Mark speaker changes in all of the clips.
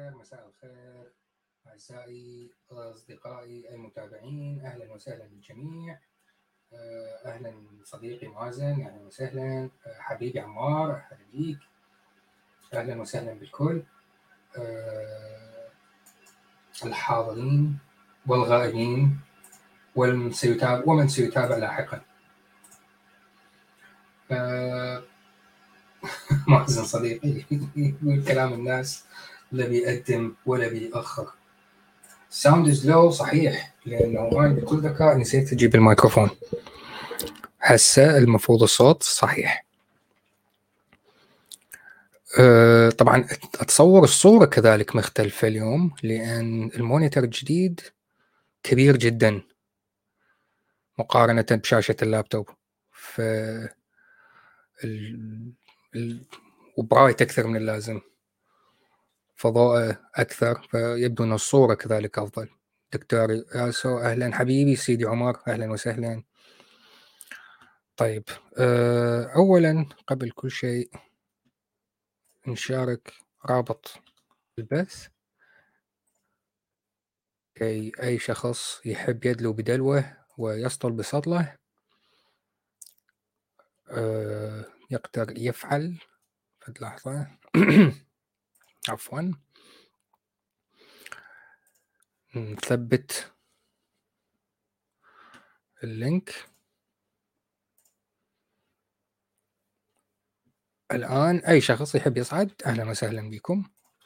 Speaker 1: مساء الخير أعزائي أصدقائي المتابعين، أهلا وسهلا بالجميع. أهلا صديقي مازن، أهلا وسهلا حبيبي عمار، أهلا بيك، أهلا وسهلا بالكل الحاضرين والغائبين ومن سيتابع لاحقا. مازن صديقي يقول كلام الناس لا بيقدم ولا بيأخر. ساوند از لو، صحيح، لأنه أنا بكل ذكاء نسيت أجيب الميكروفون. هسه المفروض الصوت صحيح. طبعا أتصور الصورة كذلك مختلفة اليوم، لأن المونيتور الجديد كبير جدا مقارنة بشاشة اللابتوب، وبرايت أكثر من اللازم، فضاء أكثر، فيبدو أن الصورة كذلك أفضل. دكتور ياسو أهلا حبيبي. سيدي عمر أهلا وسهلا. طيب، أولا قبل كل شيء نشارك رابط البث كي أي شخص يحب يدلو بدلوه ويسطل بسطله يقدر يفعل في لحظة. عفوا، نثبت اللينك الآن. أي شخص يحب يصعد أهلا وسهلا بكم.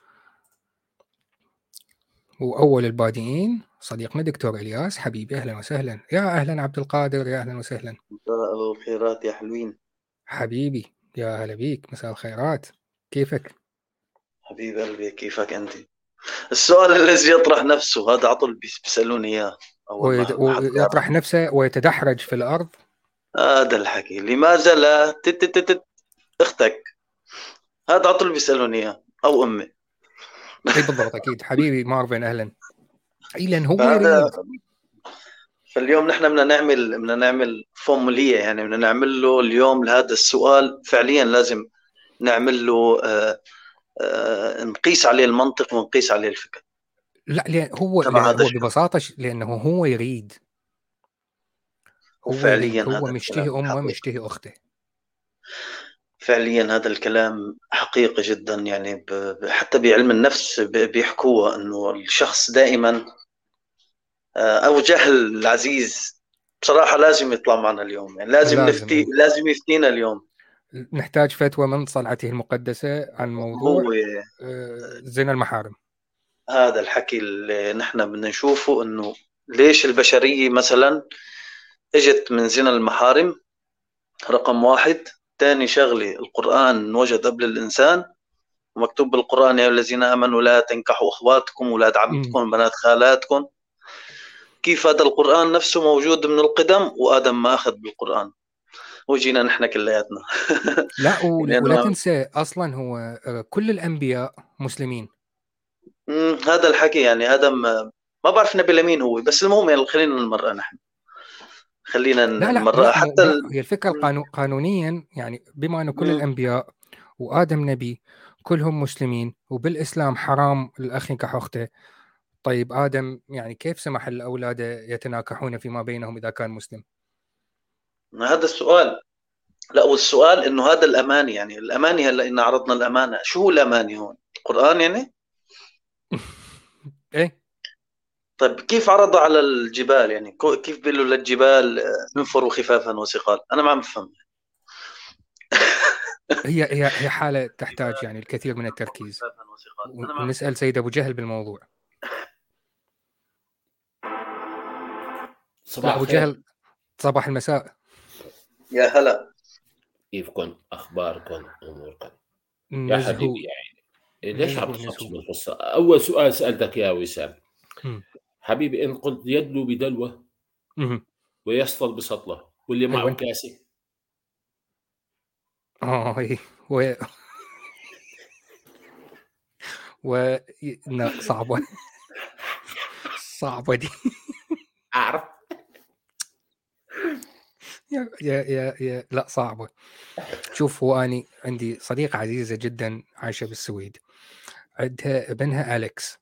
Speaker 1: وأول البادئين صديقنا دكتور إلياس حبيبي أهلا وسهلا. يا أهلا عبد القادر، يا أهلا وسهلا.
Speaker 2: مساء الخيرات يا حلوين
Speaker 1: حبيبي يا هلا بيك، مساء الخيرات، كيفك؟
Speaker 2: حبيب قلبي، كيفك أنت؟ السؤال الذي يطرح نفسه هذا عطل بيسألوني إياه أول ما حد
Speaker 1: ويطرح نفسه ويتدحرج في الأرض.
Speaker 2: هذا الحكي لماذا لا أختك؟ هذا عطل بيسألوني إياه أو أمي.
Speaker 1: اي بالضبط، اكيد حبيبي مارفن اهلا. اي لان هو يريد.
Speaker 2: فاليوم نحن بدنا نعمل فورموليه، يعني بدنا نعمل له اليوم لهذا السؤال فعليا لازم نعمل له نقيس عليه المنطق ونقيس عليه الفكر.
Speaker 1: لا، لأن هو ببساطه لانه هو يريد. هو يريد، هو مشتهي امه مشتهي اخته.
Speaker 2: فعليا هذا الكلام حقيقي جدا، يعني حتى بعلم النفس بيحكوها انه الشخص دائما او جهل العزيز بصراحه لازم يطلع معنا اليوم، يعني لازم يفتينا اليوم.
Speaker 1: نحتاج فتوى من صلعته المقدسه عن موضوع زنا المحارم.
Speaker 2: هذا الحكي اللي نحن بدنا نشوفه، انه ليش البشريه مثلا اجت من زنا المحارم رقم واحد. ثاني شغله، القرآن وجد قبل الإنسان، ومكتوب بالقرآن يا الذين آمنوا لا تنكحوا أخواتكم ولاد عمتكم بنات خالاتكم. كيف هذا القرآن نفسه موجود من القدم وآدم ما أخذ بالقرآن وجينا نحن كلياتنا.
Speaker 1: لا ولا تنسى أصلا هو كل الأنبياء مسلمين.
Speaker 2: هذا الحكي يعني آدم ما بعرف نبي لمين هو، بس المهم يعني خلينا نمرق نحن، خلينا نمرق حتى
Speaker 1: هي الفكرة قانونيا، يعني بما أنه كل الأنبياء وآدم نبي كلهم مسلمين، وبالإسلام حرام الأخ ينكح أخته. طيب آدم يعني كيف سمح الأولاد يتناكحون فيما بينهم إذا كان مسلم؟
Speaker 2: هذا السؤال. لا، والسؤال إنه هذا الأماني، يعني الأماني هلا إن عرضنا الأمانة، شو هو الأماني هون؟ القرآن يعني؟
Speaker 1: إيه؟
Speaker 2: طيب كيف عرضوا على الجبال؟ يعني كيف بيقولوا للجبال انفروا خفافا وثقال؟ أنا ما عم بفهم.
Speaker 1: هي حالة تحتاج يعني الكثير من التركيز، ونسأل سيد أبو جهل بالموضوع.
Speaker 3: صباح
Speaker 1: أبو جهل، صباح المساء.
Speaker 2: يا هلا،
Speaker 3: كيفكم؟ أخباركم؟ أموركم؟ يا حبيبي يعني ليش عم تخصم القصة؟ أول سؤال سألتك يا وسام حبيبي، إن قلت يدلو بدلوه ويسطل بسطله واللي معه كاسة.
Speaker 1: لا صعبة. صعبة دي.
Speaker 3: أعرف.
Speaker 1: يا لا صعبة. شوف، هو أنا عندي صديقة عزيزة جدا عايشة بالسويد، عندها ابنها أليكس،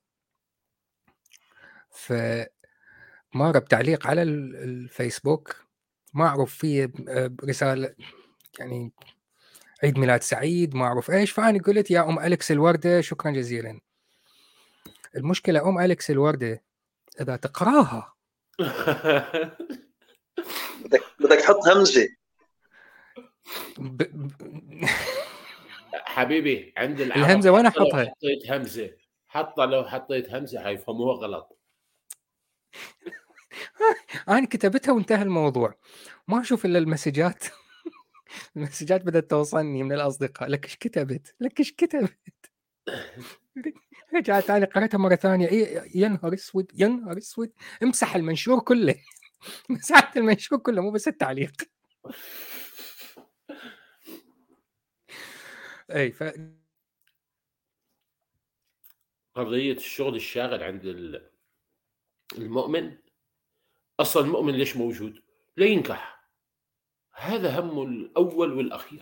Speaker 1: فمر بتعليق على الفيسبوك ما أعرف فيه رسالة يعني عيد ميلاد سعيد ما أعرف إيش، فأنا قلت يا أم أليكس الوردة شكرا جزيلا. المشكلة أم أليكس الوردة إذا تقراها
Speaker 2: بدك تحط همزة.
Speaker 3: حبيبي عند العرب
Speaker 1: الهمزة وين أحطها؟
Speaker 3: حطيت همزة، حتى لو حطيت همزة حيفهموها غلط.
Speaker 1: أنا كتبتها وانتهى الموضوع، ما أشوف إلا المسجات المسجات بدأت توصلني من الأصدقاء، لك إيش كتبت لك إيش كتبت رجعت ثاني قرأتها مرة ثانية، يا نهار اسود يا نهار اسود، امسح المنشور كله مسحت المنشور كله مو بس التعليق. اي
Speaker 3: قضية الشغل الشاغل عند المؤمن، أصلا المؤمن ليش موجود؟ لينكح، هذا همه الأول والأخير،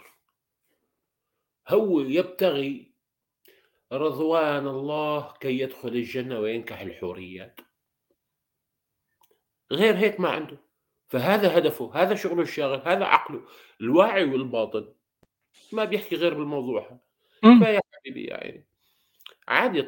Speaker 3: هو يبتغي رضوان الله كي يدخل الجنة وينكح الحوريات، غير هيك ما عنده. فهذا هدفه، هذا شغله الشاغل، هذا عقله الواعي والباطن، ما بيحكي غير بالموضوع. فيا حبيبي يعني عادي،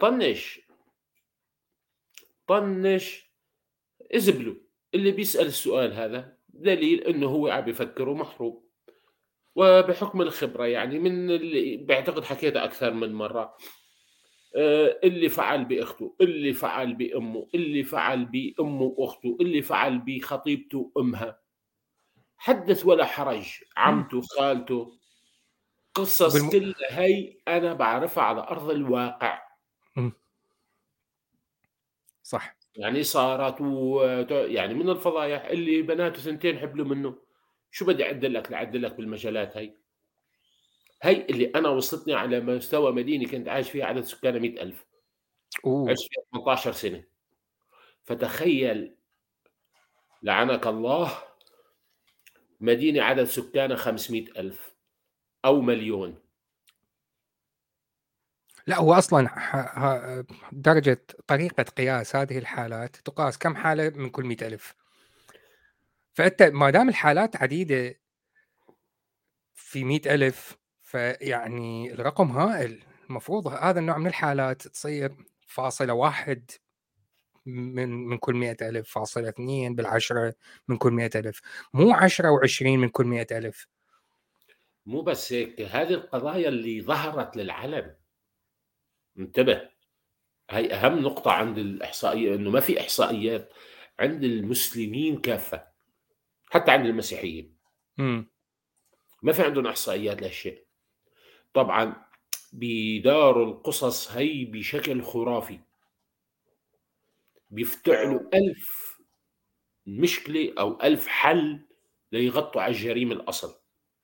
Speaker 3: طنش ازبله. اللي بيسأل السؤال هذا دليل انه هو عم بيفكر ومحروم، وبحكم الخبرة يعني من اللي بعتقد حكيتها أكثر من مرة، اللي فعل بأخته، اللي فعل بأمه، اللي فعل بأمه وأخته، اللي فعل بخطيبته وأمها، حدث ولا حرج، عمته خالته، قصص كلها هي أنا بعرفها على أرض الواقع.
Speaker 1: صح،
Speaker 3: يعني صارت يعني من الفضايح اللي بناته 2 حبلوا منه. شو بدي أعدل لك بالمجالات هي اللي أنا وصلتني على مستوى مدينة كنت عايش فيها عدد سكانها 100,000، عشت فيها 18 سنة. فتخيل لعنك الله مدينة عدد سكانها 500,000 أو مليون.
Speaker 1: لا هو أصلا درجة طريقة قياس هذه الحالات تقاس كم حالة من كل 100,000، فأنت ما دام الحالات عديدة في 100,000 فيعني الرقم هائل. المفروض هذا النوع من الحالات تصير 0.1 من كل 100,000، 0.2 بالعشرة من كل 100,000، مو 10 و20 من كل 100,000.
Speaker 3: مو بس هيك، هذه القضايا اللي ظهرت للعلن، انتبه، هي أهم نقطة عند الإحصائية، إنه ما في إحصائيات عند المسلمين كافة، حتى عند المسيحيين ما في عندهم إحصائيات لهالشيء. طبعا بيداروا القصص هي بشكل خرافي، بيفتعلوا 1000 مشكلة أو 1000 حل ليغطوا على الجريمة الأصل.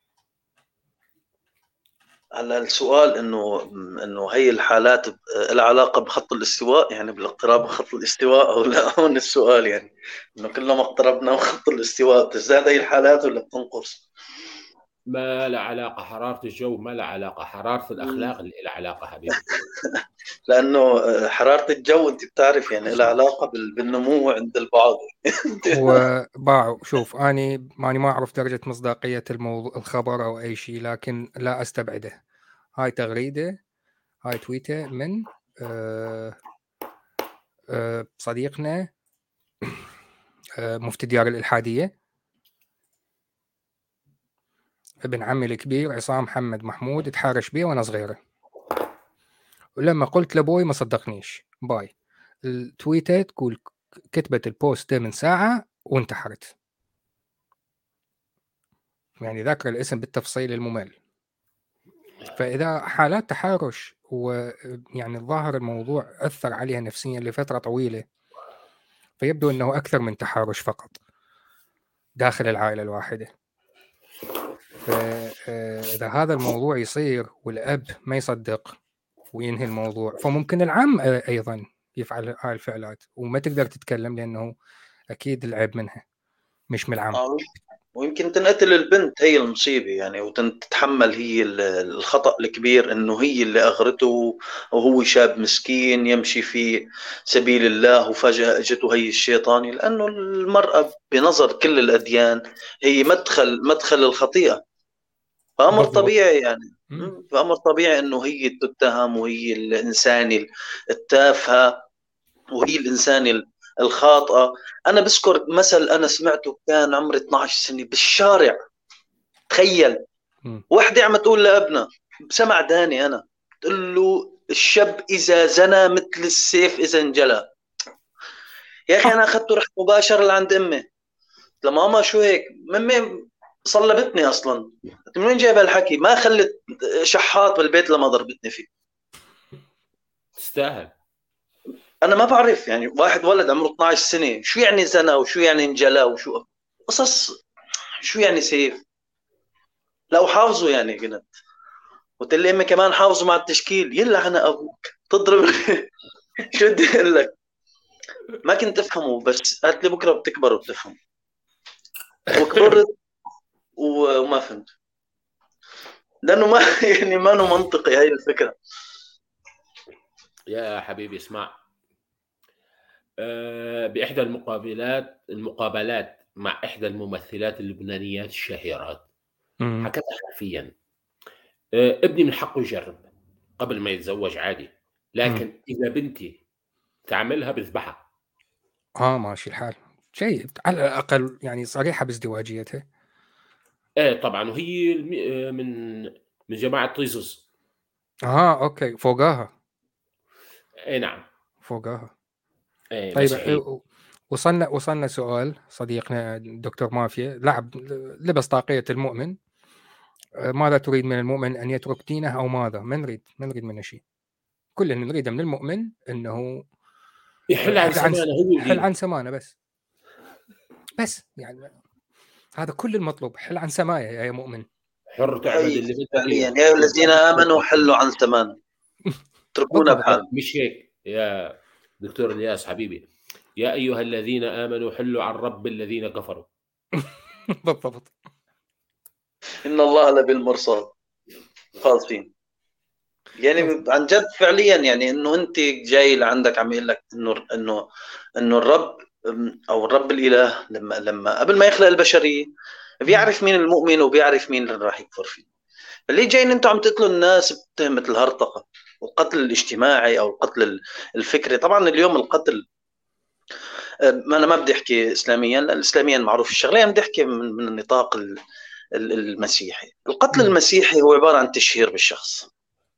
Speaker 2: على السؤال انه هي الحالات لها علاقه بخط الاستواء، يعني بالاقتراب من خط الاستواء، او لا؟ هون السؤال يعني انه كلما اقتربنا من خط الاستواء تزداد هي الحالات ولا بتنقص؟
Speaker 3: ما لا علاقة حرارة الجو، ما لا علاقة حرارة الأخلاق اللي لها علاقة حبيبي.
Speaker 2: لأنه حرارة الجو أنت بتعرف يعني لها علاقة بالنمو عند البعض.
Speaker 1: هو باعوا، شوف أنا ما أعرف درجة مصداقية الخبر أو أي شيء، لكن لا أستبعده. هاي تغريدة، هاي تويتة من صديقنا مفتي ديار الإلحادية، ابن عمي الكبير عصام محمد محمود، تحارش بيه وأنا صغيرة، ولما قلت لأبوي ما صدقنيش. باي. التويتة تقول كتبت البوست ده من ساعة وانتحرت، يعني ذاكر الاسم بالتفصيل الممل. فإذا حالات تحرش ويعني الظاهر الموضوع أثر عليها نفسيا لفترة طويلة، فيبدو أنه أكثر من تحرش فقط داخل العائلة الواحدة. فإذا هذا الموضوع يصير والأب ما يصدق وينهي الموضوع، فممكن العم أيضا يفعل هاي الفعلات وما تقدر تتكلم، لأنه أكيد العيب منها مش من العم.
Speaker 2: ويمكن تنقتل البنت، هي المصيبة يعني، وتتحمل هي الخطأ الكبير إنه هي اللي أغرته، وهو شاب مسكين يمشي في سبيل الله، وفجأة أجته هي الشيطاني. لأنه المرأة بنظر كل الأديان هي مدخل الخطيئة، فأمر
Speaker 1: بالضبط.
Speaker 2: طبيعي يعني.
Speaker 1: مم.
Speaker 2: فأمر طبيعي إنه هي تتهم، وهي الإنسان التافهة، وهي الإنسان الخاطئة. أنا بذكر مثل أنا سمعته كان عمري 12 سنة بالشارع. تخيل، وحدة عم تقول لابنها، سمع داني أنا، تقول له الشاب إذا زنى مثل السيف إذا انجلى. يا أخي أنا أخذته رحت مباشرة لعند أمي، قلت لها ماما شو هيك؟ ممي صلبتني أصلا. من وين جايب هالحكي؟ ما خلت شحاط بالبيت لما ضربتني فيه.
Speaker 3: تستاهل.
Speaker 2: أنا ما بعرف يعني، واحد ولد عمره 12 سنة شو يعني زنى وشو يعني انجلى وشو قصص، شو يعني سيف؟ لا وحافظوا يعني قلت، قلت لي امي كمان حافظوا مع التشكيل. يلعن ابوك تضرب شو بدي اقول لك؟ ما كنت افهمه، بس قالت لي بكره بتكبر وبتفهم. وكبرت وما فهمت، لانه ما يعني ما له منطقي هاي الفكره.
Speaker 3: يا حبيبي اسمع، بإحدى المقابلات مع إحدى الممثلات اللبنانيات الشهيرات حكت حرفيا ابني من حقه يجرب قبل ما يتزوج عادي، لكن إذا بنتي تعملها بذبحها.
Speaker 1: ماشي الحال، جيد على الأقل يعني صريحة بازدواجيتها.
Speaker 3: ايه طبعا، وهي من جماعة طيزز.
Speaker 1: أوكي، فوقاها.
Speaker 3: ايه نعم.
Speaker 1: فوقاها.
Speaker 3: ايه
Speaker 1: طيب،
Speaker 3: مسيحية.
Speaker 1: وصلنا سؤال صديقنا دكتور مافيا، لبس طاقية المؤمن. ماذا تريد من المؤمن؟ أن يترك دينه أو ماذا؟ ما نريد منه شيء. كل اللي نريده من المؤمن أنه
Speaker 3: يحل عن سمانه هو
Speaker 1: حل
Speaker 3: ودينه.
Speaker 1: عن سمانه بس يعني هذا كل المطلوب، حل عن سمايا يا مؤمن.
Speaker 3: حر تعبد
Speaker 2: هي
Speaker 3: اللي بدك
Speaker 2: فعليا
Speaker 3: اياه.
Speaker 2: يا الذين امنوا حلوا عن ثمان، اتركونا
Speaker 1: بالضبط.
Speaker 2: بحال.
Speaker 3: مش هيك يا دكتور الياس حبيبي؟ يا ايها الذين امنوا حلوا عن رب الذين كفروا.
Speaker 1: بالضبط.
Speaker 2: ان الله لبالمرصاد خالصين. يعني عن جد فعليا يعني انه انت جاي لعندك عم يقول لك انه الرب، او الرب الاله لما قبل ما يخلق البشريه بيعرف مين المؤمن وبيعرف مين اللي راح يكفر فيه. اللي جايين انتم عم تقتلوا الناس بتهمه الهرطقه والقتل الاجتماعي او القتل الفكري. طبعا اليوم القتل، ما انا ما بدي احكي اسلاميا، لان اسلاميا معروف الشغله، انا بدي احكي من النطاق المسيحي. القتل المسيحي هو عباره عن تشهير بالشخص،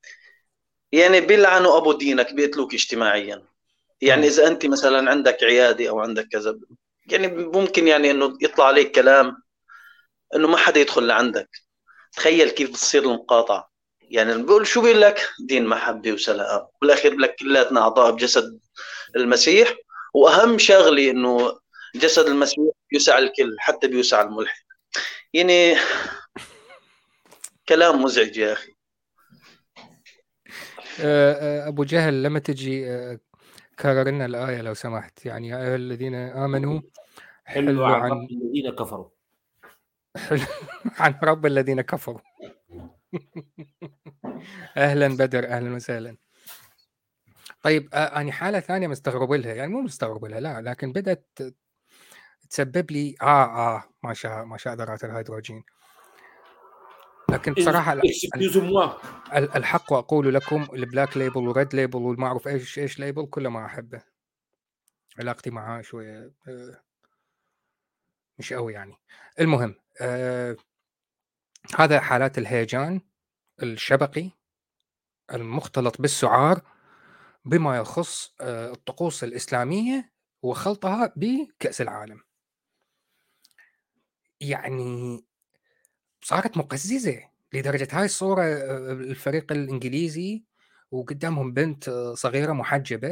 Speaker 2: يعني بيلعنوا ابو دينك، بيقتلوك اجتماعيا. يعني اذا انت مثلا عندك عياده او عندك كذا، يعني ممكن يعني انه يطلع عليك كلام انه ما حدا يدخل لعندك. تخيل كيف بتصير المقاطعه. يعني بيقول شو بيقول لك؟ دين محبه وسلام، بالاخير بيقول لك كلاتنا اعضاء بجسد المسيح، واهم شغله انه جسد المسيح بيوسع الكل، حتى بيوسع الملحد. يعني كلام مزعج يا اخي.
Speaker 1: أبو جهل لما تجي كرر لنا الآية لو سمحت. يعني يا أيها الذين آمنوا
Speaker 3: حلوا عن رب الذين كفروا.
Speaker 1: عن رب الذين كفروا. أهلا بدر، أهلا وسهلا. طيب، أنا حالة ثانية مستغرب لها، يعني مو مستغرب لها لا، لكن بدأت تسبب لي ما شاء ذرات الهيدروجين. لكن بصراحة الحق وأقول لكم، البلاك ليبل وريد ليبل والمعروف إيش ليبل كله ما أحبه. علاقتي معاه شوية مش قوي يعني. المهم، هذا حالات الهيجان الشبقي المختلط بالسعار بما يخص الطقوس الإسلامية وخلطها بكأس العالم. يعني صارت مقززة لدرجة هاي الصورة، الفريق الإنجليزي وقدامهم بنت صغيرة محجبة،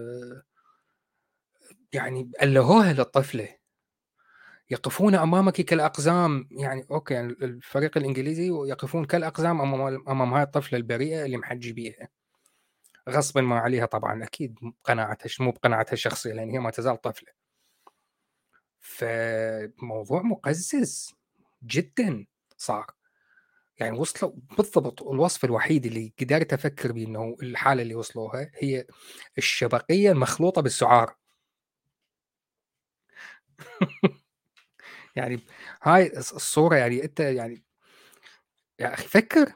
Speaker 1: يعني ألهوها للطفلة، يقفون أمامك كالأقزام. يعني أوكي، يعني الفريق الإنجليزي يقفون كالأقزام أمام هاي الطفلة البريئة اللي محجبيها غصبا ما عليها، طبعا أكيد قناعتها مو بقناعتها الشخصية، لأن هي ما تزال طفلة. فموضوع مقزز جدا صار. يعني وصلوا بالضبط. الوصف الوحيد اللي قدرت أفكر به إنه الحالة اللي وصلوها هي الشبقية المخلوطة بالسعار. يعني هاي الصورة، يعني أنت يعني يا أخي فكر.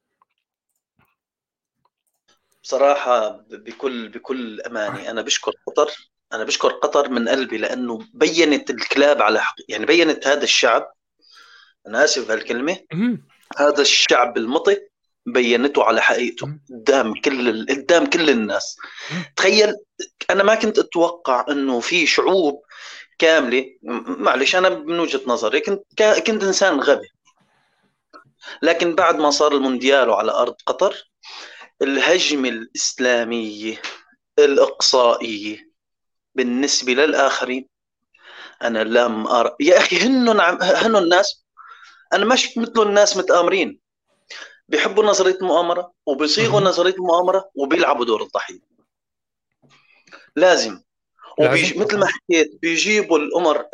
Speaker 2: بصراحة بكل أماني أنا بشكر قطر من قلبي، لأنه بيّنت الكلاب على يعني بيّنت هذا الشعب، أنا آسف بهالكلمة، هذا الشعب المطي بيّنته على حقيقته قدام كل الناس. تخيل، أنا ما كنت أتوقع إنه في شعوب كاملة، معلش أنا من وجهة نظري كنت إنسان غبي، لكن بعد ما صار المونديال وعلى أرض قطر، الهجمة الإسلامية الإقصائية بالنسبة للآخرين، أنا لم أرى يا أخي. هنو الناس، أنا مش مثل الناس متآمرين، بيحبوا نظرية المؤامرة وبيصيغوا نظرية المؤامرة وبيلعبوا دور الضحية. لازم. مثل ما حكيت بيجيبوا الأمر.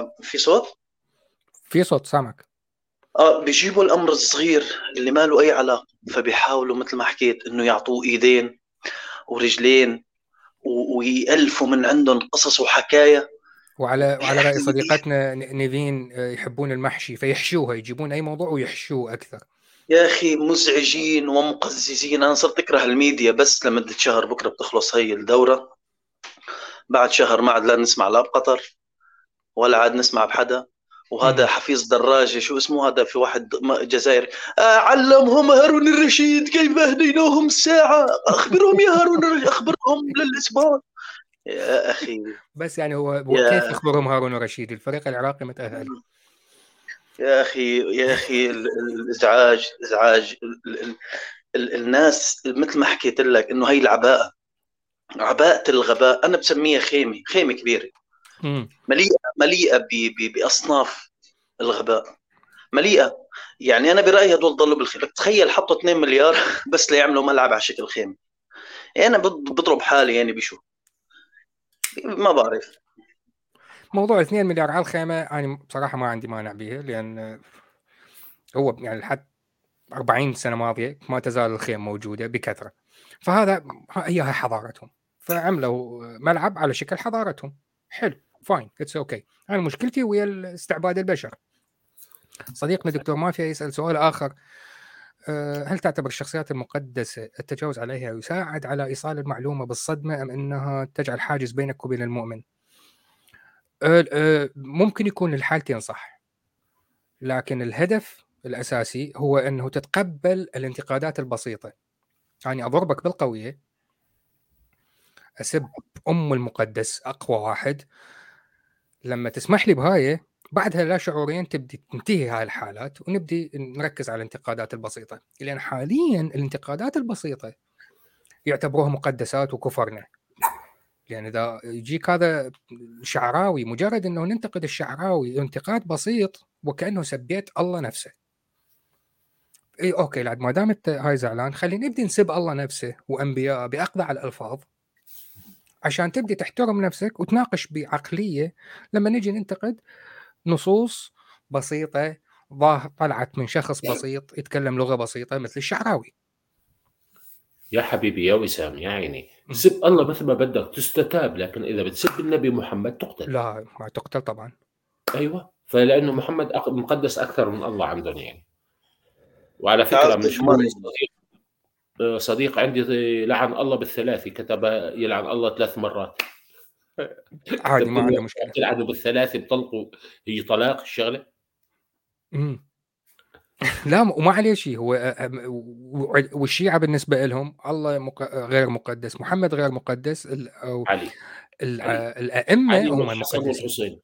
Speaker 2: في صوت
Speaker 1: سامعك.
Speaker 2: بيجيبوا الأمر الصغير اللي ما له أي علاقة، فبيحاولوا مثل ما حكيت إنه يعطوه إيدين ورجلين ويألفوا من عندهم قصص وحكاية.
Speaker 1: وعلى رأي صديقتنا نيفين يحبون المحشي فيحشوها، يجيبون أي موضوع ويحشوه أكثر.
Speaker 2: يا أخي مزعجين ومقززين. أنا صرت أكره الميديا بس لمدة شهر، بكرة بتخلص هي الدورة، بعد شهر ما عاد لا نسمع لا بقطر ولا عاد نسمع بحدا. وهذا حفيظ دراجة، شو اسمه هذا، في واحد جزائري، علمهم هارون الرشيد كيف أهديناهم الساعة، أخبرهم يا هارون الرشيد، أخبرهم للإسبان. يا أخي
Speaker 1: بس يعني هو كيف يخبرهم هارون الرشيد؟ الفريق العراقي متأهل.
Speaker 2: يا أخي إزعاج الناس، مثل ما حكيت لك إنه هي العباءة، عباءة الغباء. أنا بسميها خيمة كبيرة مليئة بأصناف الغباء، مليئة. يعني أنا برأيي هدول ضلوا بالخير. تخيل حطوا 2 مليار بس ليعملوا ملعب على شكل خيمة. يعني أنا بضرب حالي يعني بشو، ما بعرف.
Speaker 1: موضوع 2 مليار على الخيمة أنا بصراحة ما عندي مانع به، لأن هو يعني لحد 40 سنة ماضية ما تزال الخيم موجودة بكثرة، فهذا هي حضارتهم، فعملوا ملعب على شكل حضارتهم. حلو، فاين، اتس اوكي. انا مشكلتي ويا استعباد البشر. صديقنا دكتور مافيا يسأل سؤال آخر: هل تعتبر الشخصيات المقدسة التجاوز عليها يساعد على إيصال المعلومة بالصدمة، أم أنها تجعل حاجز بينك وبين المؤمن؟ ممكن يكون الحالتين صح، لكن الهدف الأساسي هو أنه تتقبل الانتقادات البسيطة. يعني أضربك بالقوية، أسب المقدس أقوى واحد، لما تسمح لي بهاي بعدها لا شعوريا تبدي تنتهي هاي الحالات ونبدي نركز على الانتقادات البسيطة، لأن حاليا الانتقادات البسيطة يعتبروها مقدسات وكفرنا. يعني إذا يجيك هذا شعراوي، مجرد أنه ننتقد الشعراوي انتقاد بسيط وكأنه سبيت الله نفسه. اي اوكي، لعد ما دام انت هاي زعلان، خلينا نبدي نسب الله نفسه وانبياء باقذع الالفاظ عشان تبدي تحترم نفسك وتناقش بعقليه. لما نجي ننتقد نصوص بسيطه طلعت من شخص بسيط يتكلم لغه بسيطه مثل الشعراوي.
Speaker 3: يا حبيبي يا وسام يا عيني، سب الله مثل ما بدك تستتاب، لكن اذا بتسب النبي محمد تقتل.
Speaker 1: لا ما تقتل طبعا.
Speaker 3: ايوه، فلانه محمد مقدس اكثر من الله عندهم يعني. وعلى فكره مشهور، صديق عندي لعن الله بالثلاثي، كتب يلعن الله 3 مرات.
Speaker 1: عادي ما عنده مشكله.
Speaker 3: تلعنوا بالثلاثي بطلقوا، هي طلاق الشغله.
Speaker 1: لا وما عليه شيء. هو والشيعة بالنسبة لهم الله غير مقدس، محمد غير مقدس، أو
Speaker 3: علي.
Speaker 1: الأئمة
Speaker 3: علي
Speaker 1: هم
Speaker 3: والحسن
Speaker 1: المقدسين.
Speaker 3: والحسين،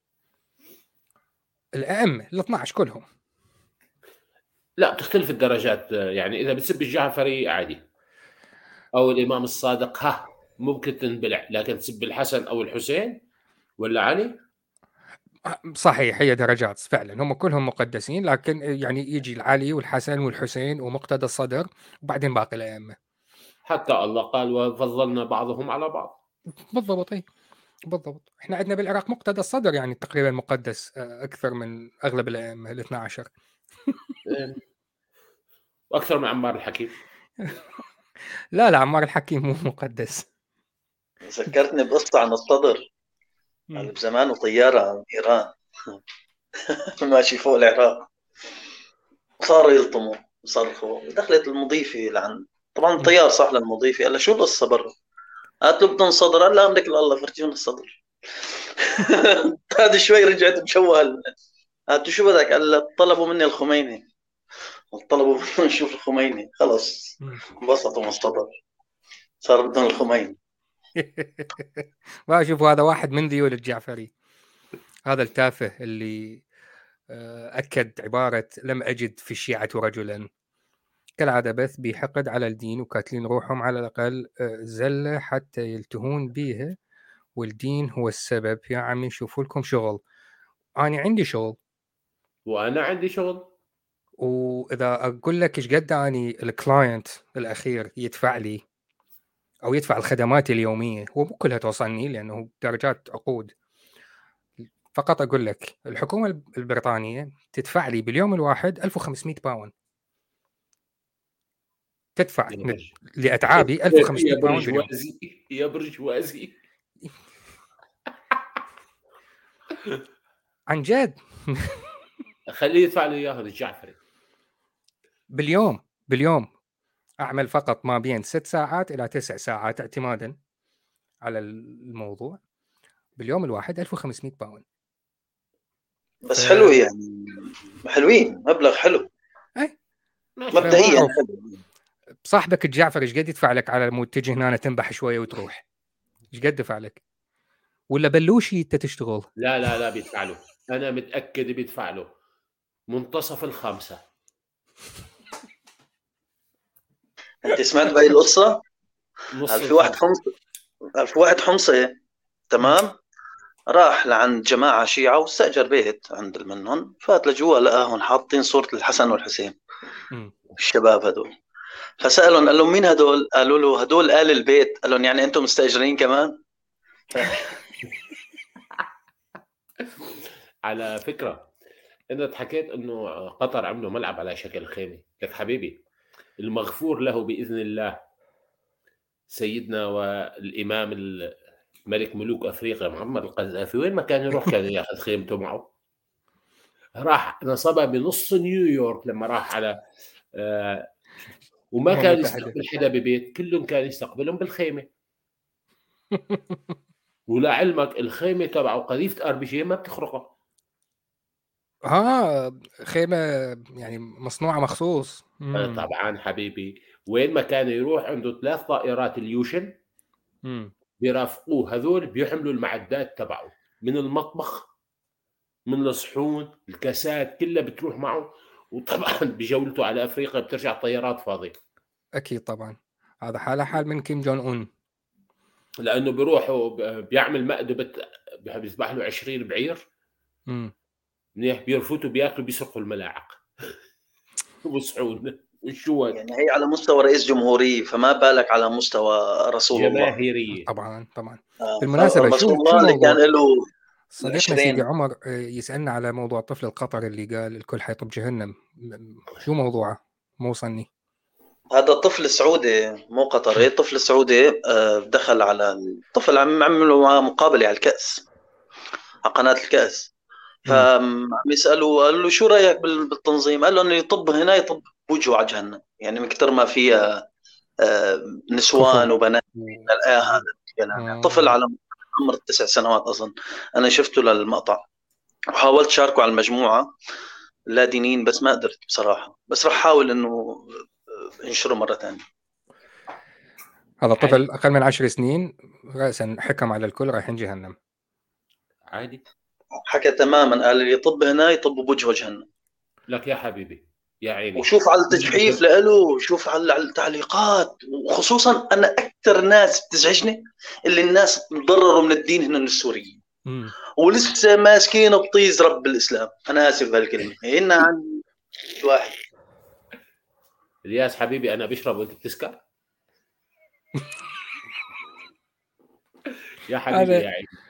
Speaker 1: الأئمة ال 12 كلهم.
Speaker 3: لا بتختلف الدرجات. يعني إذا بتسب الجعفري عادي أو الإمام الصادق ممكن تنبلع، لكن تسب الحسن أو الحسين ولا علي.
Speaker 1: صحيح، هي درجات فعلا، هم كلهم مقدسين، لكن يعني يجي العلي والحسن والحسين ومقتدى الصدر وبعدين باقي الأئمة.
Speaker 3: حتى الله قال وفضلنا بعضهم على بعض.
Speaker 1: بالضبط. بالضبط. احنا عندنا بالعراق مقتدى الصدر يعني تقريبا مقدس اكثر من اغلب الائمه ال 12.
Speaker 3: واكثر من عمار الحكيم.
Speaker 1: لا عمار الحكيم مو مقدس.
Speaker 2: ذكرتني بقصة عن الصدر. بزمان وطيارة من إيران ماشي فوق العراق، صاروا يلطموا وصرخوا. دخلت المضيفة لعند، طبعا الطيار صح للمضيفة، قال له شو القصة برا؟ قالت له بدهم صدر. قال لا أمرك الله فرجونا الصدر. هذا شوي رجعت مشوه. قالت له شو بدك؟ قال له طلبوا مني الخميني، طلبوا مني نشوف الخميني. خلص انبسطوا من الصدر، صار بدهم الخميني.
Speaker 1: ما شوفوا هذا واحد من ذيول الجعفري، هذا التافه اللي أكد عبارة لم أجد في الشيعة رجلا، كالعادة بث بحقد على الدين وكاتلين روحهم على الأقل زلة حتى يلتهون بيها، والدين هو السبب. يا عمي شوفوا لكم شغل، أنا عندي شغل
Speaker 3: وأنا عندي شغل.
Speaker 1: وإذا أقول لك إيش قد أني الكلاينت الأخير يدفع لي أو يدفع الخدمات اليومية، هو مو كلها توصلني لأنه درجات عقود، فقط أقول لك الحكومة البريطانية تدفع لي باليوم الواحد 1500 باوند، تدفع لأتعابي 1500 باوند باليوم.
Speaker 3: يا برجوازي
Speaker 1: عن جد.
Speaker 3: خليه يدفع لي إياها الجعفري
Speaker 1: باليوم أعمل فقط ما بين 6 ساعات إلى 9 ساعات اعتمادا على الموضوع، باليوم الواحد 1500 باوند.
Speaker 2: بس حلو يعني، حلوين، مبلغ حلو.
Speaker 1: أي
Speaker 2: مبدئيا
Speaker 1: صاحبك الجعفر ايش قد يدفع لك على مود تجي هنا تنبح شويه وتروح؟ ايش قد دفع لك؟ ولا بلوشي انت تشتغل؟
Speaker 3: لا بيدفع له، انا متاكد بيدفع له منتصف الخمسة.
Speaker 2: انت سمعت باقي القصه؟ في واحد حمصي تمام، راح لعند جماعه شيعه واستاجر بيت عند منهم، فات لجوا لقاهم حاطين صوره الحسن والحسين الشباب هدول. فسالهم قال لهم مين هدول؟ قالوا له هدول آل البيت. قال لهم يعني انتم مستاجرين كمان؟
Speaker 3: على فكره انت حكيت انه قطر عملوا ملعب على شكل خيمه، لك حبيبي المغفور له باذن الله سيدنا والامام ملك ملوك افريقيا معمر القذافي، وين ما كان يروح كان ياخذ خيمته معه. راح نصبها بنص نيويورك لما راح على وما كان يستقبل حدا ببيت، كلهم كان يستقبلهم بالخيمه. ولعلمك الخيمه تبعه قذيفه اربجيه ما بتخرقها.
Speaker 1: خيمه يعني مصنوعه مخصوص.
Speaker 3: طبعا حبيبي، وين ما كان يروح عنده 3 طائرات اليوشن بيرافقوه، هذول بيحملوا المعدات تبعه من المطبخ، من الصحون، الكاسات كلها بتروح معه. وطبعا بجولته على افريقيا بترجع طيارات فاضيه.
Speaker 1: اكيد طبعا، هذا حاله حال من كيم جون اون،
Speaker 3: لانه بيروحوا بيعمل مأدبة، بيذبح له 20 بعير منيح، بيرفضوا بياكلوا بيسرقوا الملاعق والصحون والشوك.
Speaker 2: يعني هي على مستوى رئيس جمهورية، فما بالك على مستوى رسول الله
Speaker 3: جماهيرية.
Speaker 1: طبعا. بالمناسبة شو
Speaker 2: اللي كان له
Speaker 1: صديقنا سيدي عمر يسألنا على موضوع الطفل القطري اللي قال الكل حيطب جهنم، شو موضوعه؟ مو وصلني.
Speaker 2: هذا طفل سعودي مو قطري، طفل سعودي دخل على الطفل، عملوا مقابلة على الكأس، على قناة الكأس. فعم يسألوا، قالوا له شو رأيك بالتنظيم؟ قال له انه يطب هنا يطب بوجهه على جهنم، يعني من كثر ما فيها نسوان وبنات. هذا الكلام طفل على عمر 9 سنوات اظن. انا شفته للمقطع وحاولت شاركه على المجموعة لا دينين، بس ما قدرت بصراحة، بس رح احاول انه انشره مرة ثانية.
Speaker 1: هذا الطفل اقل من 10 سنين رأسا حكم على الكل رايحين جهنم
Speaker 3: عادي.
Speaker 2: حكى تماما، قال اللي يطب هنا يطب بوجهه جهنم.
Speaker 3: لك يا حبيبي يا عيني.
Speaker 2: وشوف على التجحيف له، شوف على التعليقات، وخصوصا انا اكثر ناس بتزعجني اللي الناس مضرروا من الدين هن السوريين، ولسه ماسكين بطيز رب الاسلام. انا اسف بهالكلمه، هن عن واحد.
Speaker 3: الياس حبيبي انا بشرب وانت بتسكر. يا حبيبي يا عيني.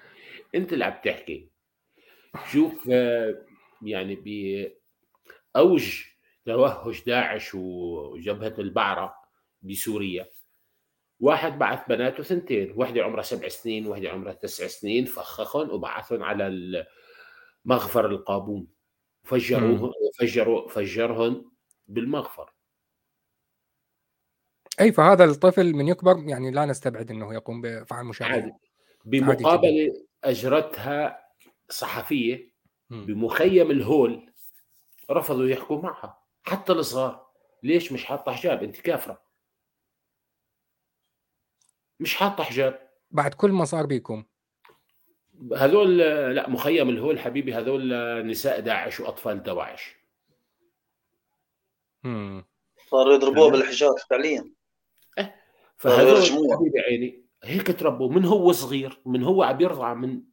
Speaker 3: انت اللي عم تحكي. شوف يعني بأوج توهج داعش وجبهة البعرة بسوريا، واحد بعث بناته ثنتين، واحدة عمرها 7 سنين وواحدة عمرها 9 سنين، فخخهم وبعثهم على مغفر القابون، فجرهن بالمغفر.
Speaker 1: اي، فهذا الطفل من يكبر يعني لا نستبعد انه يقوم بفعل مشابه.
Speaker 3: عادي. بمقابلة اجرتها صحفية بمخيم الهول، رفضوا يحكوا معها حتى الصغار. ليش مش حاطه حجاب؟ انت كافرة، مش حاطه حجاب
Speaker 1: بعد كل ما صار بيكم.
Speaker 3: هذول لا، مخيم الهول حبيبي هذول نساء داعش واطفال دواعش.
Speaker 2: صاروا يضربوها بالحجار فعليا.
Speaker 3: فهذول حبيبي عيني هيك تربوا من هو صغير، من هو عم يرضع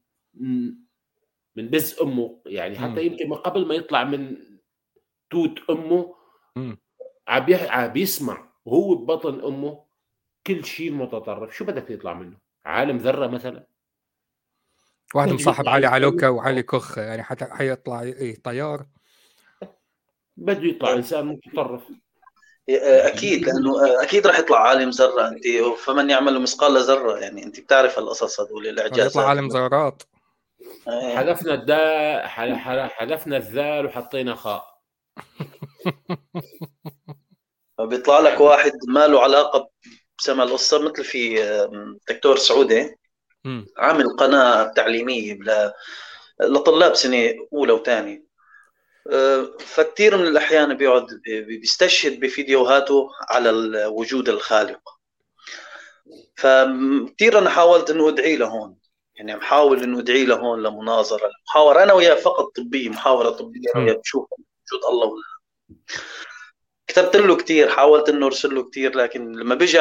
Speaker 3: من بز امه، يعني حتى يمكن من قبل ما يطلع من توت امه عم بيسمع وهو ببطن امه كل شيء متطرف. شو بدك يطلع منه؟ عالم ذره مثلا؟
Speaker 1: واحد مصاحب علي علوكة وعلي كخ، يعني حتى حيطلع طيار،
Speaker 3: بده يطلع انسان متطرف
Speaker 2: اكيد، لانه اكيد راح يطلع عالم ذره. انت فمن يعمل مثقال ذره، يعني انت بتعرف القصص هذول الاعجازات.
Speaker 1: يطلع عالم ذرات.
Speaker 3: حذفنا الداء، حذفنا الذال وحطينا خاء.
Speaker 2: فبيطلع لك واحد ما له علاقه بسمع القصه، مثل في دكتور سعودي عامل قناه تعليميه لطلاب سنه اولى وثانيه، فكتير من الأحيان بيقعد بيستشهد بفيديوهاته على وجود الخالق. فكتير أنا حاولت إنه أدعي له هون، يعني محاول إنه أدعي له هون لمناظرة، محاورة أنا وياه فقط طبية، محاورة طبية أنا وياه بشوف وجود الله ولا. كتبت له كتير، حاولت إنه أرسل له كتير، لكن لما بيجي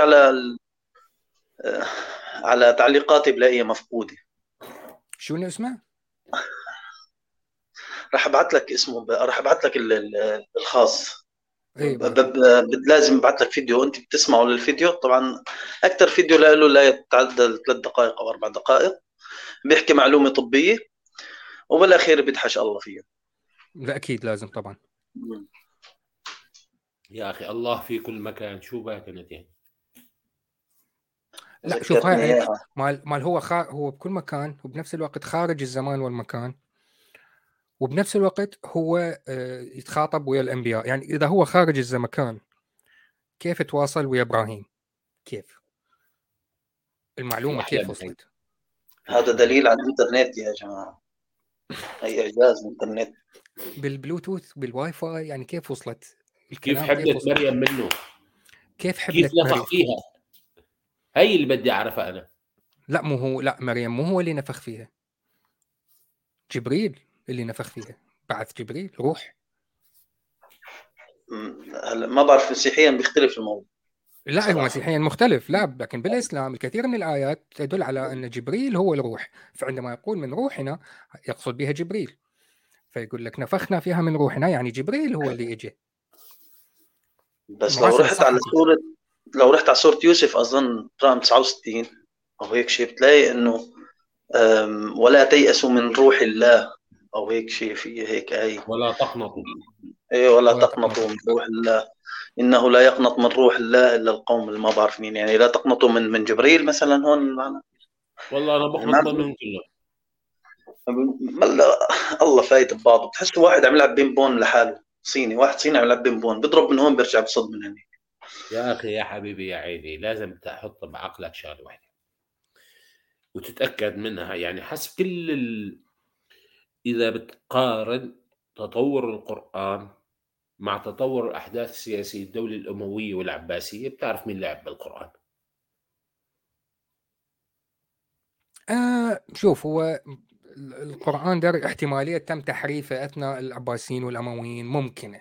Speaker 2: على تعليقاتي بلاقيها مفقودة.
Speaker 1: شو اسمه؟
Speaker 2: راح ابعث لك اسمه، راح ابعث لك الخاص.
Speaker 1: إيه
Speaker 2: لازم ابعث لك فيديو، انت بتسمعوا للفيديو. طبعا اكثر فيديو له لا يتعدى 3 دقائق او 4 دقائق، بيحكي معلومه طبيه وبالاخير بيدحش الله فيها.
Speaker 1: لا اكيد لازم طبعا.
Speaker 3: يا اخي الله في كل مكان، شو بك انت يعني؟
Speaker 1: لا شوف، هاي مال هو بكل مكان، وبنفس الوقت خارج الزمان والمكان، وبنفس الوقت هو يتخاطب ويا الانبياء. يعني اذا هو خارج الزمكان كيف تواصل ويا ابراهيم؟ كيف المعلومه كيف وصلت؟
Speaker 2: هذا دليل على الانترنت يا جماعه، اي اعجاز الانترنت
Speaker 1: بالبلوتوث بالواي فاي. يعني كيف وصلت
Speaker 3: كيف حبلت مريم منه؟
Speaker 1: كيف حبلت
Speaker 3: كيف نفخ فيها؟ هي اللي بدي اعرفها انا. لا
Speaker 1: مو هو، لا مريم مو هو اللي نفخ فيها، جبريل اللي نفخ فيها. بعث جبريل روح.
Speaker 2: هلا ما بعرف، مسيحيا بيختلف الموضوع.
Speaker 1: لا هو مسيحيا مختلف، لا لكن بالإسلام الكثير من الآيات تدل على أن جبريل هو الروح. فعندما يقول من روحنا يقصد بها جبريل، فيقول لك نفخنا فيها من روحنا، يعني جبريل هو اللي إجي.
Speaker 2: بس لو رحت على سورة يوسف أظن رقم 69 أو هيك شيء، بتلاقي إنه ولا تيأسوا من روح الله أو هيك شيء، في هيك آية
Speaker 3: ولا تقنطوا.
Speaker 2: إيه، ولا تقنطوا من روح الله، إنه لا يقنط من روح الله إلا القوم اللي ما بعرف مين. يعني لا تقنطوا من جبريل مثلا هون المعنى.
Speaker 3: والله أنا بقنط منهم كلهم.
Speaker 2: الله فايت ببعضه. بتحس واحد عم يلعب بين بون لحاله، واحد صيني عم يلعب بين بون، بيضرب من هون بيرجع بصد من هناك.
Speaker 3: يا أخي يا حبيبي يا عيني، لازم تحط بعقلك شغلة واحدة وتتأكد منها. يعني حسب إذا بتقارن تطور القرآن مع تطور الأحداث السياسية الدولة الأموية والعباسية، بتعرف مين لعب بالقرآن؟
Speaker 1: شوف، هو القرآن در احتمالية تم تحريفه أثناء العباسيين والأمويين، ممكنة،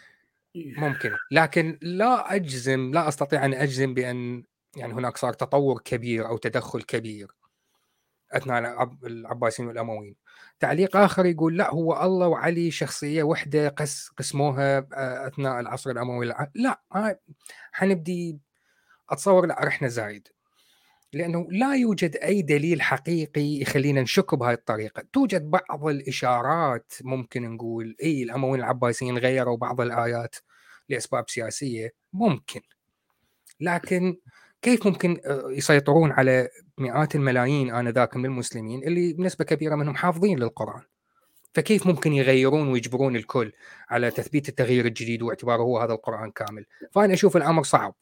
Speaker 1: لكن لا أستطيع أن أجزم بأن يعني هناك صار تطور كبير أو تدخل كبير أثناء العباسيين والأمويين. تعليق آخر يقول لا، هو الله وعلي شخصية وحدة قسموها أثناء العصر الأموي. لا، حنبدي أتصور لا رحنا زايد. لأنه لا يوجد أي دليل حقيقي يخلينا نشك بهاي الطريقة. توجد بعض الإشارات، ممكن نقول الأمويين العباسيين غيروا بعض الآيات لأسباب سياسية ممكن، لكن كيف ممكن يسيطرون على مئات الملايين آنذاك من المسلمين اللي بنسبة كبيرة منهم حافظين للقرآن؟ فكيف ممكن يغيرون ويجبرون الكل على تثبيت التغيير الجديد واعتباره هو هذا القرآن كامل؟ فأنا أشوف الأمر صعب.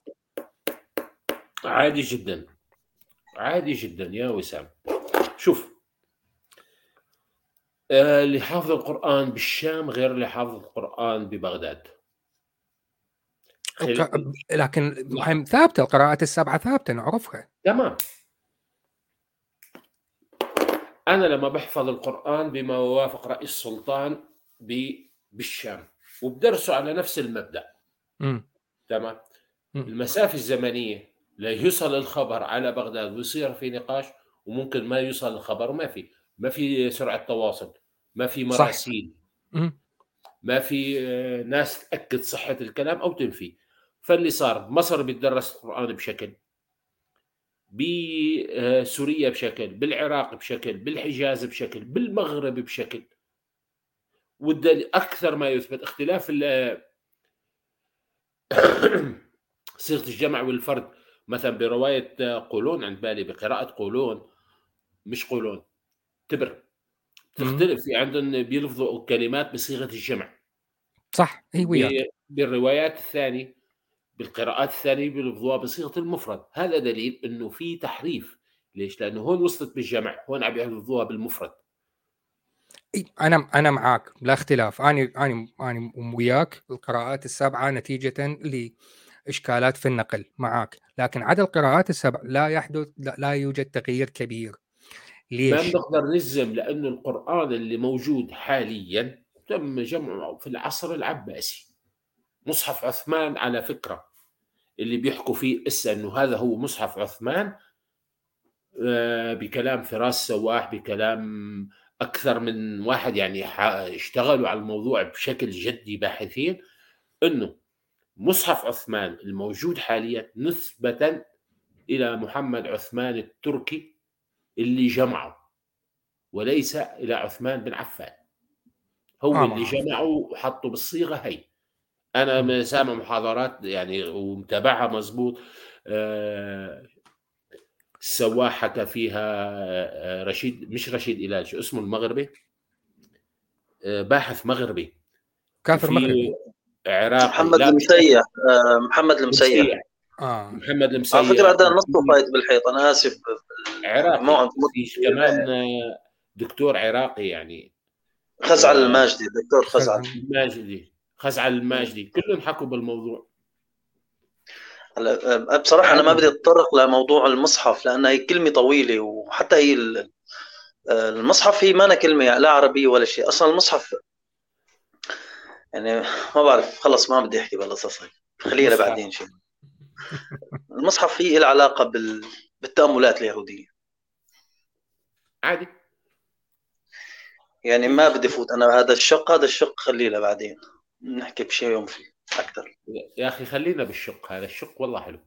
Speaker 3: عادي جدا، عادي جدا يا وسام. شوف، اللي حافظ القرآن بالشام غير اللي حافظ القرآن ببغداد.
Speaker 1: لكن هم ثابتة، القراءات السبعة ثابتة نعرفها.
Speaker 3: تمام. أنا لما بحفظ القرآن بما يوافق رأي السلطان بالشام وبدرسه على نفس المبدأ. تمام. المسافة الزمنية لا يوصل الخبر على بغداد ويصير في نقاش، وممكن ما يوصل الخبر، ما في سرعة تواصل، ما في مراسيل، ما في ناس تأكد صحة الكلام أو تنفي. فاللي صار مصر بتدرس القرآن بشكل، بسوريا بشكل، بالعراق بشكل، بالحجاز بشكل، بالمغرب بشكل. والدليل أكثر ما يثبت اختلاف صيغة الجمع والفرد. مثلا برواية قولون عند بالي، بقراءة قولون، مش قولون، تبر، تختلف. في عندهم بيلفظوا كلمات بصيغة الجمع،
Speaker 1: صح. وياك.
Speaker 3: بالروايات الثانية، بالقراءات الثانية بيلفظوها بصيغة المفرد. هذا دليل إنه في تحريف. ليش؟ لأنه هون وصلت بالجمع، هون عم يلفظوها بالمفرد.
Speaker 1: أنا معاك لا اختلاف. أنا وياك القراءات السبعة نتيجة لإشكالات في النقل، معاك. لكن عدد القراءات السبع لا يوجد تغيير كبير. ليش؟
Speaker 3: ما بنقدر نجزم، لأنه القرآن اللي موجود حاليا تم جمعه في العصر العباسي. مصحف عثمان على فكرة اللي بيحكوا فيه إسا أنه هذا هو مصحف عثمان، بكلام فراس سواح، بكلام أكثر من واحد يعني اشتغلوا على الموضوع بشكل جدي، باحثين، أنه مصحف عثمان الموجود حاليا نسبة إلى محمد عثمان التركي اللي جمعه، وليس إلى عثمان بن عفان. هو اللي جمعه وحطه بالصيغة هي. أنا سامع محاضرات يعني ومتابعها مزبوط. السواح حكى فيها رشيد، مش رشيد إلال، شو اسمه المغربي، باحث مغربي
Speaker 1: كافر مغربي،
Speaker 3: عراقي،
Speaker 2: محمد المسيح. محمد المسيح.
Speaker 3: محمد المسيح.
Speaker 2: على فكرة هذا نصه فايت بالحيط، أنا آسف.
Speaker 3: عراقي. في كمان دكتور عراقي يعني،
Speaker 2: خزعل الماجدي، دكتور
Speaker 3: خزعل الماجدي، كلهم حكوا بالموضوع.
Speaker 2: بصراحة أنا ما بدي أتطرق لموضوع المصحف لأن هي كلمة طويلة، وحتى هي المصحف هي ما كلمة لا عربية ولا شيء أصلا. المصحف يعني ما بعرف، خلص ما بدي أحكي بالقصص هي، خلينا بعدين شيء. المصحف هي له علاقة بالتأملات اليهودية.
Speaker 3: عادي
Speaker 2: يعني ما بدي فوت أنا هذا الشق خليه لبعدين، نحكي بشيء يوم فيه أكثر.
Speaker 3: يا أخي خلينا بالشق، هذا الشق والله حلو.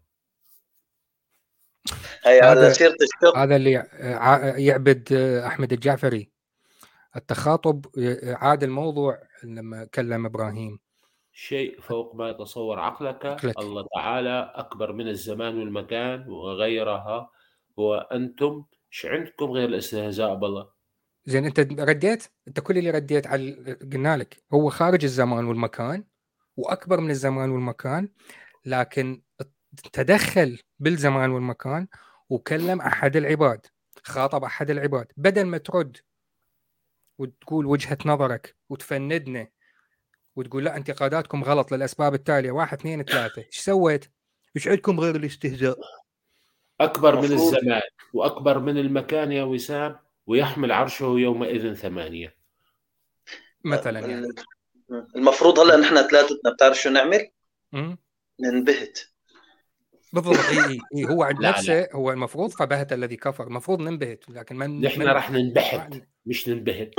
Speaker 2: هذا سيرة الشق،
Speaker 1: هذا اللي يعبد أحمد الجعفري. التخاطب عاد الموضوع لما كلم إبراهيم.
Speaker 3: شيء فوق ما يتصور عقلك. الله تعالى أكبر من الزمان والمكان وغيرها، وأنتم إيش عندكم غير الاستهزاء بالله؟
Speaker 1: زين أنت رديت، أنت كل اللي رديت على قلنا لك هو خارج الزمان والمكان وأكبر من الزمان والمكان، لكن تدخل بالزمان والمكان وكلم أحد العباد، خاطب أحد العباد. بدل ما ترد وتقول وجهة نظرك وتفندنا وتقول لا انتقاداتكم غلط للأسباب التالية 1 2 3، ايش سويت؟ ايش عندكم غير الاستهزاء؟
Speaker 3: أكبر من الزمان وأكبر من المكان يا وسام، ويحمل عرشه يومئذ 8
Speaker 1: مثلا. يعني
Speaker 2: المفروض هلا نحن ثلاثتنا بتعرف شو نعمل؟ ننبهت.
Speaker 1: بالضبط. اي هو عند نفسه هو المفروض فبهت الذي كفر، المفروض ننبهت، لكن
Speaker 3: نحن راح ننبهت مش ننبهت.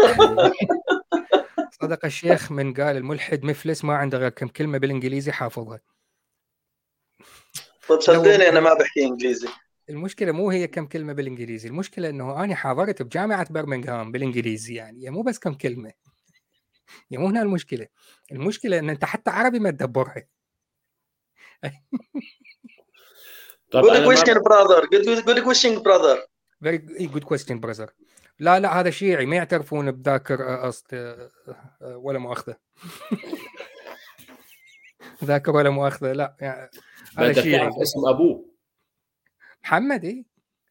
Speaker 1: صدق الشيخ من قال الملحد مفلس ما عنده غير كم كلمة بالإنجليزي حافظها.
Speaker 2: طب صدقني أنا ما بحكي إنجليزي.
Speaker 1: المشكله مو هي كم كلمه بالانجليزي، المشكله انه انا حاضرت بجامعه برمنغهام بالانجليزي، يعني مو بس كم كلمه، يعني مو هنا المشكله. المشكله ان انت حتى عربي ما تدبرها.
Speaker 2: طب good question brother. good question brother.
Speaker 1: very good question brother. لا هذا شيعي ما يعترفون بذاكر ولا مؤاخذه. ذاكر ولا مؤاخذه، لا يعني
Speaker 3: هذا شيعي. تعرف اسم ابوه
Speaker 1: محمد؟ ايه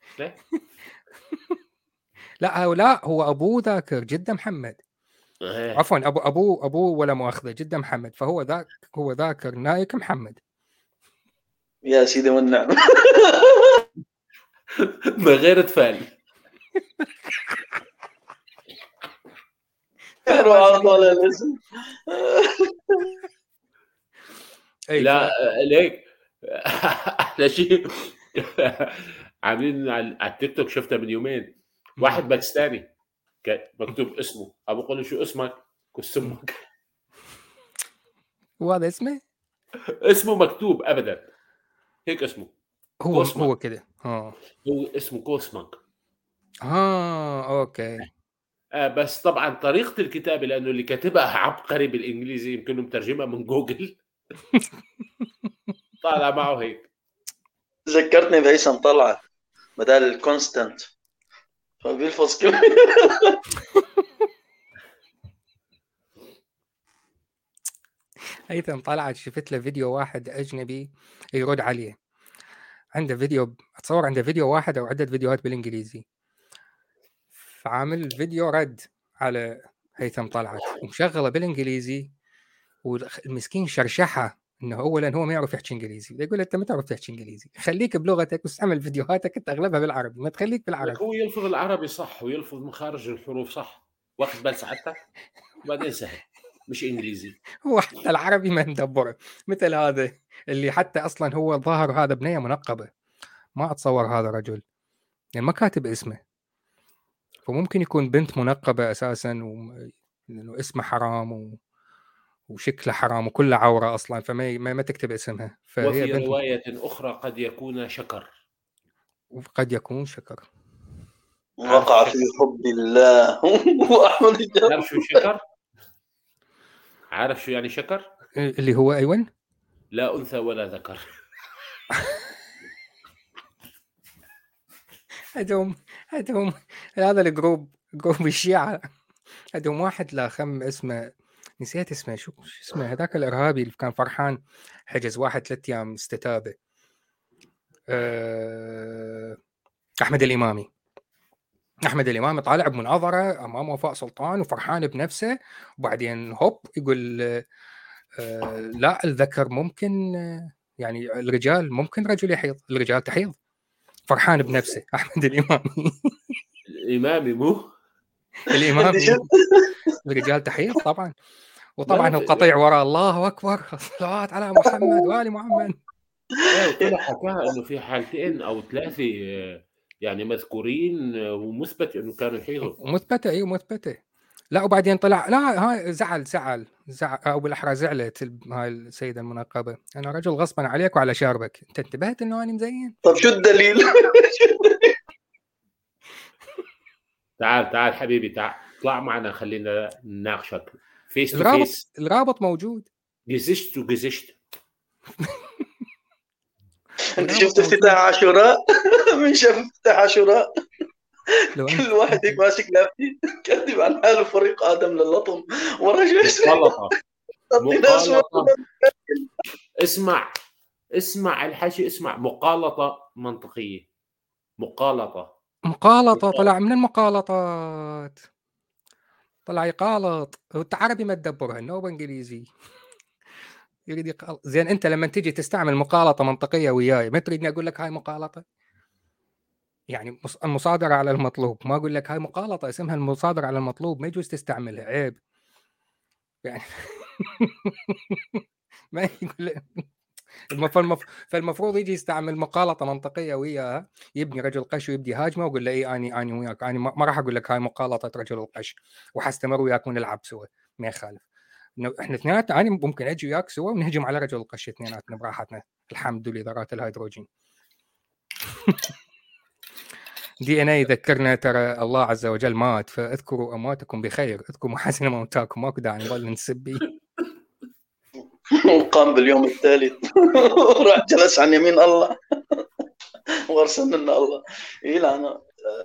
Speaker 1: لا هو ابوه ذاكر جده محمد. عفوا ابوه ولا مؤاخذه جده محمد، فهو ذاكر نايك محمد.
Speaker 2: يا سيدي والنعم.
Speaker 3: من غير تفال.
Speaker 2: على الاسم.
Speaker 3: لا ليك احلى شيء عاملين على التيك توك، شفتها من يومين، واحد باكستاني مكتوب اسمه، ابو قال له شو اسمك؟ اسمك
Speaker 1: وهذا اسمه
Speaker 3: مكتوب ابدا هيك اسمه
Speaker 1: هو كده.
Speaker 3: هو اسمه كوسمك.
Speaker 1: اوكي.
Speaker 3: بس طبعا طريقه الكتابه، لانه اللي كاتبها عبقري بالانجليزي، يمكن مترجمها من جوجل طالع معه هيك.
Speaker 2: ذكرتني بهيثم طلعت بدل الكونستانت فبيلفظ كلمه.
Speaker 1: هيثم طلعت شفت له فيديو واحد اجنبي يرد عليه، عنده فيديو، اتصور عنده فيديو واحد او عده فيديوهات بالانجليزي، فعامل فيديو رد على هيثم طلعت ومشغله بالانجليزي، والمسكين شرشحه انه اولا هو ما يعرف يحكي انجليزي، يقول انت ما تعرف تحكي انجليزي، خليك بلغتك واستعمل فيديوهاتك انت اغلبها بالعربي، ما تخليك بالعربي.
Speaker 3: هو يلفظ العربي صح ويلفظ مخارج الحروف صح، واخد بال سعادتك، وبعدين سهل، مش انجليزي.
Speaker 1: هو حتى العربي ما مدبره، مثل هذا اللي حتى اصلا هو ظاهر هذا بنيه منقبه، ما اتصور هذا رجل يعني ما كاتب اسمه، فممكن يكون بنت منقبه اساسا لانه اسمه حرام وشكله حرام وكله عوره اصلا، فما ما تكتب اسمها، فهي
Speaker 3: وفي
Speaker 1: بنت.
Speaker 3: روايه اخرى قد يكون شكر،
Speaker 1: وقد يكون شكر،
Speaker 2: وقع في حب الله. واحمد الجار.
Speaker 3: عارف شو شكر؟ عارف شو يعني شكر؟
Speaker 1: اللي هو ايوان
Speaker 3: لا انثى ولا ذكر.
Speaker 1: عندهم هذا الجروب الشيعة، عندهم واحد لا خم اسمه، نسيت اسمه، شو اسمه هذاك الارهابي اللي كان فرحان حجز واحد 3 ايام استتابه، احمد الامامي طالع بمناظره امام وفاء سلطان وفرحان بنفسه، وبعدين هوب يقول لا الذكر ممكن، يعني الرجال ممكن رجل يحيض، الرجال تحيض، فرحان بنفسه احمد الامامي.
Speaker 3: الامامي مو
Speaker 1: الامامي الرجال تحيض طبعا، وطبعا القطيع وراء الله اكبر، صلوات على محمد وال محمد.
Speaker 3: طلع حكاها انه في حالتين او 3 يعني مذكورين ومثبت انه كانوا يحيضوا،
Speaker 1: مثبته. لا وبعدين طلع لا هاي زعل او بالاحرى زعلت هاي السيده المنقبه، انا رجل غصبا عليك وعلى شاربك، انت انتبهت انه انا مزين؟
Speaker 2: طب شو الدليل؟
Speaker 3: تعال حبيبي، تعال اطلع معنا خلينا نناقشك فيس تو فيس.
Speaker 1: الرابط موجود.
Speaker 3: جزشت
Speaker 2: انت شفت افتتاح عاشوراء؟ من شاف افتتاح عاشوراء؟ كل واحد هيك ماسك لافتي كاتب عن حاله فريق ادم للطم ورجل
Speaker 3: مقالطة. اسمع الحكي، اسمع مقالطة منطقية، مقالطة
Speaker 1: طلع من المقالطات، طلع يقالط، انت عربي ما تدبرها، النوبه انجليزي. يريد يقالط. زين انت لما تيجي تستعمل مقالطه منطقيه وياي ما تريدني اقول لك هاي مقالطه؟ يعني المصادره على المطلوب، ما اقول لك هاي مقالطه اسمها المصادره على المطلوب، ما يجوز تستعملها، عيب يعني. ما يقول فالمفروض يجي يستعمل مقالطه منطقيه وياها، يبني رجل قش ويبدي هاجمه ويقول له اي اني وياك، اني ما راح اقول لك هاي مقالطه رجل القش وحستمر وياك ونلعب سوا، ما يخالف. احنا اثنيناتنا، انا ممكن اجي وياك سوا ونهجم على رجل القش اثنيناتنا براحتنا، الحمد لله ذرات الهيدروجين. DNA يذكرنا ترى الله عز وجل مات، فاذكروا امواتكم بخير، اذكروا محاسن موتاكم، ماكو داعي نظل نسبي.
Speaker 2: وقام باليوم الثالث وراح جلس عن يمين الله وارسلنا لنا الله. إيه لا أنا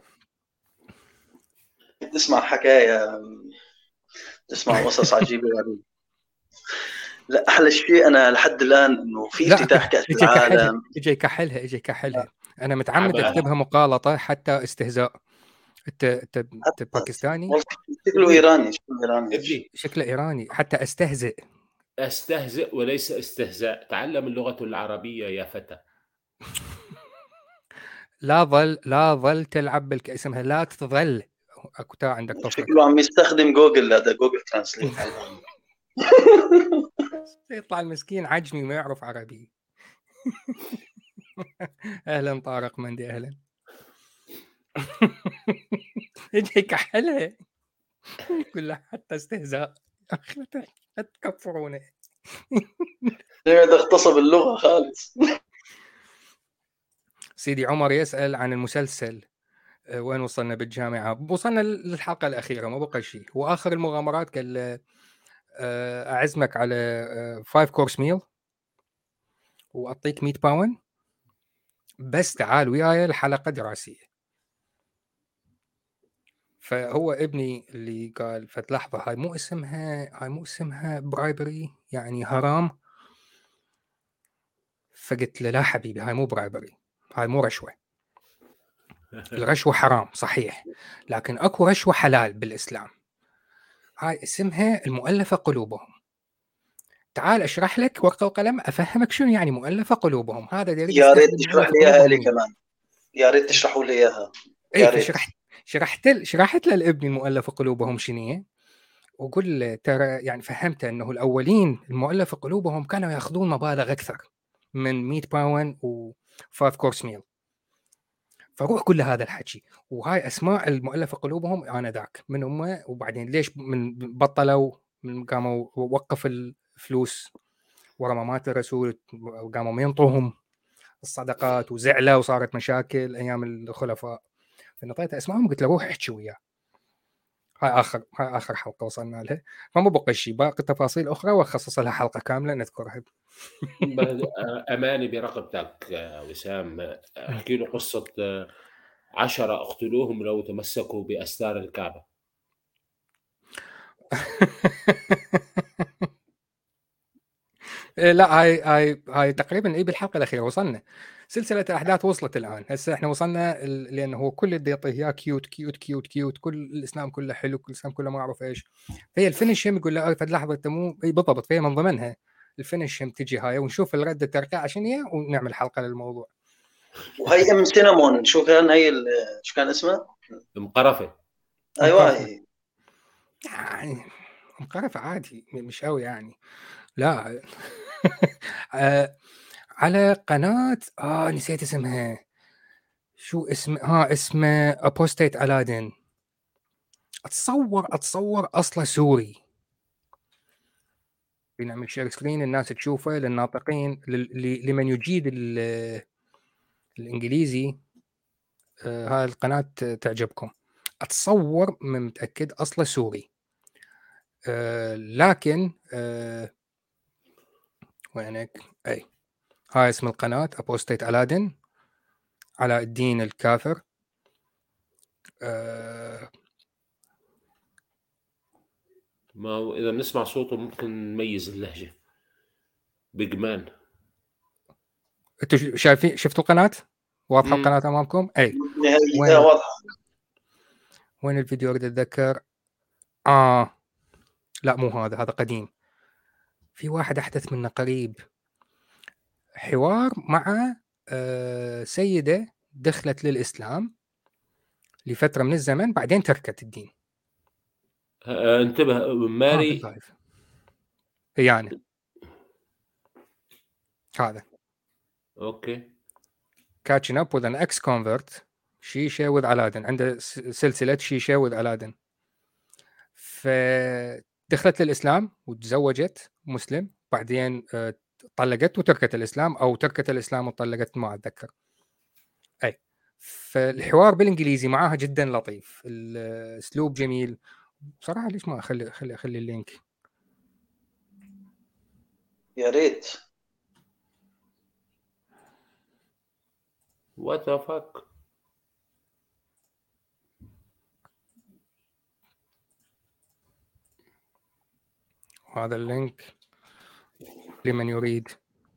Speaker 2: تسمع حكاية، تسمع قصص عجيبة غريبة. لا أحلى شيء أنا لحد الآن إنه في افتتاح كأس العالم.
Speaker 1: اجي يكحلها. أنا متعمد أكتبها مقالطة حتى استهزاء. أنت باكستاني؟
Speaker 2: شكله إيراني.
Speaker 1: شكله إيراني حتى
Speaker 3: أستهزئ وليس استهزاء. تعلم اللغة العربية يا فتى.
Speaker 1: لا ظل تلعب اسمها لا تظل. أكو عندك طفل
Speaker 2: شكله عم يستخدم جوجل، هذا جوجل ترانسليت.
Speaker 1: يطلع المسكين عجمي ما يعرف عربي. أهلا طارق مندي، أهلا. يجي كحلها يقول له حتى استهزاء، لا تكفرونه.
Speaker 2: هذا اغتصب اللغة خالص.
Speaker 1: سيدي عمر يسأل عن المسلسل، وين وصلنا بالجامعة؟ وصلنا للحلقة الأخيرة، ما بقى شيء. وآخر المغامرات قال أعزمك على 5 كورس ميل وأعطيك 100 باون بس تعال وياي الحلقة دراسية. فهو ابني اللي قال فتلحظة هاي مو اسمها برايبري، يعني هرام. فقلت له لا حبيبي، هاي مو برايبري، هاي مو رشوة. الرشوة حرام صحيح، لكن أكو رشوة حلال بالإسلام، هاي اسمها المؤلفة قلوبهم. تعال أشرح لك ورقة وقلم أفهمك شنو يعني مؤلفة قلوبهم. هذا
Speaker 2: يا ريت تشرح لي إياها لي كمان، يا ريت تشرحوا لي إياها. يا ريت.
Speaker 1: شرحت للابن المؤلفة قلوبهم شنو، وقل له ترى يعني فهمت أنه الأولين المؤلفة قلوبهم كانوا يأخذون مبالغ أكثر من 100 باون و5 كورس ميل. فروح كل هذا الحكي، وهاي اسماء المؤلفه قلوبهم انذاك من هم، وبعدين ليش من بطلوا، من قاموا وقف الفلوس ورا ما مات الرسول، وقاموا ينطوهم الصدقات وزعلوا وصارت مشاكل ايام الخلفاء. فنطيت اسمائهم وقلت له روح احكي وياه. هاي اخر حلقه وصلنا لها، فما بقى شيء، باقي تفاصيل اخرى واخصص لها حلقه كامله نذكرها.
Speaker 3: اماني برقبتك وسام، احكي له قصه 10 اقتلوهم لو تمسكوا باستار الكعبه.
Speaker 1: لا هاي تقريبا بالحلقه الاخيره وصلنا. سلسله الاحداث وصلت الان، هسه احنا وصلنا لانه هو كل اللي يعطيه اياه كيوت كيوت كيوت كيوت، كل الاسلام كله حلو، كل الاسلام كله ما اعرف ايش. فهي الفينش يقول له في لحظه انت مو بالضبط، فهي من ضمنها الفينش تجي هاي، ونشوف الرده ترقع عشان هي ونعمل حلقه للموضوع.
Speaker 2: وهي ام سينامون شو كان هي شو كان اسمها؟
Speaker 3: مقرفه.
Speaker 2: ايوه هي
Speaker 1: يعني مقرفه عادي مش قوي يعني. لا على قناه نسيت اسمها، شو اسمه ابوستيت ألادين. اتصور اصله سوري. بنعمل شير سكرين الناس تشوفه للناطقين، لمن يجيد الانجليزي هاي القناة تعجبكم. اتصور متأكد اصله سوري، لكن وينك؟ اي هاي اسم القناة ابوستيت ألادين، علاء الدين الكافر.
Speaker 3: ما هو اذا بنسمع صوته ممكن نميز اللهجه. بيجمان.
Speaker 1: انتوا شايفين، شفتوا القناة واضحة؟ القناة امامكم؟ اي
Speaker 2: وين واضحة.
Speaker 1: وين الفيديو؟ اريد اتذكر. لا مو هذا قديم. في واحد احدث منه قريب، حوار مع سيدة دخلت للإسلام لفترة من الزمن بعدين تركت الدين.
Speaker 3: انتبه ماري
Speaker 1: يعني هذا
Speaker 3: اوكي.
Speaker 1: catching up with an ex-convert she share with Aladdin. عنده سلسلة she share with Aladdin. فدخلت للإسلام وتزوجت مسلم، بعدين طلقت وتركت الإسلام، أو تركت الإسلام وطلقت، ما أتذكر. أي فالحوار بالانجليزي معاها جدا لطيف، الاسلوب جميل بصراحه. ليش ما اخلي اللينك؟
Speaker 2: يا ريت.
Speaker 3: وات ذا فاك.
Speaker 1: هذا اللينك لمن يريد.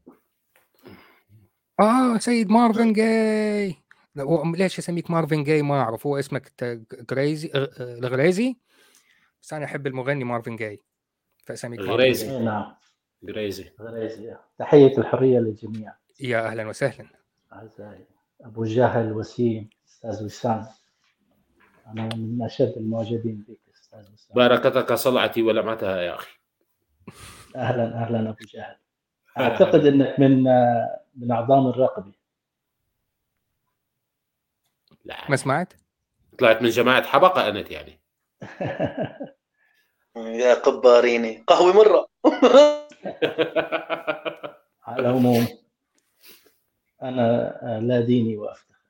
Speaker 1: سيد مارفن جاي. ليش اسميك مارفن جاي ما اعرف، هو اسمك جريزي الغريزي، بس انا احب المغني مارفن جاي فاسميك
Speaker 3: غريزي.
Speaker 1: مارفن جاي.
Speaker 4: نعم
Speaker 3: غريزي.
Speaker 4: تحية الحرية للجميع.
Speaker 1: يا اهلا وسهلا.
Speaker 4: أعزائي أبو جهل وسيم، أستاذ وسام، أنا من أشد المعجبين بك أستاذ وسام.
Speaker 3: باركتك صلعتي ولمعتها يا أخي.
Speaker 4: أهلا أبو جهل. أعتقد أنك من أعظام الرقبة.
Speaker 3: لا
Speaker 1: ما سمعت؟
Speaker 3: طلعت من جماعة حبقة أنت يعني.
Speaker 2: يا قباريني قهوة مرة.
Speaker 4: على العموم أنا لا ديني وأفتخر.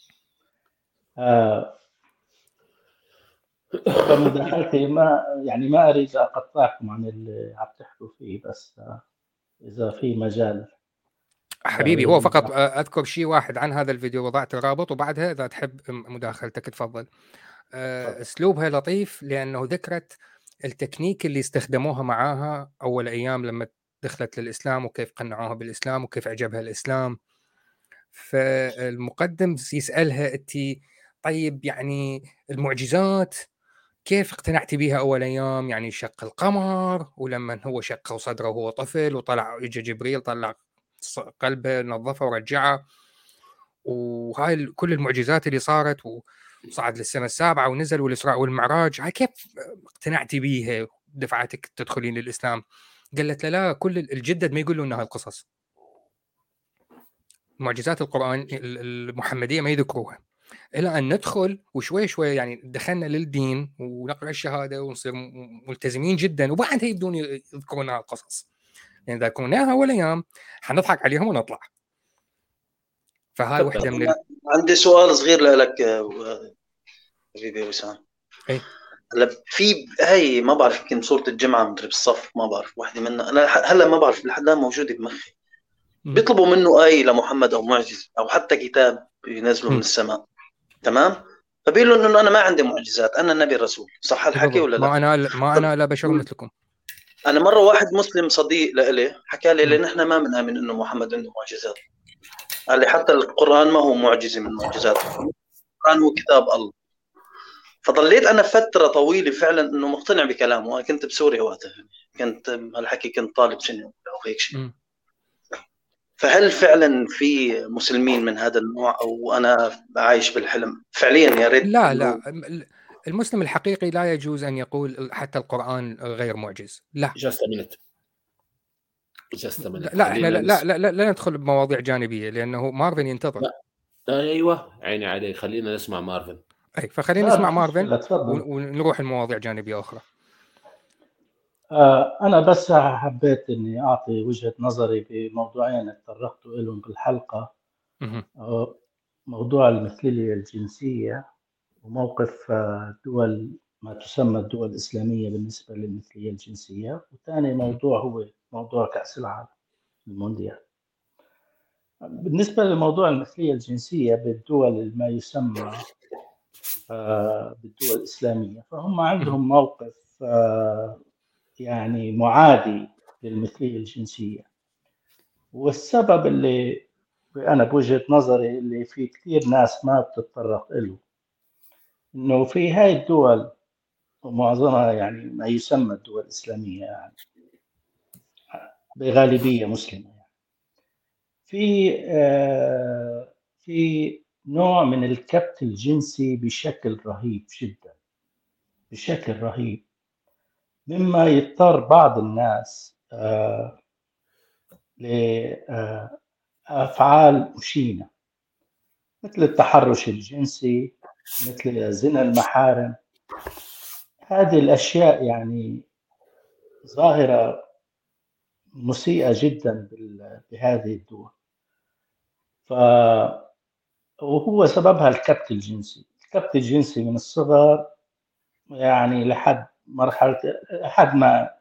Speaker 4: فمداخلتي ما أريد أقطعكم عن اللي عم تحكوا فيه، بس إذا في مجال.
Speaker 1: حبيبي هو فقط أذكر شيء واحد عن هذا الفيديو، وضعت الرابط، وبعدها إذا تحب مداخلتك تفضل. أسلوبها لطيف لأنه ذكرت التكنيك اللي استخدموها معاها أول أيام لما دخلت للإسلام، وكيف قنعوها بالإسلام وكيف أعجبها الإسلام. فالمقدم يسألها أنت طيب يعني المعجزات كيف اقتنعتي بها أول أيام؟ يعني شق القمر، ولما هو شق صدره وهو طفل وطلع إجا جبريل طلع قلبه نظفه ورجعه، وهاي كل المعجزات اللي صارت، وصعد للسماء السابعة ونزل والإسراء والمعراج، هاي كيف اقتنعتي بيها دفعتك تدخلين للإسلام؟ قالت له لا، كل الجدد ما يقولوا إنها القصص، معجزات القرآن المحمدية ما يذكروها، إلى أن ندخل وشوي شوي يعني دخلنا للدين ونقرأ الشهادة ونصير ملتزمين جدا، وبعدها يبدون يذكرونها القصص. يعني إذا كناها أول أيام حنضحك عليهم ونطلع. فهاي واحدة من
Speaker 2: عندي سؤال صغير لك حبيبي وسام.
Speaker 1: اي
Speaker 2: هلا في هاي ما بعرف، يمكن سورة الجمعة مدري بالصف، ما بعرف واحدة منها، أنا هلا ما بعرف لحد الآن موجودة بمخي. بيطلبوا منه آية لمحمد أو معجزة أو حتى كتاب ينزله من السماء، تمام؟ فبيقول له إنه أنا ما عندي معجزات، أنا النبي الرسول، صح الحكي ولا لا؟
Speaker 1: ما أنا لا بشر مثلكم.
Speaker 2: أنا مرة واحد مسلم صديق لإلي حكى لي لأن إحنا ما بنآمن إنه محمد عنده معجزات. قال لي حتى القرآن ما هو معجزة من معجزاته، القرآن هو كتاب الله. فضليت أنا فترة طويلة فعلا إنه مقتنع بكلامه. أنا كنت بسوريا وقتها، كنت هالحكي كنت طالب سنة أو هيك شيء. فهل فعلا في مسلمين من هذا النوع أو أنا عايش بالحلم فعليا؟ يا ريت.
Speaker 1: لا المسلم الحقيقي لا يجوز أن يقول حتى القرآن غير معجز. لا لا احنا لا ندخل بمواضيع جانبية لأنه مارفن ينتظر.
Speaker 3: ايوه عيني عليك، خلينا نسمع مارفن.
Speaker 1: اي فخلينا نسمع مارفن ونروح لمواضيع جانبية أخرى.
Speaker 4: أنا بس حبيت إني أعطي وجهة نظري بموضوعين تطرقت لهم بالحلقة. موضوع المثلية الجنسية وموقف دول ما تسمى الدول الإسلامية بالنسبة للمثلية الجنسية، وثاني موضوع هو موضوع كأس العالم المونديال. بالنسبة لموضوع المثلية الجنسية بالدول ما يسمى بالدول الإسلامية، فهم عندهم موقف يعني معادي للمثلية الجنسية. والسبب اللي أنا بوجهة نظري اللي في كثير ناس ما بتتطرق له، إنه في هاي الدول ومعظمها يعني ما يسمى الدول الإسلامية يعني بغالبية مسلمة، يعني في نوع من الكبت الجنسي بشكل رهيب جدا، بشكل رهيب، مما يضطر بعض الناس لأفعال مشينة مثل التحرش الجنسي، مثل زنا المحارم. هذه الأشياء يعني ظاهرة مسيئة جدا بهذه الدول. وهو سببها الكبت الجنسي. الكبت الجنسي من الصغر يعني لحد ما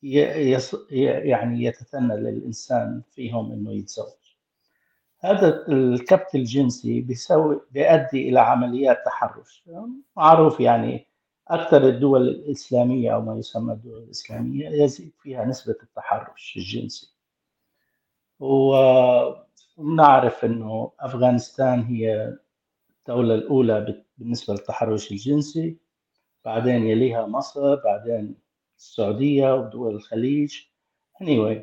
Speaker 4: يعني يتثنى للإنسان فيهم إنه يتزوج. هذا الكبت الجنسي بيؤدي إلى عمليات تحرش. معروف يعني أكثر الدول الإسلامية أو ما يسمى الدول الإسلامية يزيد فيها نسبة التحرش الجنسي. ونعرف إنه أفغانستان هي الدولة الأولى بالنسبة للتحرش الجنسي، بعدين يليها مصر، بعدين السعودية ودول الخليج. anyway،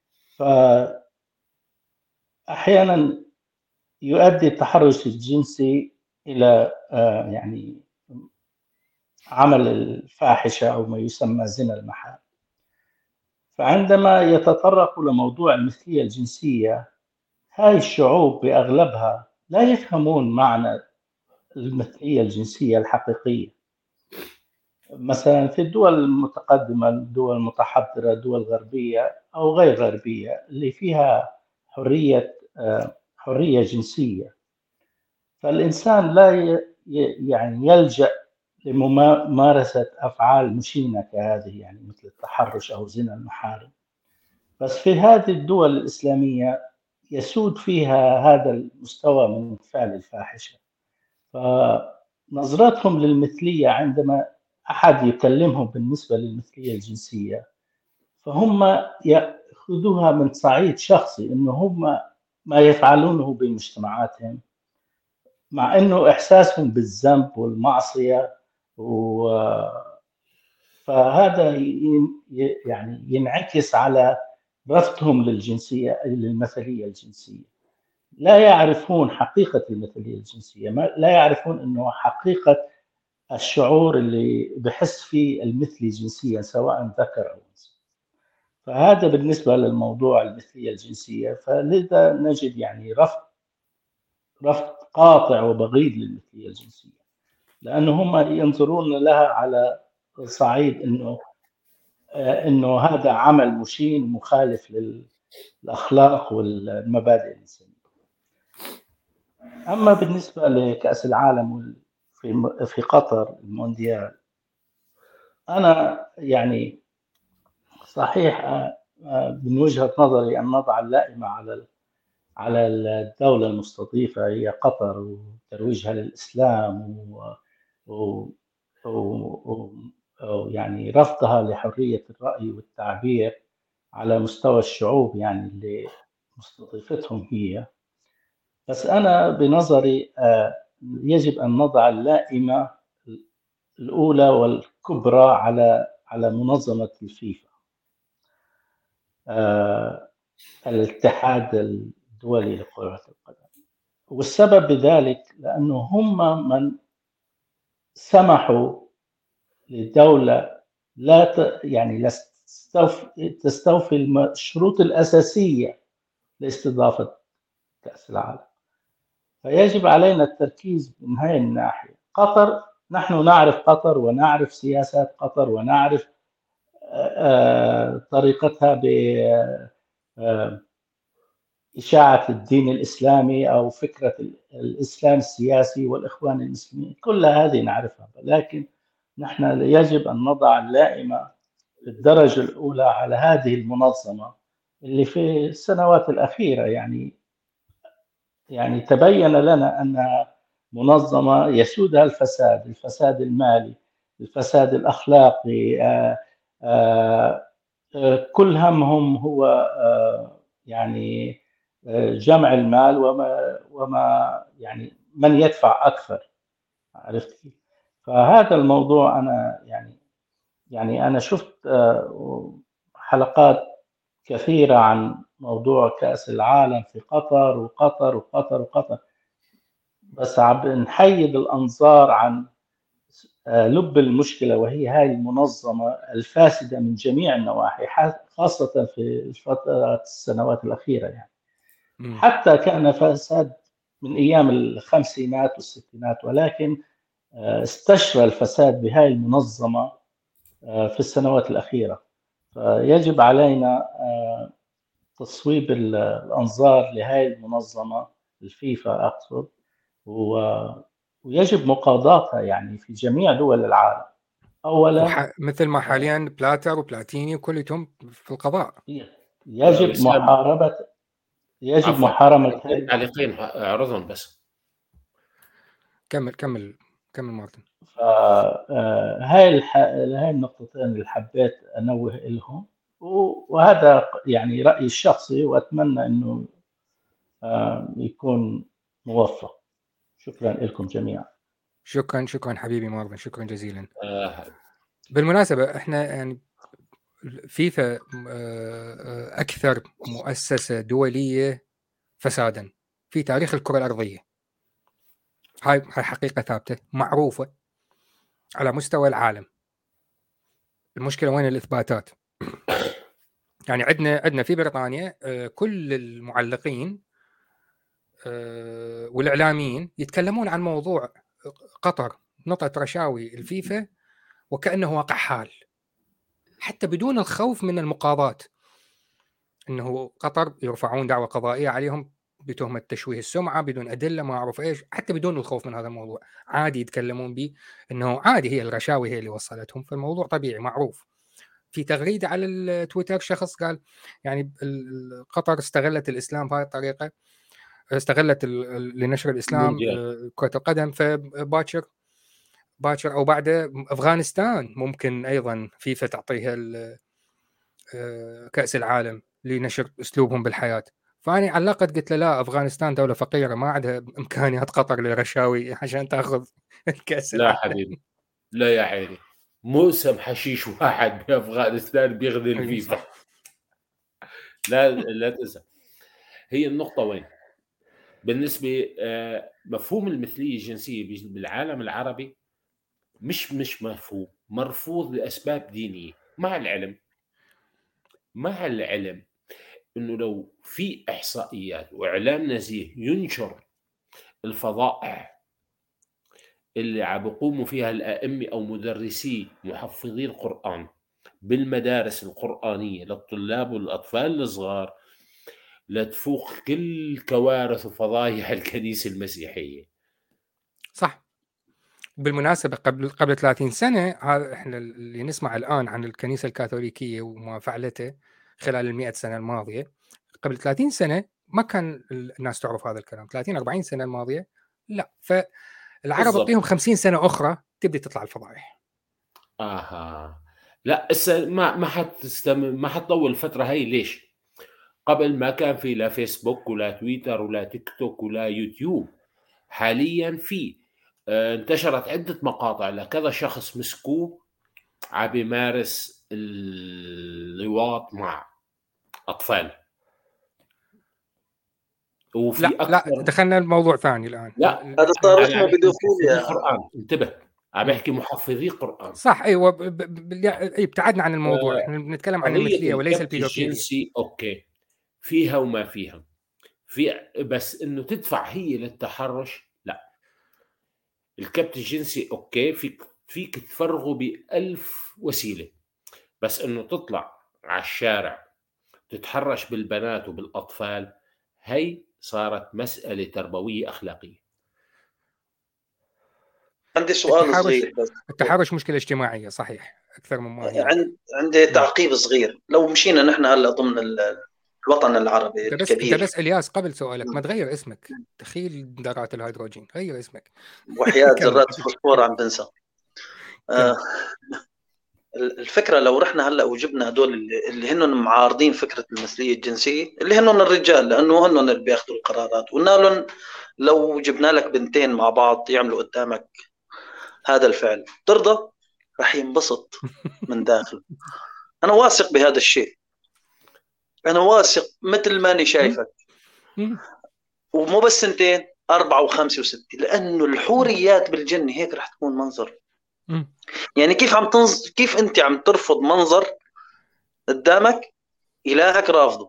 Speaker 4: فأحيانا يؤدي التحرش الجنسي إلى يعني عمل الفاحشة أو ما يسمى زنا المحارم. فعندما يتطرق لموضوع المثلية الجنسية، هاي الشعوب بأغلبها لا يفهمون معنى المثلية الجنسية الحقيقية. مثلا في الدول المتقدمة، الدول المتحضرة، الدول الغربية أو غير غربية اللي فيها حرية جنسية، فالإنسان لا يعني يلجأ لممارسة أفعال مشينة كهذه، يعني مثل التحرش أو زنا المحارم. بس في هذه الدول الإسلامية يسود فيها هذا المستوى من فعل الفاحشة. فنظرتهم للمثلية عندما أحد يكلمهم بالنسبة للمثلية الجنسية، فهم يأخذوها من صعيد شخصي، إنه هم ما يفعلونه بمجتمعاتهم، مع إنه إحساسهم بالذنب والمعصية فهذا يعني ينعكس على رفضهم للمثلية الجنسية. لا يعرفون حقيقة المثلية الجنسية، لا يعرفون إنه حقيقة الشعور اللي بحس فيه المثلي جنسيا سواء ذكر أو أنثى. فهذا بالنسبة للموضوع المثلية الجنسية. فلذا نجد يعني رفض قاطع وبغيض للمثلية الجنسية، لأنه هم ينظرون لها على صعيد إنه هذا عمل مشين مخالف للأخلاق والمبادئ الإنسانية. أما بالنسبة لكأس العالم في قطر المونديال، أنا يعني صحيح من وجهة نظري أن نضع اللائمة على الدولة المستضيفة هي قطر، وترويجها للإسلام يعني رفضها لحرية الرأي والتعبير على مستوى الشعوب يعني اللي مستضيفتهم هي. بس أنا بنظري يجب أن نضع اللائمة الأولى والكبرى على منظمة الفيفا، الاتحاد الدولي لكرة القدم. والسبب بذلك لأنه هم من سمحوا للدولة لا تستوفي الشروط الأساسية لاستضافة كأس العالم. فيجب علينا التركيز من هذه الناحية. قطر، نحن نعرف قطر ونعرف سياسات قطر ونعرف طريقتها بإشاعة الدين الإسلامي أو فكرة الإسلام السياسي والإخوان المسلمين، كل هذه نعرفها. لكن نحن يجب أن نضع اللائمة في الدرجة الأولى على هذه المنظمة اللي في السنوات الأخيرة يعني تبين لنا أنها منظمة يسودها الفساد المالي، الفساد الأخلاقي. كل همهم هو يعني جمع المال وما يعني من يدفع أكثر. عرفت كيف؟ فهذا الموضوع أنا يعني أنا شفت حلقات كثيرة عن موضوع كأس العالم في قطر وقطر وقطر وقطر، بس عم نحيد الأنظار عن لب المشكلة، وهي هاي المنظمة الفاسدة من جميع النواحي، خاصة في السنوات الأخيرة. يعني حتى كان فساد من أيام الخمسينات والستينات، ولكن استشرى الفساد بهاي المنظمة في السنوات الأخيرة. فيجب علينا تصويب الأنظار لهاي المنظمة الفيفا أقصد، ويجب مقاضاتها يعني في جميع دول العالم. أولا
Speaker 1: مثل ما حاليا بلاتر وبلاتيني وكلهم في القضاء.
Speaker 4: يجب محاربة محاربة
Speaker 3: تعليقين اعرضهم بس.
Speaker 1: كمل مارتن.
Speaker 4: هاي النقطتين اللي حبيت أنوه لهم، وهذا يعني رأيي الشخصي، وأتمنى أنه يكون موفق. شكرا لكم جميعا.
Speaker 1: شكرا حبيبي مارتن، شكرا جزيلا. بالمناسبة احنا يعني فيفا أكثر مؤسسة دولية فسادا في تاريخ الكرة الأرضية. هاي حقيقة ثابتة معروفة على مستوى العالم. المشكلة وين الإثباتات؟ يعني عندنا في بريطانيا كل المعلقين والإعلاميين يتكلمون عن موضوع قطر نطت رشاوي الفيفا وكأنه واقع حال، حتى بدون الخوف من المقاضاة، انه قطر يرفعون دعوى قضائيه عليهم بتهمه تشويه السمعه بدون ادله ما اعرف ايش، حتى بدون الخوف من هذا الموضوع عادي يتكلمون به انه عادي هي الرشاوي هي اللي وصلتهم، فالموضوع طبيعي معروف. في تغريده على التويتر شخص قال يعني قطر استغلت الاسلام بهذه الطريقه، استغلت لنشر الاسلام كره القدم، فباكر او بعده افغانستان ممكن ايضا فيفا تعطيها كأس العالم لنشر أسلوبهم بالحياة. فأنا علقت قلت له لا، أفغانستان دولة فقيرة ما عندها إمكانيات قطر لرشاوي عشان تأخذ كأس العالم.
Speaker 3: لا حبيبي، لا يا عيني، موسم حشيش واحد بأفغانستان بيغني الفيفا. لا تنسى. هي النقطة وين؟ بالنسبة مفهوم المثلية الجنسية بالعالم العربي مش مفهوم، مرفوض لأسباب دينية. مع العلم إنه لو في إحصائيات وإعلام نزيه ينشر الفضائح اللي عم بيقوموا فيها الأئمة أو مدرسي محفظي القرآن بالمدارس القرآنية للطلاب والأطفال الصغار، لتفوق كل كوارث وفضايح الكنيسة المسيحية.
Speaker 1: صح. بالمناسبة قبل 30 سنة، هذا احنا اللي نسمع الآن عن الكنيسة الكاثوليكية وما فعلته خلال 100 سنة الماضية، قبل 30 سنة ما كان الناس تعرف هذا الكلام. 30-40 سنة الماضية لا. فالعرب اعطيهم 50 سنة أخرى تبدأ تطلع الفضائح.
Speaker 3: لا ما حتطول الفترة هاي. ليش؟ قبل ما كان في لا فيسبوك ولا تويتر ولا تيك توك ولا يوتيوب. حاليا في انتشرت عدة مقاطع لكذا شخص مسكوه عم يمارس اللواط مع أطفال. وفي
Speaker 1: لا دخلنا الموضوع ثاني الآن.
Speaker 2: لا هذا صار اسمه بيدوفيليا.
Speaker 3: القرآن انتبه، عم بحكي محفظي قرآن.
Speaker 1: صح ايوه. ابتعدنا عن الموضوع، احنا بنتكلم عن المثليه وليس البيدوفيليا.
Speaker 3: الجنسي اوكي فيها وما فيها، بس انه تدفع هي للتحرش لا. الكبت الجنسي اوكي فيك تفرغه ب1000 وسيله، بس انه تطلع على الشارع تتحرش بالبنات وبالاطفال، هي صارت مساله تربويه اخلاقيه.
Speaker 2: عندي سؤال صغير بس.
Speaker 1: التحرش مشكلة اجتماعية صحيح أكثر من ما هي.
Speaker 2: عندي تعقيب صغير. لو مشينا نحن هلا ضمن الوطن العربي الكبير.
Speaker 1: انت بس الياس قبل سؤالك ما تغير اسمك، دخيل ذرات الهيدروجين، غير اسمك.
Speaker 2: وحياة ذرات الفوسفور عم بنسى. الفكرة لو رحنا هلا وجبنا هدول اللي هن معارضين فكرة المثلية الجنسية، اللي هن الرجال لأنه هن اللي بياخذوا القرارات، وقلنا لهم لو جبنا لك بنتين مع بعض يعملوا قدامك هذا الفعل ترضى؟ رح ينبسط من داخل. أنا واثق بهذا الشيء، أنا واثق مثل ما أنا شايفك. ومو بس سنتين، 4 و5 و6، لأنه الحوريات بالجنة هيك رح تكون منظر. يعني كيف أنت عم ترفض منظر قدامك إلهك رافضه،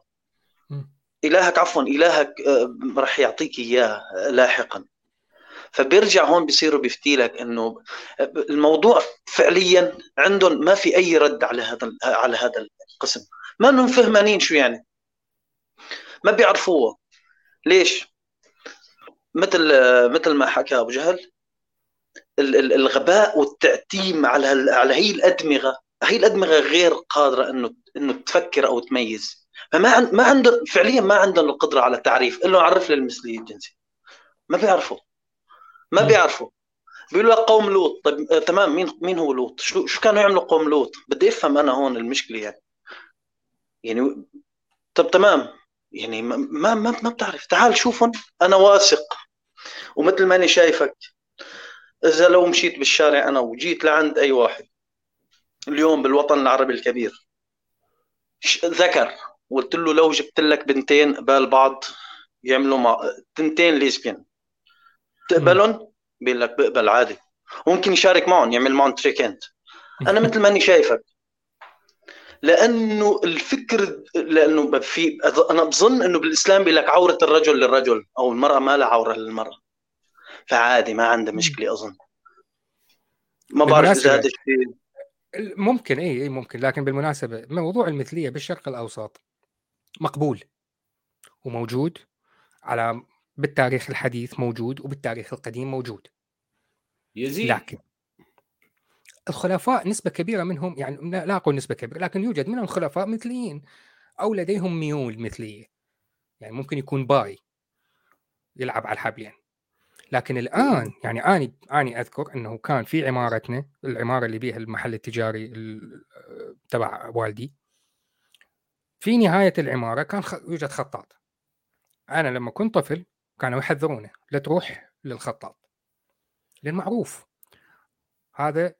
Speaker 2: إلهك رح يعطيك إياه لاحقا. فبيرجع هون بيصيروا بيفتيلك انه الموضوع فعليا عندهم ما في اي رد على هذا القسم، ما انهم فهمانين شو يعني، ما بيعرفوه. ليش؟ مثل ما حكى ابو جهل، الغباء والتأتيم على هي الأدمغة غير قادرة انه تفكر او تميز. ما عنده فعليا، ما عندهم القدرة على التعريف. انه عرف لي المثلية الجنسية، ما بيعرفوا. بيقولوا لك قوم لوط. طيب تمام، مين هو لوط؟ شو كانوا يعملوا قوم لوط؟ بدي افهم انا هون المشكلة يعني طب تمام، يعني ما بتعرف. تعال شوفهم، انا واثق ومثل ما انا شايفك. اذا لو مشيت بالشارع انا وجيت لعند اي واحد اليوم بالوطن العربي الكبير ذكر، قلت له لو جبت لك بنتين قبال بعض يعملوا مع تنتين ليسبيان، تقبلهم؟ بيقول لك بقبل عادي، وممكن يشارك معهم، يعمل معهم تريكنت. انا مثل ما اني شايفك، لانه انا بظن انه بالاسلام بيقول لك عوره الرجل للرجل، او المراه ما لها عوره للمراه، فعادي ما عنده مشكله. اظن ما بعرف اذا هذا الشيء
Speaker 1: ممكن. اي ممكن، لكن بالمناسبه موضوع المثليه بالشرق الاوسط مقبول وموجود بالتاريخ الحديث موجود، وبالتاريخ القديم موجود.
Speaker 3: يزيد.
Speaker 1: لكن الخلفاء نسبة كبيرة منهم، يعني لا أقول نسبة كبيرة، لكن يوجد منهم خلفاء مثليين أو لديهم ميول مثلية. يعني ممكن يكون باي يلعب على الحبلين. لكن الآن يعني أنا أذكر أنه كان في عمارتنا، العمارة اللي بيها المحل التجاري تبع والدي، في نهاية العمارة كان يوجد خطاط. أنا لما كنت طفل كانوا يحذرونه لا تروح للخطاط، لأن معروف هذا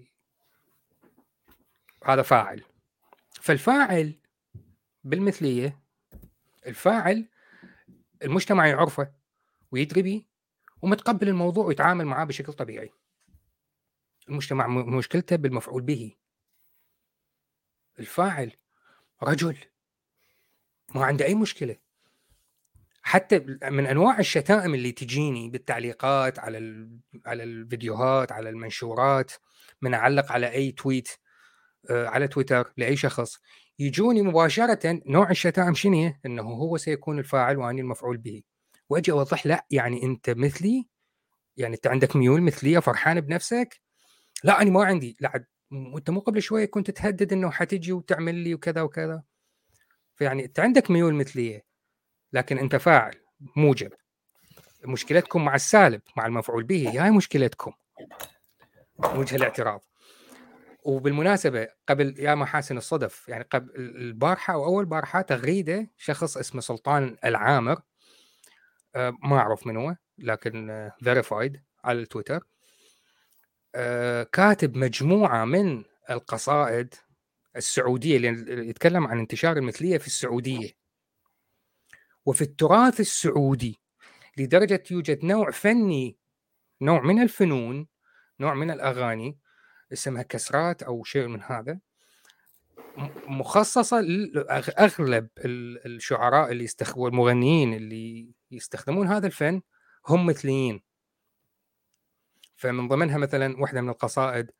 Speaker 1: فاعل. فالفاعل بالمثلية، الفاعل المجتمع يعرفه ويدري به ومتقبل الموضوع ويتعامل معاه بشكل طبيعي. المجتمع مشكلته بالمفعول به. الفاعل رجل ما عنده أي مشكلة. حتى من أنواع الشتائم اللي تجيني بالتعليقات على الفيديوهات، على المنشورات، من أعلق على أي تويت على تويتر لأي شخص، يجوني مباشرة نوع الشتائم شنو؟ إنه هو سيكون الفاعل وأنا المفعول به. وأجي أوضح لا، يعني أنت مثلي، يعني أنت عندك ميول مثلية، فرحان بنفسك؟ لا أنا ما عندي. لا، وأنت مو قبل شوية كنت تهدد إنه حتجي وتعمل لي وكذا وكذا. فيعني أنت عندك ميول مثلية، لكن أنت فاعل موجب. مشكلتكم مع السالب، مع المفعول به، هاي مشكلتكم، وجه الاعتراض. وبالمناسبة قبل يا محاسن الصدف، يعني قبل البارحة أو أول بارحة، تغريدة شخص اسمه سلطان العامر، ما أعرف من هو، لكن فيريفايد على التويتر، كاتب مجموعة من القصائد السعودية اللي يتكلم عن انتشار المثلية في السعودية وفي التراث السعودي، لدرجة يوجد نوع فني، نوع من الفنون، نوع من الأغاني اسمها كسرات أو شيء من هذا، مخصصة لأغلب الشعراء اللي والمغنيين اللي يستخدمون هذا الفن هم مثليين. فمن ضمنها مثلا واحدة من القصائد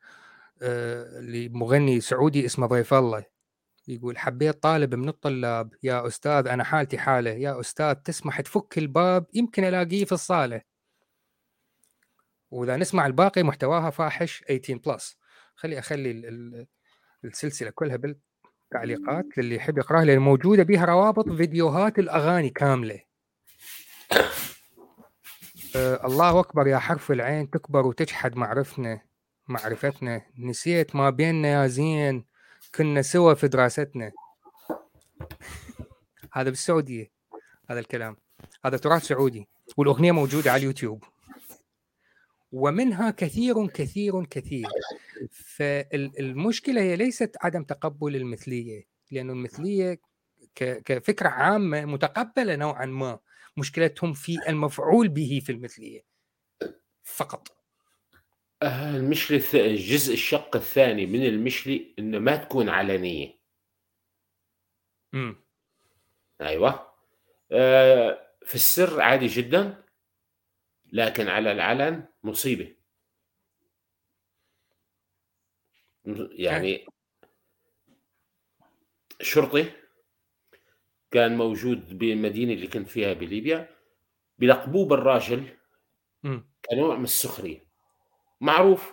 Speaker 1: لمغني سعودي اسمه ضيف الله، يقول: حبيت طالب من الطلاب يا أستاذ، أنا حالتي حالة يا أستاذ، تسمح تفك الباب يمكن ألاقيه في الصالة. وإذا نسمع الباقي محتواها فاحش 18+. أخلي السلسلة كلها بالتعليقات للي يحب يقراها، لأن موجودة بها روابط فيديوهات الأغاني كاملة. الله أكبر يا حرف العين، تكبر وتجحد معرفتنا، نسيت ما بيننا يا زين، كنا سوا في دراستنا. هذا بالسعودية، هذا الكلام، هذا تراث سعودي، والأغنية موجودة على اليوتيوب، ومنها كثير كثير كثير. فالمشكلة هي ليست عدم تقبل المثلية، لأن المثلية كفكرة عامة متقبلة نوعا ما، مشكلتهم في المفعول به في المثلية فقط.
Speaker 3: المشكلة الشق الثاني من المشكلة إنه ما تكون علنية. أيوة. في السر عادي جدا، لكن على العلن مصيبة. يعني شرطي كان موجود بالمدينة اللي كنت فيها بليبيا، بلقبوه بالراجل كنوع من السخرية، معروف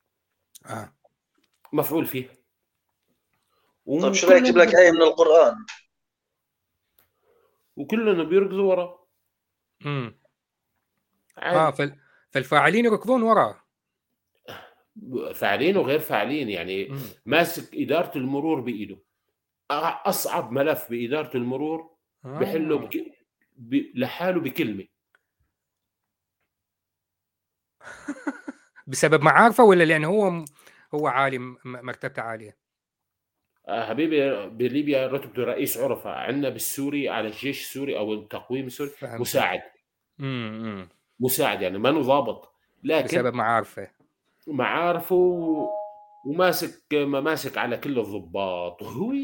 Speaker 3: مفعول فيه.
Speaker 2: طب شو رايك اجيب لك آية من القرآن؟
Speaker 3: وكلنا بيركضوا وراه.
Speaker 1: فالفاعلين يركضون وراه،
Speaker 3: فاعلين وغير فاعلين، يعني ماسك إدارة المرور بإيده، أصعب ملف بإدارة المرور بحله لحاله بكلمة.
Speaker 1: بسبب معارفه ولا لأنه هو عالم مرتبته عالية؟
Speaker 3: حبيبي بليبيا رتبته رئيس عرفة، عندنا بالسوري على الجيش السوري أو التقويم السوري مساعد. مساعد يعني ما ضابط، لكن
Speaker 1: بسبب
Speaker 3: معارفه وماسك على كل الضباط.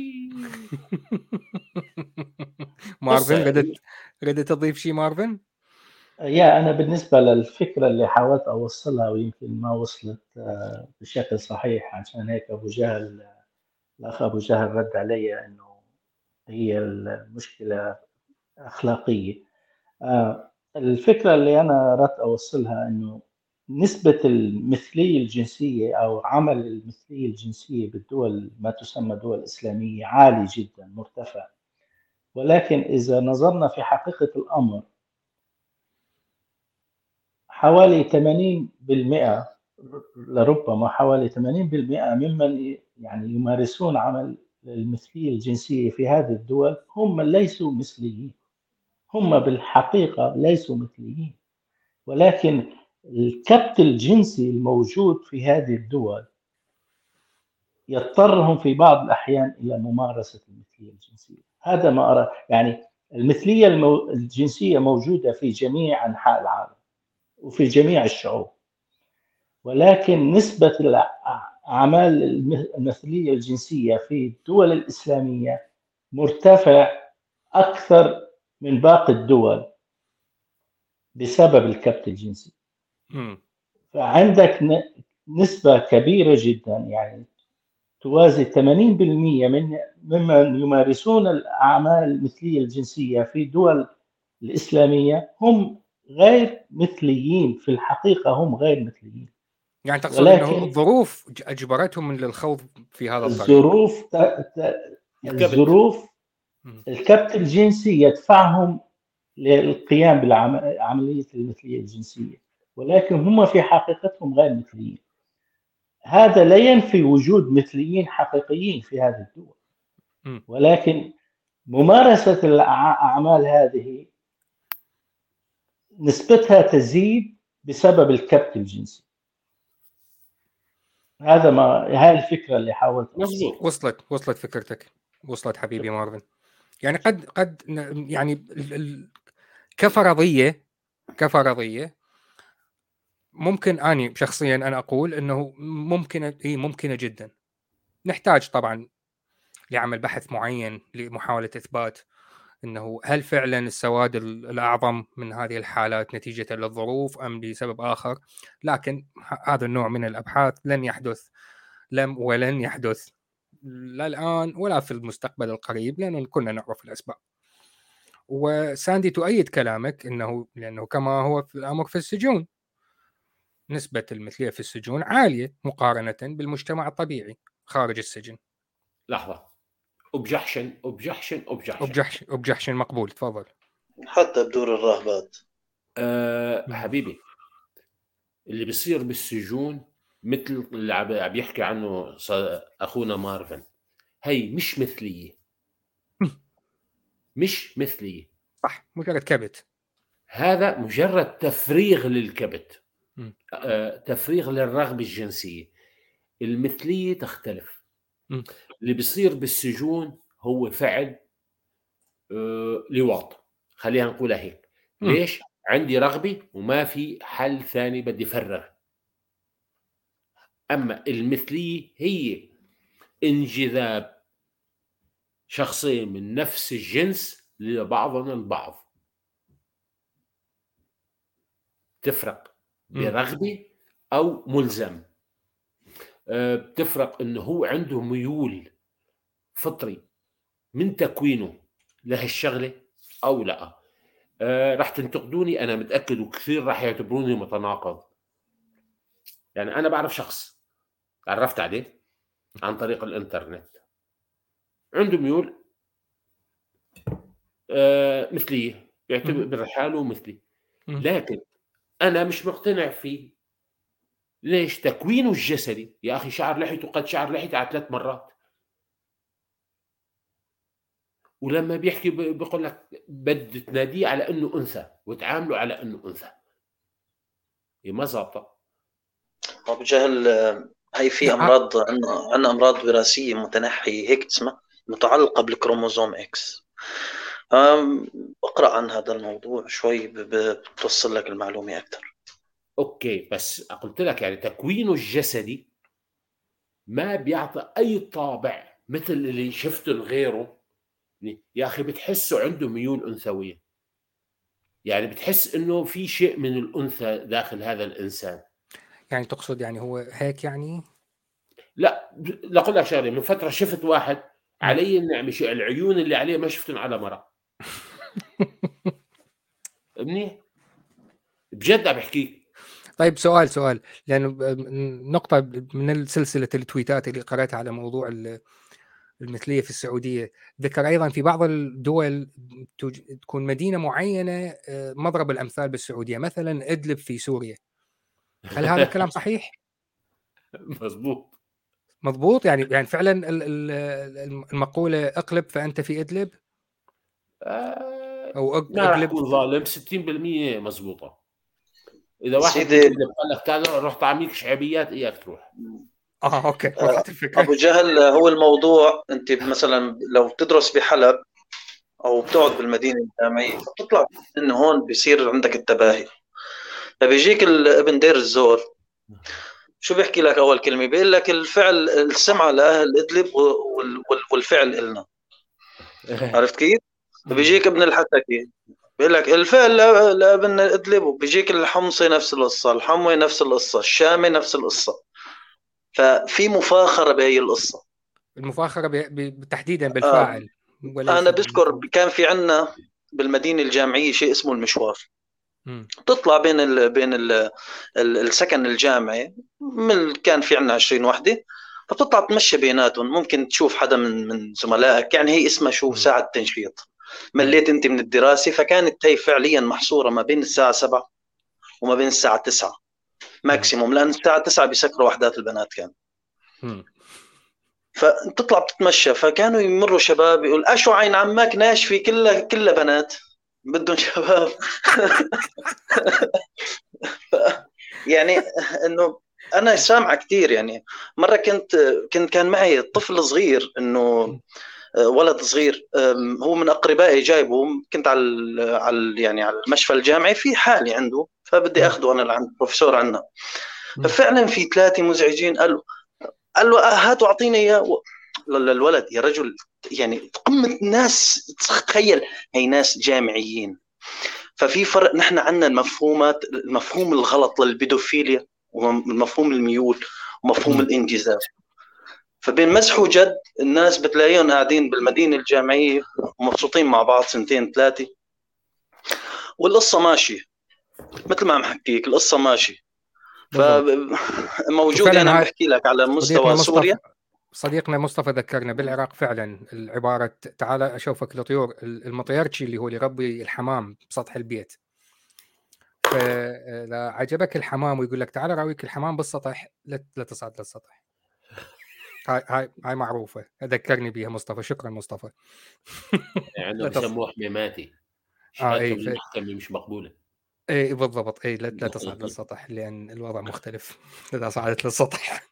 Speaker 1: مارفن ردت تضيف شيء مارفن؟
Speaker 4: أنا بالنسبة للفكرة اللي حاولت أوصلها ويمكن ما وصلت بشكل صحيح، عشان هيك الأخ أبو جهل رد علي أنه هي المشكلة أخلاقية. الفكرة اللي أنا أردت أوصلها أنه نسبة المثلية الجنسية أو عمل المثلية الجنسية بالدول ما تسمى دول إسلامية عالي جدا، مرتفع. ولكن إذا نظرنا في حقيقة الأمر، حوالي 80% لربما حوالي 80% ممن يعني يمارسون عمل المثلية الجنسية في هذه الدول هم ليسوا مثليين، هم بالحقيقة ليسوا مثليين، ولكن الكبت الجنسي الموجود في هذه الدول يضطرهم في بعض الأحيان إلى ممارسة المثلية الجنسية. هذا ما أرى، يعني المثلية الجنسية موجودة في جميع أنحاء العالم وفي جميع الشعوب، ولكن نسبة الأعمال المثلية الجنسية في الدول الإسلامية مرتفع أكثر من باقي الدول بسبب الكبت الجنسي. فعندك نسبة كبيرة جدا، يعني توازي 80% ممن يمارسون الأعمال المثلية الجنسية في الدول الإسلامية هم غير مثليين، في الحقيقة هم غير مثليين.
Speaker 1: يعني تقصد أنه الظروف أجبرتهم للخوض في هذا الطريق؟
Speaker 4: الظروف الكبت الجنسي يدفعهم للقيام بعملية المثلية الجنسية، ولكن هم في حقيقتهم غير مثليين. هذا لا ينفي وجود مثليين حقيقيين في هذه الدول، ولكن ممارسة الأعمال هذه نسبتها تزيد بسبب الكبت الجنسي. هاي الفكرة اللي حاولت
Speaker 1: وصلت فكرتك، وصلت حبيبي مارفن. يعني قد يعني كفرضية ممكن أنا شخصيا أنا أقول أنه ممكنة جدا. نحتاج طبعا لعمل بحث معين لمحاولة إثبات أنه هل فعلا السواد الأعظم من هذه الحالات نتيجة للظروف أم لسبب آخر، لكن هذا النوع من الأبحاث لن يحدث لا الآن ولا في المستقبل القريب، لأنه كنا نعرف الأسباب. وساندي تؤيد كلامك لأنه كما هو في الأمر في السجون، نسبة المثلية في السجون عالية مقارنة بالمجتمع الطبيعي خارج السجن.
Speaker 3: لحظة،
Speaker 1: أوبجكشن مقبول، تفضل.
Speaker 2: حتى بدور الراهبات.
Speaker 3: حبيبي، اللي بيصير بالسجون مثل اللي عم يحكي عنه أخونا مارفن، هي مش مثلية. مش مثلية،
Speaker 1: صح، مجرد كبت.
Speaker 3: هذا مجرد تفريغ للكبت، تفريغ للرغبة الجنسية. المثلية تختلف. اللي بيصير بالسجون هو فعل لواط، خلينا نقولها هيك. ليش؟ عندي رغبة وما في حل ثاني، بدي فرغ. أما المثلية هي انجذاب شخصين من نفس الجنس لبعضنا البعض، تفرق برغبة أو ملزم. بتفرق إنه هو عنده ميول فطري من تكوينه لهالشغلة أو لا. راح تنتقدوني أنا متأكد، وكثير راح يعتبروني متناقض. يعني أنا بعرف شخص تعرفت عليه عن طريق الإنترنت، عنده ميول مثلية، بيعتبر حاله مثلي، لكن أنا مش مقتنع فيه. ليش؟ تكوينه الجسدي يا أخي، شعر لحيته قد شعر لحيتي على 3 مرات، ولما بيحكي بيقول لك بدي تناديه على انه انثى وتعامله على انه انثى. ما ظابطه.
Speaker 2: ابو جهل، هي في امراض، عندنا امراض وراثيه متنحيه هيك اسمها، متعلقه بالكروموزوم اكس. اقرا عن هذا الموضوع شوي بتوصل لك المعلومه اكثر.
Speaker 3: اوكي، بس قلت لك يعني تكوينه الجسدي ما بيعطي اي طابع مثل اللي شفته لغيره. يا اخي بتحسه عنده ميول انثويه، يعني بتحس انه في شيء من الانثى داخل هذا الانسان.
Speaker 1: يعني تقصد يعني هو هيك يعني؟
Speaker 3: لا اقول لك شغله، من فتره شفت واحد علي النعمه، شيء العيون اللي عليه ما شفتن على مرة. منيح بجد عم بحكيك.
Speaker 1: طيب سؤال، لأنه نقطة من سلسلة التويتات اللي قرأتها على موضوع المثلية في السعودية، ذكر أيضا في بعض الدول تكون مدينة معينة مضرب الأمثال بالسعودية، مثلا إدلب في سوريا. هل هذا الكلام صحيح؟ مضبوط، يعني فعلا المقولة اقلب فأنت في إدلب،
Speaker 3: أو اقلب تكون ظالم 60% مضبوطة. إذا واحد قال لك تعال رحت عميك شعبيات إياك تروح.
Speaker 1: اوكي وضحت الفكرة.
Speaker 2: ابو جهل، هو الموضوع انت مثلا لو تدرس بحلب او بتقعد بالمدينه الجامعيه بتطلع انه هون بيصير عندك التباهي، فبيجيك ابن دير الزور شو بيحكي لك؟ اول كلمه بيقول لك الفعل السمعه لاهل ادلب والفعل النا. عرفت كيف؟ بيجيك ابن الحتكي بيقول لك الفعل لابن ادلب، وبيجيك الحمصي نفس القصه، الحموي نفس القصه، الشامي نفس القصه. ففي مفاخره بهي القصه،
Speaker 1: المفاخره تحديدا بالفاعل.
Speaker 2: انا بذكر كان في عندنا بالمدينه الجامعيه شيء اسمه المشوار. تطلع بين السكن الجامعي، كان في عندنا 20 وحده، فبتطلع تمشي بيناتهم، ممكن تشوف حدا من زملائك، يعني هي اسمها شو ساعه تنشيط. مليت انت من الدراسه، فكانت هي فعليا محصوره ما بين الساعه 7 وما بين الساعه 9 ماكسيموم، لان الساعه 9 بيسكروا وحدات البنات كان. فتطلع بتتمشى، فكانوا يمروا شباب يقول اشو عين عمك ناشفه كلها بنات بدهم شباب. يعني انه انا سامعه كثير. يعني مره كان معي طفل صغير، انه ولد صغير، هو من اقربائي جايبه، كنت على يعني على المشفى الجامعي في حالي عنده، فبدي اخذه انا لعند البروفيسور عندنا. ففعلا في 3 مزعجين، قال له هاتوا اعطيني اياه. للولد يا رجل، يعني قمه الناس، تخيل هي ناس جامعيين. ففي فرق، نحن عندنا المفهوم الغلط للبيدوفيليا ومفهوم الميول ومفهوم الانجذاب. فبين مزح وجد الناس بتلاقيهم قاعدين بالمدينة الجامعية ومبسوطين مع بعض 2-3، والقصة ماشية مثل ما عم حكيك، القصة ماشية. فموجود، أنا بحكي لك على مستوى سوريا.
Speaker 1: صديقنا مصطفى ذكرنا بالعراق فعلا العبارة تعال أشوفك الطيور، المطيرتشي اللي هو اللي يربي الحمام بسطح البيت، فإذا عجبك الحمام ويقول لك تعال راويك الحمام بالسطح، لا تصعد للسطح. هاي معروفة، ذكرني بيها مصطفى، شكرا مصطفى.
Speaker 3: يعني بسموه حماماتي، المحكمة مش مقبولة.
Speaker 1: ايه بالضبط، ايه لا تصعد للسطح لأن الوضع مختلف إذا صعدت للسطح.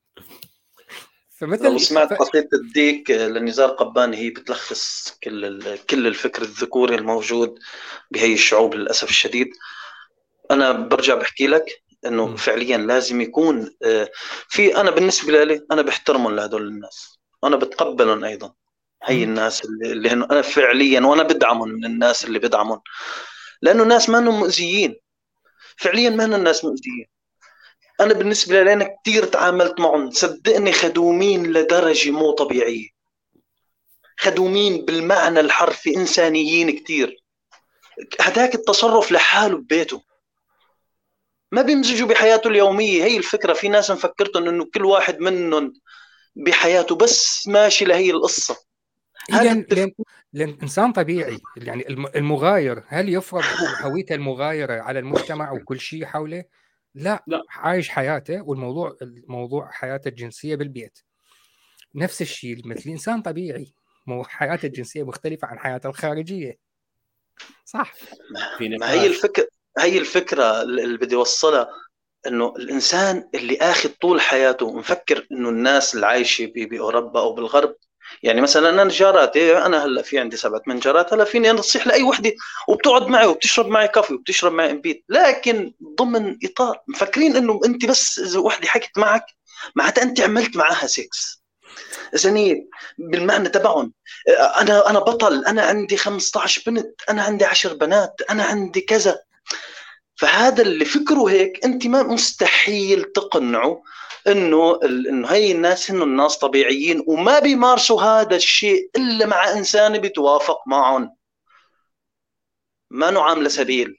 Speaker 2: لو سمعت قصيدة الديك لنزار قباني، هي بتلخص كل الفكر الذكوري الموجود بهي الشعوب للأسف الشديد. أنا برجع بحكي لك إنه فعليا لازم يكون في، أنا بالنسبة لي أنا بحترمهم لهدول الناس، وأنا بتقبلهم أيضا. هي الناس اللي أنا فعليا، وأنا بدعمهم، من الناس اللي بدعمهم، لأنه الناس ما هم مؤذيين فعليا، ما هم الناس مؤذيين. أنا بالنسبة لي أنا كتير تعاملت معهم، صدقني خدومين لدرجة مو طبيعية، خدومين بالمعنى الحرفي، إنسانيين كتير. هداك التصرف لحاله ببيته، ما بيمزجوا بحياته اليومية. هي الفكرة. في ناس مفكرت إنه كل واحد منهم بحياته بس ماشي لهي القصة.
Speaker 1: لأن إنسان طبيعي، يعني المغاير، هل يفرض هويته المغايرة على المجتمع وكل شيء حوله؟ لا. عايش حياته، الموضوع حياته الجنسية بالبيت. نفس الشيء مثل إنسان طبيعي، حياته الجنسية مختلفة عن حياته الخارجية. صح.
Speaker 2: ما هي الفكرة اللي بدي أوصلها، إنه الإنسان اللي آخذ طول حياته مفكر إنه الناس اللي عايشة بأوروبا أو بالغرب، يعني مثلا أنا جاراتي، أنا هلا في عندي 7-8 جارات، هلا فيني أنصح لأي وحدة وبتقعد معي وبتشرب معي كافي وبتشرب معي إمبيت، لكن ضمن إطار مفكرين إنه أنت بس إذا وحدة حكت معك معناتها أنت عملت معها سكس زنية بالمعنى تبعهم. أنا بطل، أنا عندي 15 بنت، أنا عندي 10 بنات، أنا عندي كذا. فهذا اللي فكره هيك، انت ما مستحيل تقنعه انه هي الناس انه الناس طبيعيين وما بيمارسوا هذا الشيء الا مع انسان بيتوافق معهم، ما نعامله سبيل.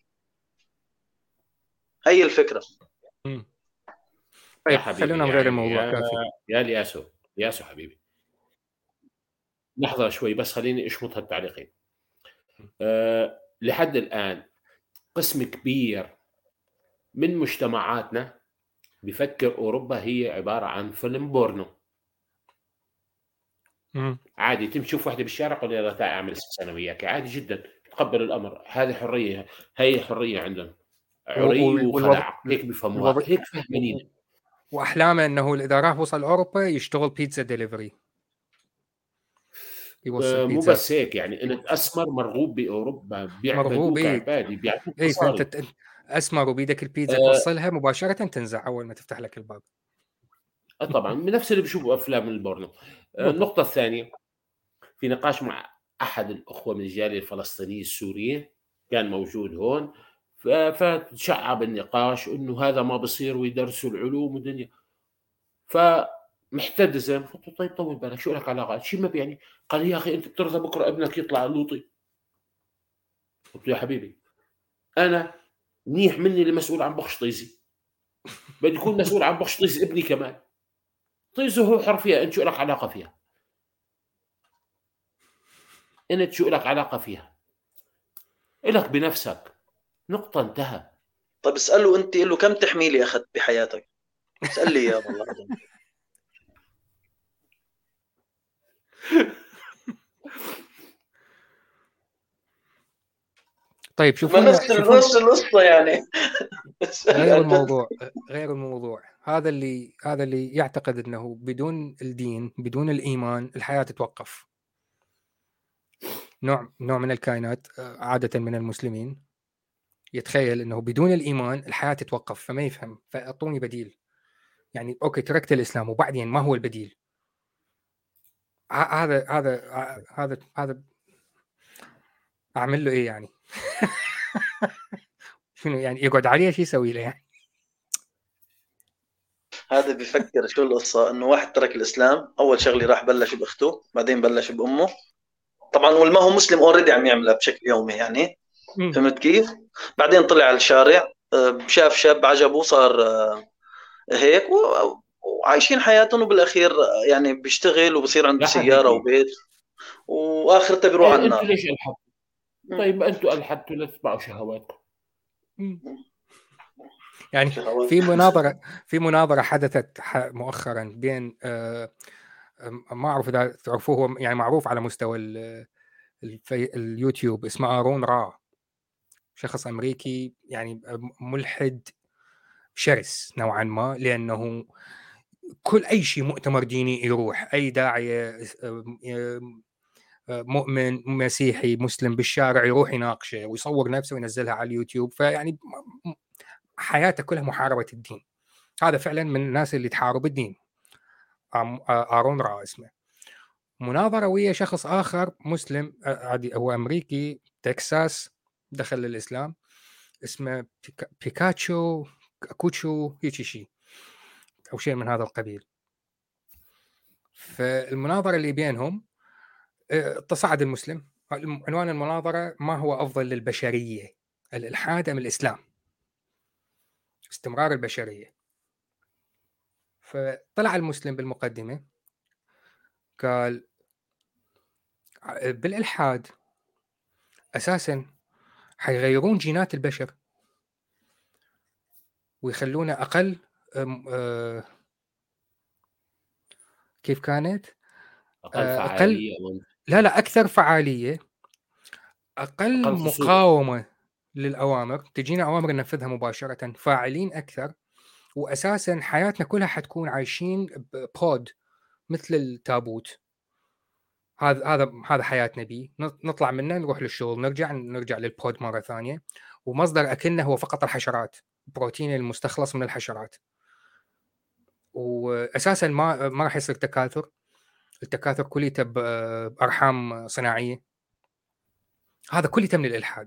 Speaker 2: هي الفكره.
Speaker 1: طيب خلونا نغير الموضوع. كافي
Speaker 3: يا الياسو حبيبي، لحظه شوي بس خليني اشمط هالتعليقين. لحد الان قسم كبير من مجتمعاتنا بفكر أوروبا هي عبارة عن فيلم بورنو. عادي تشوف واحدة بالشارع قول لها تعال أعمل 6 سنة وياك، عادي جدا، تقبل الأمر، هذه حرية، هي حرية عندهم، عري وخدع، هيك بيفهموها، هيك فهمانين.
Speaker 1: وأحلامه أنه إذا راح وصل أوروبا يشتغل بيتزا ديليفري،
Speaker 3: يوصل بيتزا. مو بس هيك، يعني أنت أسمر مرغوب بأوروبا، بيعبدوك عبادي، بيعطوك مصاري.
Speaker 1: فأنت أسمر وبيدك البيتزا توصلها مباشرة تنزع أول ما تفتح لك الباب.
Speaker 3: طبعا بنفس اللي بشوفوا أفلام البورنو. النقطة الثانية، في نقاش مع أحد الأخوة من الجالية الفلسطينية السورية كان موجود هون، فتشعب النقاش إنه هذا ما بصير ويدرسوا العلوم والدنيا، فمحتدزة. قلت له طيب طول بالك، شو لك علاقة؟ شيء ما يعني. قال لي يا أخي أنت بترضى بكرة ابنك يطلع لوطي؟ قلت له يا حبيبي أنا منيح مني اللي مسؤول عن بخش طيزي، بدي يكون مسؤول عن بخش طيز ابني كمان. طيزه هو حر فيها، أنت شو لك علاقة فيها؟ أنت شو لك علاقة فيها؟ إلك بنفسك، نقطة، انتهى.
Speaker 2: طيب اسأله أنت، قل له كم تحميلي أخذت بحياتك؟ اسأل لي يا والله.
Speaker 1: طيب شوفونا
Speaker 2: نفس القصة يعني.
Speaker 1: غير الموضوع هذا اللي يعتقد انه بدون الدين بدون الايمان الحياة تتوقف. نوع من الكائنات عادة من المسلمين يتخيل انه بدون الايمان الحياة تتوقف، فما يفهم، فاعطوني بديل. يعني اوكي تركت الاسلام وبعدين ما هو البديل؟ هذا اعمل له ايه يعني؟ شنو يعني يقعد عليه؟ شو يسوي له يعني؟
Speaker 2: هذا بيفكر شو القصة، انه واحد ترك الاسلام، اول شغله راح بلش باخته، بعدين بلش بامه طبعا، والما هو مسلم اوريدي عم يعملها بشكل يومي يعني. فهمت كيف؟ بعدين طلع على الشارع، شاف شاب عجبه، صار هيك وعايشين حياتهم، وبالاخير يعني بيشتغل وبصير عنده سياره وبيت، واخرته بيروح على النار.
Speaker 3: انتوا ليش الحدتوا؟ طيب ما انتوا الحدتوا لتتبعوا شهواتكم.
Speaker 1: يعني في مناظره حدثت مؤخرا بين ما اعرف اذا تعرفوه، هو يعني معروف على مستوى اليوتيوب، اسمه آرون را، شخص امريكي يعني ملحد شرس نوعا ما، لانه كل اي شيء مؤتمر ديني يروح، اي داعيه مؤمن مسيحي مسلم بالشارع يروح يناقشه ويصور نفسه وينزلها على اليوتيوب، فيعني حياته كلها محاربة الدين. هذا فعلا من الناس اللي تحارب الدين. آرون را اسمه. مناظرة ويا شخص آخر مسلم عادي، هو أمريكي تكساس، دخل للإسلام، اسمه بيكاتشو كوتشو هيك شيء أو شيء من هذا القبيل. فالمناظرة اللي بينهم تصاعد المسلم عنوان المناظرة: ما هو أفضل للبشرية، الإلحاد أم الإسلام؟ استمرار البشرية. فطلع المسلم بالمقدمة قال بالإلحاد أساساً حيغيرون جينات البشر ويخلونا أقل كيف كانت؟
Speaker 3: أقل فعالية.
Speaker 1: لا أكثر فعالية، أقل مقاومة للأوامر، تجينا أوامر ننفذها مباشرة، فاعلين أكثر، وأساساً حياتنا كلها حتكون عايشين بود مثل التابوت. هذا حياتنا بيه، نطلع منه نروح للشغل، نرجع للبود مرة ثانية، ومصدر أكلنا هو فقط الحشرات، بروتين المستخلص من الحشرات. وأساساً ما راح يصير التكاثر كليته بأرحام صناعية. هذا كليته من الإلحاد.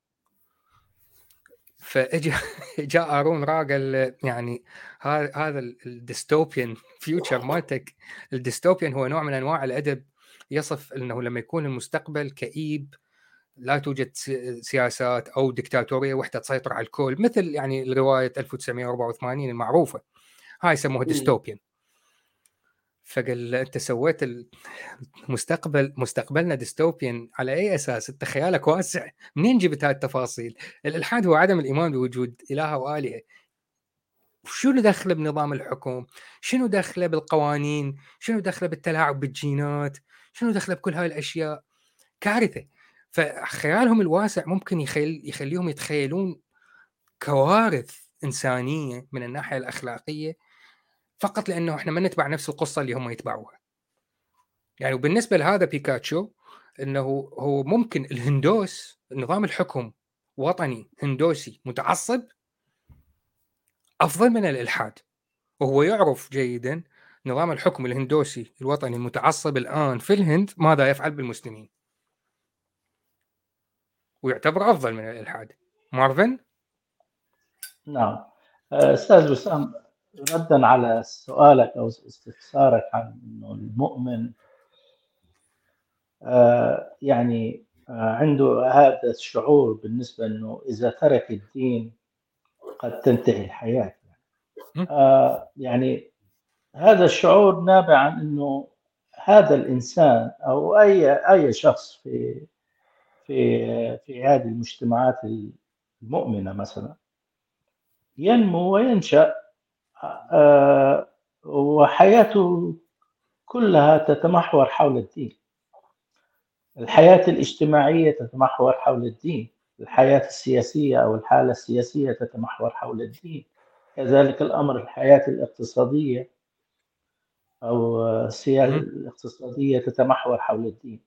Speaker 1: فجاء آرون را قال يعني هذا الديستوبيان فيوتشر مالتك. الديستوبيان هو نوع من أنواع الأدب يصف أنه لما يكون المستقبل كئيب، لا توجد سياسات أو ديكتاتورية وحدة تسيطر على الكل، مثل يعني الرواية 1984 المعروفة، هاي يسموها ديستوبيان. فقال أنت سويت مستقبلنا ديستوبيان على أي أساس؟ أنت خيالك واسع، منين جبت هاي التفاصيل؟ الإلحاد هو عدم الإيمان بوجود إله وآلهة. شنو دخله بنظام الحكم؟ شنو دخله بالقوانين؟ شنو دخله بالتلاعب بالجينات؟ شنو دخله بكل هاي الأشياء؟ كارثة. فخيالهم الواسع ممكن يخليهم يتخيلون كوارث إنسانية من الناحية الأخلاقية، فقط لأنه إحنا ما نتبع نفس القصة اللي هم يتبعوها. يعني وبالنسبة لهذا بيكاتشو، إنه هو ممكن الهندوس، نظام الحكم وطني هندوسي متعصب أفضل من الإلحاد، وهو يعرف جيدا نظام الحكم الهندوسي الوطني المتعصب الآن في الهند ماذا يفعل بالمسلمين، ويعتبر أفضل من الإلحاد. مارفن؟
Speaker 4: نعم أستاذ وسام، ردا على سؤالك أو استفسارك عن أنه المؤمن يعني عنده هذا الشعور بالنسبة أنه إذا ترك الدين قد تنتهي الحياة. يعني هذا الشعور نابع عن أنه هذا الإنسان أو أي شخص في هذه المجتمعات المؤمنة مثلا ينمو وينشأ وحياته كلها تتمحور حول الدين. الحياة الاجتماعية تتمحور حول الدين، الحياة السياسية أو الحالة السياسية تتمحور حول الدين، كذلك الأمر الحياة الاقتصادية أو السياسة الاقتصادية تتمحور حول الدين.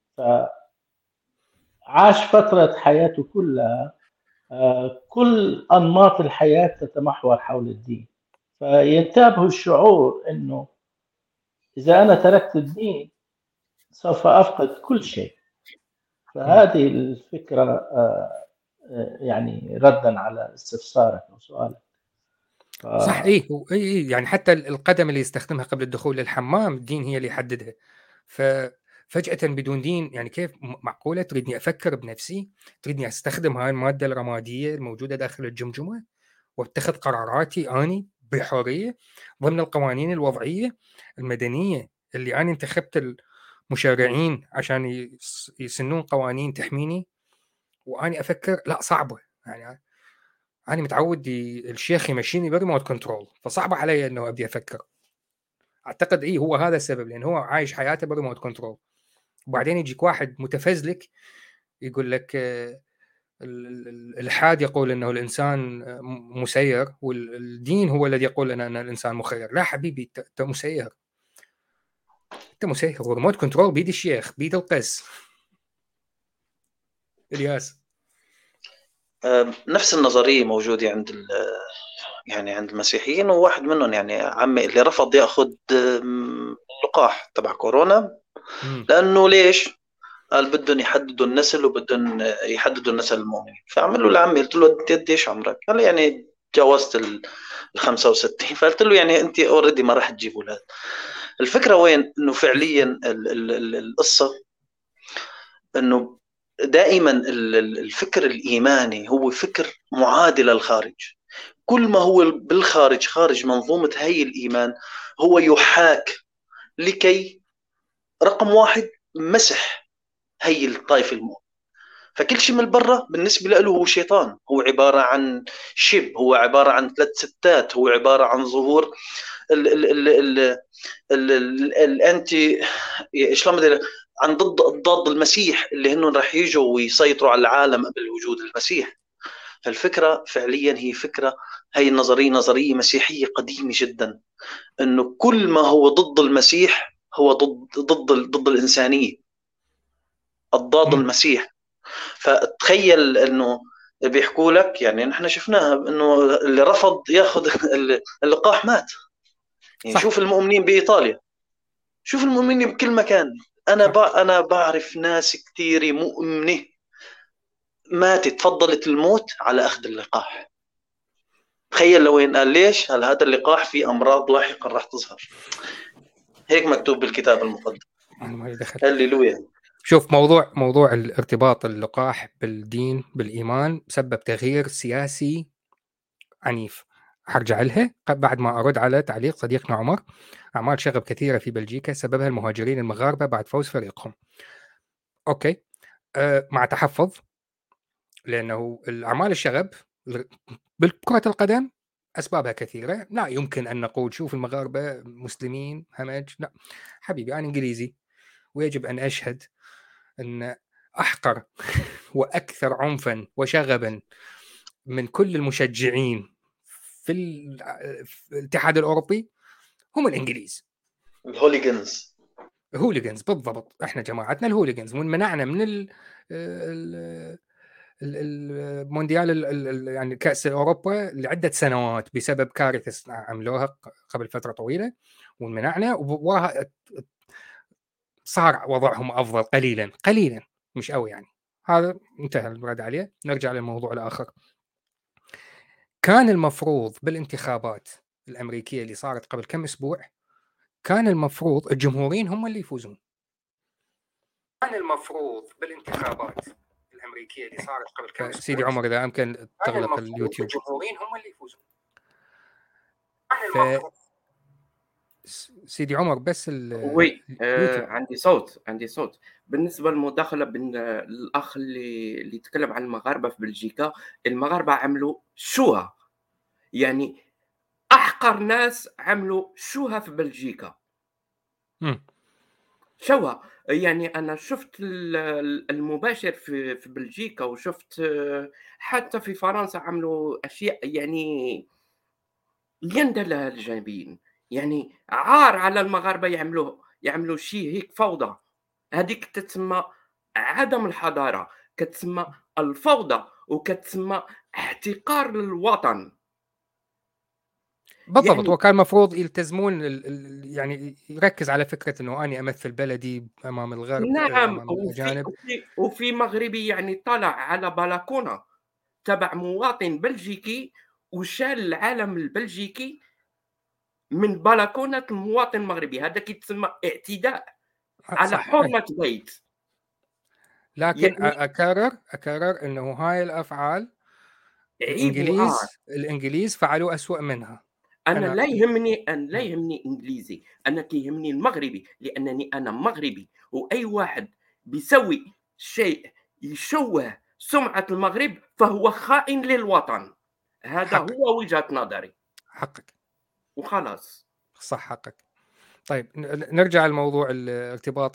Speaker 4: فعاش فترة حياته كلها كل أنماط الحياة تتمحور حول الدين، فينتابه الشعور أنه إذا أنا تركت الدين سوف أفقد كل شيء. فهذه الفكرة يعني ردا على استفسارك أو سؤالك.
Speaker 1: صح. إيه يعني حتى القدم اللي يستخدمها قبل الدخول للحمام الدين هي اللي يحددها. ففجأة بدون دين يعني كيف معقولة تريدني أفكر بنفسي؟ تريدني أستخدم هاي المادة الرمادية الموجودة داخل الجمجمة واتخذ قراراتي أني بحرية ضمن القوانين الوضعية المدنية اللي أنا انتخبت المشرعين عشان يسنون قوانين تحميني، وأني أفكر؟ لا، صعبة. يعني أنا متعود الشيخ يمشيني بريموت كنترول، فصعب علي أنه أبدي أفكر. أعتقد هو هذا السبب، لأن هو عايش حياته بريموت كنترول. وبعدين يجيك واحد متفزلك يقول لك الإلحاد يقول أنه الإنسان مسير، والدين هو الذي يقول لنا أن الإنسان مخير. لا حبيبي، أنت مسير، أنت مسير، وريموت كنترول بيد الشيخ، بيد القس. إلياس؟
Speaker 2: نفس النظرية موجودة عند عند المسيحيين، وواحد منهم يعني عمي اللي رفض يأخذ اللقاح تبع كورونا لأنه ليش؟ قال بدهم يحددوا النسل وبدهم يحددوا النسل المؤمن. فعملوا لعمي قلت له انت قديش عمرك؟ قال لي يعني تجاوزت ال 65. فقلت له يعني انت اوريدي ما راح تجيب اولاد. الفكره وين؟ انه فعليا القصه انه دائما الفكر الإيماني هو فكر معادل للخارج. كل ما هو بالخارج خارج منظومة هي الإيمان هو يحاك لكي رقم واحد مسح هي الطائفة المؤمنة. فكل شيء من برا بالنسبة له هو شيطان، هو عبارة عن شب، هو عبارة عن 3 ستات، هو عبارة عن ظهور الانتي شلون عن ضد المسيح اللي هن راح يجوا ويسيطروا على العالم قبل وجود المسيح. فالفكرة فعليا هي فكرة، هي النظرية نظرية مسيحية قديمة جدا، انه كل ما هو ضد المسيح هو ضد الإنسانية، الضاد المسيح. فتخيل انه بيحكوا لك، يعني نحن شفناها انه اللي رفض ياخذ اللقاح مات. يعني شوف المؤمنين بإيطاليا، شوف المؤمنين بكل مكان. انا بعرف ناس كثير مؤمنة ماتت، تفضلت الموت على اخذ اللقاح. تخيل لوين قال ليش؟ هل هذا اللقاح فيه امراض لاحقا راح تظهر، هيك مكتوب بالكتاب المقدس. هللويا.
Speaker 1: شوف، موضوع الارتباط اللقاح بالدين بالإيمان سبب تغيير سياسي عنيف. هرجع لها بعد ما أرد على تعليق صديقنا عمر. أعمال شغب كثيرة في بلجيكا سببها المهاجرين المغاربة بعد فوز فريقهم. أوكي، مع تحفظ، لأنه الأعمال الشغب بالكرة القدم أسبابها كثيرة. لا يمكن أن نقول شوف المغاربة مسلمين همج. لا حبيبي، أنا إنجليزي ويجب أن أشهد أن أحقر وأكثر عنفا وشغبا من كل المشجعين في الاتحاد الأوروبي هم الإنجليز، الهوليجنز بالضبط. احنا جماعتنا الهوليجنز، ومنعنا من المونديال يعني كأس أوروبا لعدة سنوات بسبب كارثة عملوها قبل فترة طويلة، ومنعنا. صار وضعهم أفضل قليلا مش قوي يعني. هذا انتهى الرد عليه. نرجع للموضوع الآخر. كان المفروض بالانتخابات الأمريكية اللي صارت قبل كم أسبوع، كان المفروض الجمهوريين هم اللي يفوزون. كان المفروض بالانتخابات الأمريكية اللي صارت قبل كم أسبوع، سيدي عمر إذا أمكن تغلق اليوتيوب. الجمهوريين هم اللي يفوزون. سيدي عمر بس
Speaker 5: عندي صوت بالنسبه للمداخله بين الاخ اللي يتكلم عن المغاربه في بلجيكا. المغاربه عملوا شوها، يعني احقر ناس عملوا شوها في بلجيكا. شوها يعني انا شفت المباشر في بلجيكا، وشفت حتى في فرنسا عملوا اشياء يعني يندى لها الجانبين. يعني عار على المغاربه يعملوا شيء هيك فوضى. هذيك تتسمى عدم الحضاره، كتسمى الفوضى، وكتسمى احتقار للوطن
Speaker 1: بالضبط. يعني وكان المفروض يلتزمون يعني يركز على فكره انه اني امثل بلدي امام الغرب.
Speaker 5: نعم. أمام الأجانب. وفي مغربي يعني طلع على بلكونه تبع مواطن بلجيكي وشال العالم البلجيكي من بلكونه المواطن المغربي. هذا كيتسمى اعتداء على حرمه بيت.
Speaker 1: لكن يعني اكرر انه هاي الافعال الانجليز فعلوا أسوأ منها.
Speaker 5: انا لا يهمني انجليزي، انا كيهمني المغربي، لانني انا مغربي. واي واحد بيسوي شيء يشوه سمعه المغرب فهو خائن للوطن. هذا حقك. هو وجهه نظري.
Speaker 1: حقك
Speaker 5: وخلاص.
Speaker 1: صح، حقك. طيب نرجع لموضوع ارتباط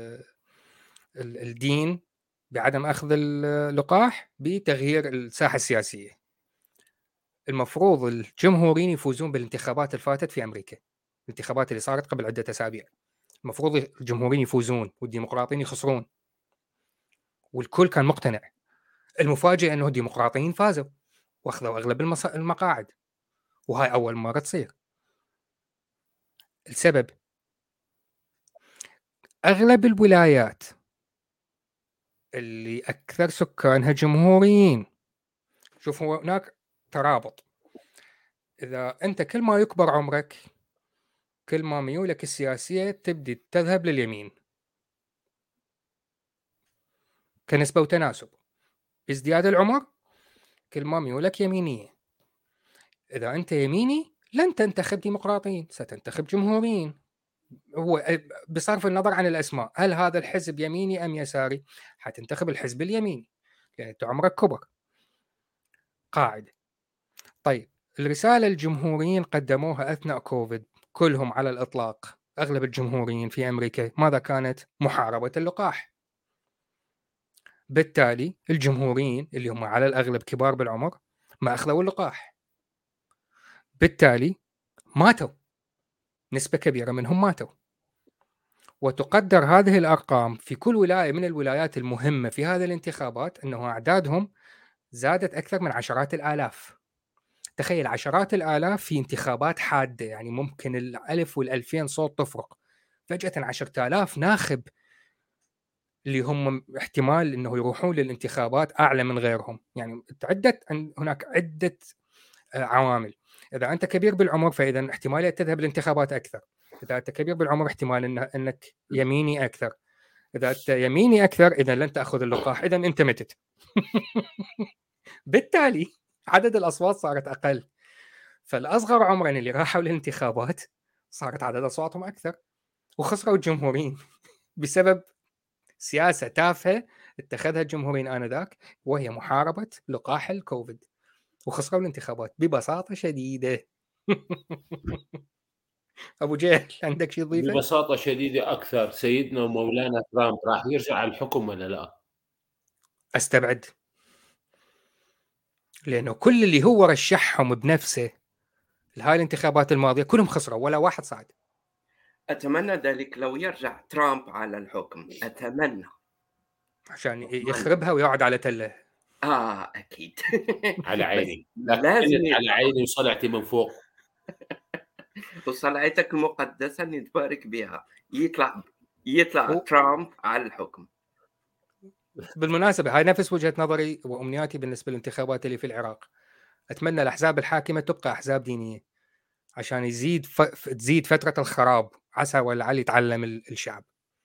Speaker 1: الدين بعدم أخذ اللقاح بتغيير الساحة السياسية. المفروض الجمهوريين يفوزون بالانتخابات الفاتت في أمريكا، الانتخابات اللي صارت قبل عدة أسابيع. المفروض الجمهوريين يفوزون والديمقراطيين يخسرون، والكل كان مقتنع. المفاجئ أنه الديمقراطيين فازوا واخذوا أغلب المقاعد، وهاي أول مرة تصير. السبب أغلب الولايات اللي أكثر سكانها جمهوريين، شوف هو هناك ترابط. إذا أنت كل ما يكبر عمرك كل ما ميولك السياسية تبدي تذهب لليمين. كنسبة وتناسب. بازدياد العمر كل ما ميولك يمينية. إذا أنت يميني لن تنتخب ديمقراطيين، ستنتخب جمهوريين. هو بصرف النظر عن الأسماء، هل هذا الحزب يميني أم يساري؟ حتنتخب الحزب اليميني لأن أنت عمرك كبر. قاعدة. طيب الرسالة الجمهوريين قدموها أثناء كوفيد كلهم على الإطلاق، أغلب الجمهوريين في أمريكا ماذا كانت؟ محاربة اللقاح. بالتالي الجمهوريين اللي هم على الأغلب كبار بالعمر ما أخذوا اللقاح، بالتالي ماتوا، نسبة كبيرة منهم ماتوا. وتقدر هذه الأرقام في كل ولاية من الولايات المهمة في هذه الانتخابات أنه أعدادهم زادت أكثر من عشرات الآلاف. تخيل عشرات الآلاف في انتخابات حادة، يعني ممكن 1000 و2000 صوت تفرق. فجأة 10,000 ناخب اللي هم احتمال أنه يروحون للانتخابات أعلى من غيرهم. يعني هناك عدة عوامل. إذا أنت كبير بالعمر فإذا احتمالية تذهب للانتخابات أكثر. إذا أنت كبير بالعمر احتمال أنك يميني أكثر. إذا أنت يميني أكثر إذا لن تأخذ اللقاح، إذا أنت متت. بالتالي عدد الأصوات صارت أقل. فالأصغر عمراً اللي راحوا للانتخابات صارت عدد أصواتهم أكثر، وخسروا الجمهوريين بسبب سياسة تافهة اتخذها الجمهوريين آنذاك، وهي محاربة لقاح الكوفيد، وخسروا الانتخابات ببساطة شديدة. أبو جهل عندك شيء تضيفه؟
Speaker 3: ببساطة شديدة أكثر، سيدنا ومولانا ترامب راح يرجع على الحكم ولا لا؟
Speaker 1: أستبعد، لأنه كل اللي هو رشحهم بنفسه لهاي الانتخابات الماضية كلهم خسروا ولا واحد صعد.
Speaker 5: أتمنى ذلك لو يرجع ترامب على الحكم، أتمنى
Speaker 1: عشان يخربها ويقعد على تله.
Speaker 5: أكيد.
Speaker 3: على عيني،
Speaker 5: لازم
Speaker 3: على عيني وصلعتي من فوق.
Speaker 5: وصلعتك المقدسة نتبارك بها. يطلع ترامب على الحكم.
Speaker 1: بالمناسبة هاي نفس وجهة نظري وأمنياتي بالنسبة للانتخابات اللي في العراق. أتمنى الأحزاب الحاكمة تبقى أحزاب دينية عشان تزيد فترة الخراب، عسى ولعل يتعلم الشعب.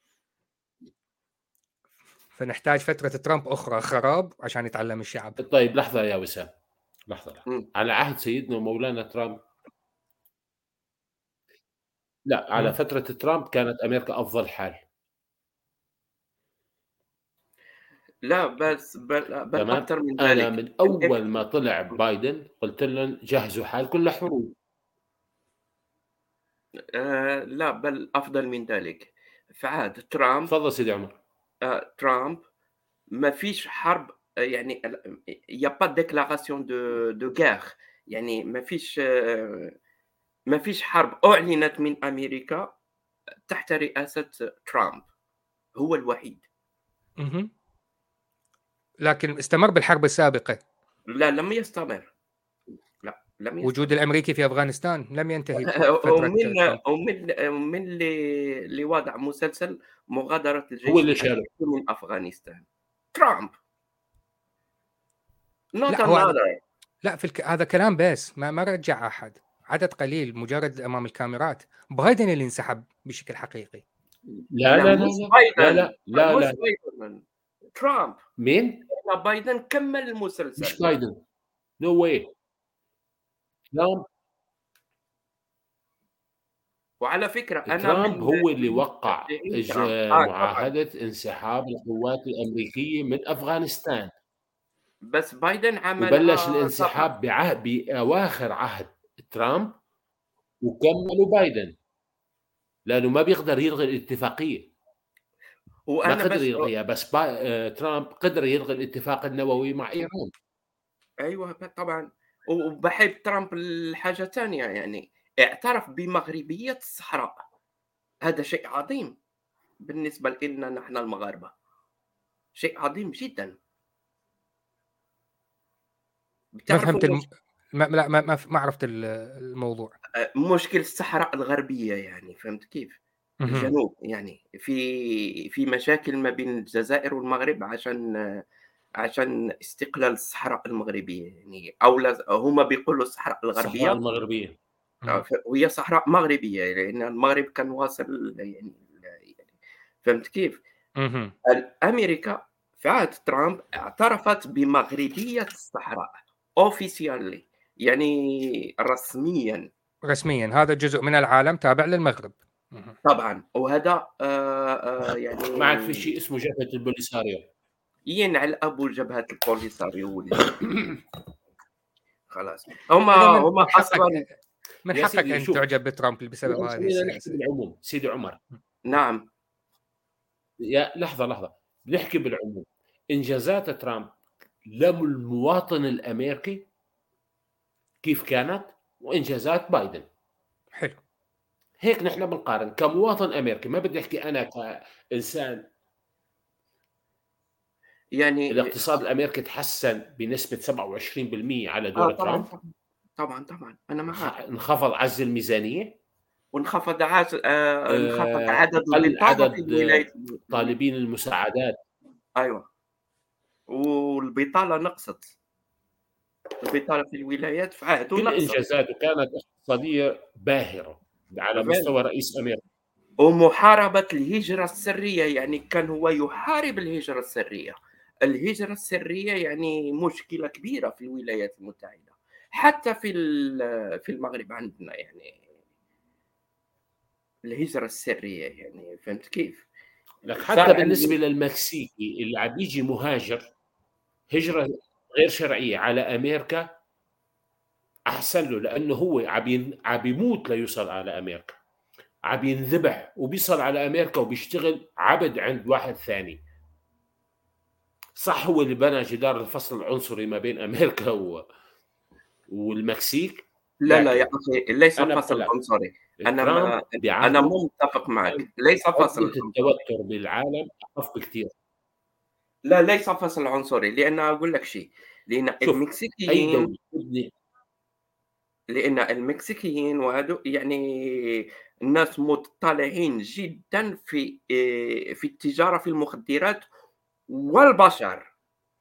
Speaker 1: فنحتاج فترة ترامب أخرى خراب عشان يتعلم الشعب.
Speaker 3: طيب لحظة يا وسام، لحظة. على عهد سيدنا ومولانا ترامب، لا على فترة ترامب كانت أمريكا أفضل حال.
Speaker 5: لا بس بل أكثر من ذلك.
Speaker 3: أنا من أول ما طلع بايدن قلت لهم جهزوا حالكم لحروب.
Speaker 5: لا بل أفضل من ذلك. فعاد ترامب،
Speaker 3: تفضل سيدي عمر.
Speaker 5: ترامب ما فيش حرب، يعني il y a pas de déclaration de guerre، يعني ما فيش حرب أعلنت من أمريكا تحت رئاسة ترامب، هو الوحيد.
Speaker 1: لكن استمر بالحرب السابقة.
Speaker 5: لا لم يستمر.
Speaker 1: وجود الأمريكي في أفغانستان لم ينتهي
Speaker 5: ومن اللي وضع مسلسل مغادرة الجيش
Speaker 3: هو اللي شارك
Speaker 5: من أفغانستان ترامب.
Speaker 1: لا هذا كلام بس ما رجع أحد، عدد قليل مجرد أمام الكاميرات. بايدن اللي انسحب بشكل حقيقي.
Speaker 5: لا ترامب.
Speaker 3: مين؟
Speaker 5: بايدن كمل المسلسل.
Speaker 3: مش بايدن، نو واي.
Speaker 5: وعلى فكرة
Speaker 3: ترامب هو اللي وقع معاهدة انسحاب القوات الأمريكية من أفغانستان،
Speaker 5: بس بايدن عمل
Speaker 3: وبلش الانسحاب بأواخر عهد ترامب وكملوا بايدن، لأنه ما بيقدر يلغي الاتفاقية. ما قدر يلغيها، بس ترامب قدر يلغي الاتفاق النووي مع إيران.
Speaker 5: أيوة طبعا. وبحب ترامب الحاجة تانية، يعني اعترف بمغربية الصحراء. هذا شيء عظيم بالنسبة لنا نحن المغاربة، شيء عظيم جدا.
Speaker 1: ما فهمت لا ما عرفت الموضوع.
Speaker 5: مشكل الصحراء الغربية، يعني فهمت كيف؟ الجنوب، يعني في مشاكل ما بين الجزائر والمغرب عشان استقلال الصحراء المغربية، يعني هما بيقولوا الصحراء الغربية
Speaker 3: المغربية،
Speaker 5: وهي صحراء مغربية لأن المغرب كان واصل، يعني فهمت كيف؟ أمريكا في عهد ترامب اعترفت بمغربية الصحراء اوفيسيالي، يعني رسميا
Speaker 1: هذا جزء من العالم تابع للمغرب
Speaker 5: طبعا. وهذا يعني
Speaker 3: ما عاد في شيء اسمه جبهة البوليساريو،
Speaker 5: ينعل ابو جبهة البوليساريو خلاص. هما اصلا
Speaker 1: من حقك ان تعجب بترامب بسبب هذه السياسة.
Speaker 3: بالعموم سيدي عمر،
Speaker 5: نعم
Speaker 3: يا لحظة بنحكي بالعموم. إنجازات ترامب للمواطن الأمريكي كيف كانت، وإنجازات بايدن.
Speaker 1: حلو،
Speaker 3: هيك نحن بنقارن كمواطن أمريكي. ما بدي أحكي أنا كإنسان.
Speaker 5: يعني
Speaker 3: الاقتصاد الأمريكي تحسن بنسبة 27% على دور ترامب.
Speaker 5: طبعا أنا معك.
Speaker 3: انخفض عجز الميزانية،
Speaker 5: وانخفض عدد البطالة في الولايات،
Speaker 3: طالبين المساعدات.
Speaker 5: أيوة، والبطالة نقصت. البطالة في الولايات في عهده
Speaker 3: كل
Speaker 5: نقصت.
Speaker 3: إنجازاته كانت اقتصادية باهرة على مستوى رئيس أمريكا.
Speaker 5: ومحاربة الهجرة السرية، يعني كان هو يحارب الهجرة السرية. الهجرة السرية يعني مشكلة كبيرة في الولايات المتحدة، حتى في المغرب عندنا يعني الهجرة السرية، يعني فهمت كيف؟
Speaker 3: لك حتى بالنسبة للمكسيكي اللي عم يجي مهاجر هجرة غير شرعية على أمريكا، أحسن له، لأنه هو عم يموت ليوصل على أمريكا، عم ينذبح وبيصل على أمريكا وبيشتغل عبد عند واحد ثاني. صح هو اللي بنى جدار الفصل العنصري ما بين أمريكا والمكسيك.
Speaker 5: لا يا أخي، ليس فصل عنصري. أنا مو متفق معك. ليس فصل
Speaker 3: التوتر بالعالم أخف بكثير.
Speaker 5: لا، ليس فصل عنصري، لأن أقول لك شيء. لأن المكسيكيين وهذو يعني الناس مطلعين جدا في التجارة في المخدرات والبشر.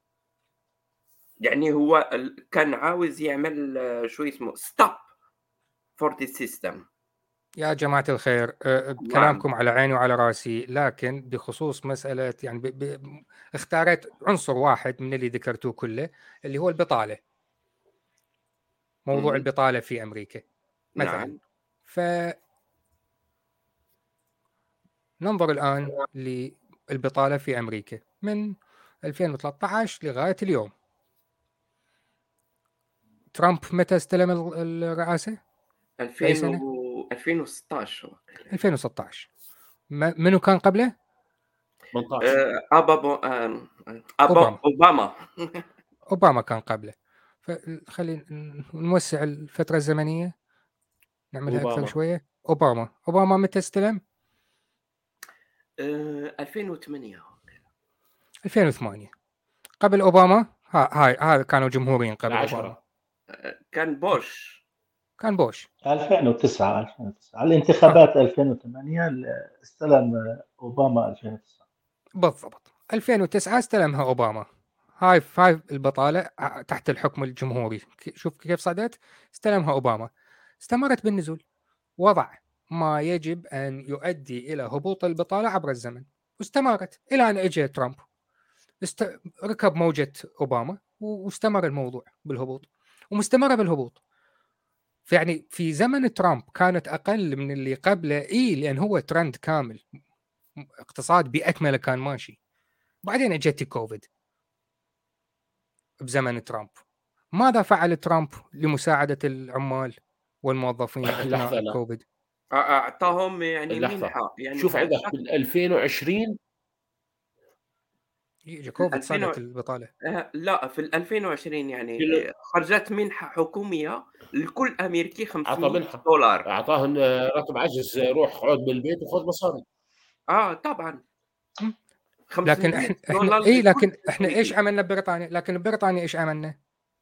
Speaker 5: يعني هو كان عاوز يعمل شو اسمه stop for the system.
Speaker 1: يا جماعة الخير، كلامكم على عيني وعلى راسي، لكن بخصوص مسألة يعني اختارت عنصر واحد من اللي ذكرتوه كله، اللي هو البطالة. موضوع البطالة في أمريكا مثلا. ننظر الآن للبطالة في أمريكا من 2013 لغاية اليوم. ترامب متى استلم الرئاسة؟
Speaker 5: 2016.
Speaker 1: 2016. منو كان قبله؟
Speaker 5: 18.
Speaker 1: أوباما كان قبله. فخلينا نوسع الفترة الزمنية، نعملها أكثر شوية. أوباما متى استلم؟
Speaker 5: 2008.
Speaker 1: 2008. قبل أوباما هاي كانوا جمهوريين قبل أوباما.
Speaker 5: كان بوش.
Speaker 4: 2009 الانتخابات 2008 استلم أوباما 2009
Speaker 1: بالضبط. 2009 استلمها أوباما. هاي البطالة تحت الحكم الجمهوري. شوف كيف صعدت. استلمها أوباما، استمرت بالنزول، وضع ما يجب أن يؤدي إلى هبوط البطالة عبر الزمن، واستمرت إلى أن اجى ترامب ركب موجة أوباما واستمر الموضوع بالهبوط، ومستمرة بالهبوط. يعني في زمن ترامب كانت أقل من اللي قبله، لأن هو ترند كامل، اقتصاد بأكمله كان ماشي. بعدين اجت كوفيد بزمن ترامب. ماذا فعل ترامب لمساعدة العمال والموظفين أثناء الكوفيد؟
Speaker 5: أعطاهم يعني منحة. يعني
Speaker 3: شوف عندك في 2020
Speaker 1: يجي كوفيد صارت البطالة.
Speaker 5: لا، في 2020 يعني خرجت منحة حكومية لكل أمريكي $500.
Speaker 3: أعطاهم راتب عجز، روح اقعد بالبيت وخذ مصاري.
Speaker 5: طبعا.
Speaker 1: لكن احنا ايش عملنا ببريطانيا؟ لكن ببريطانيا ايش عملنا؟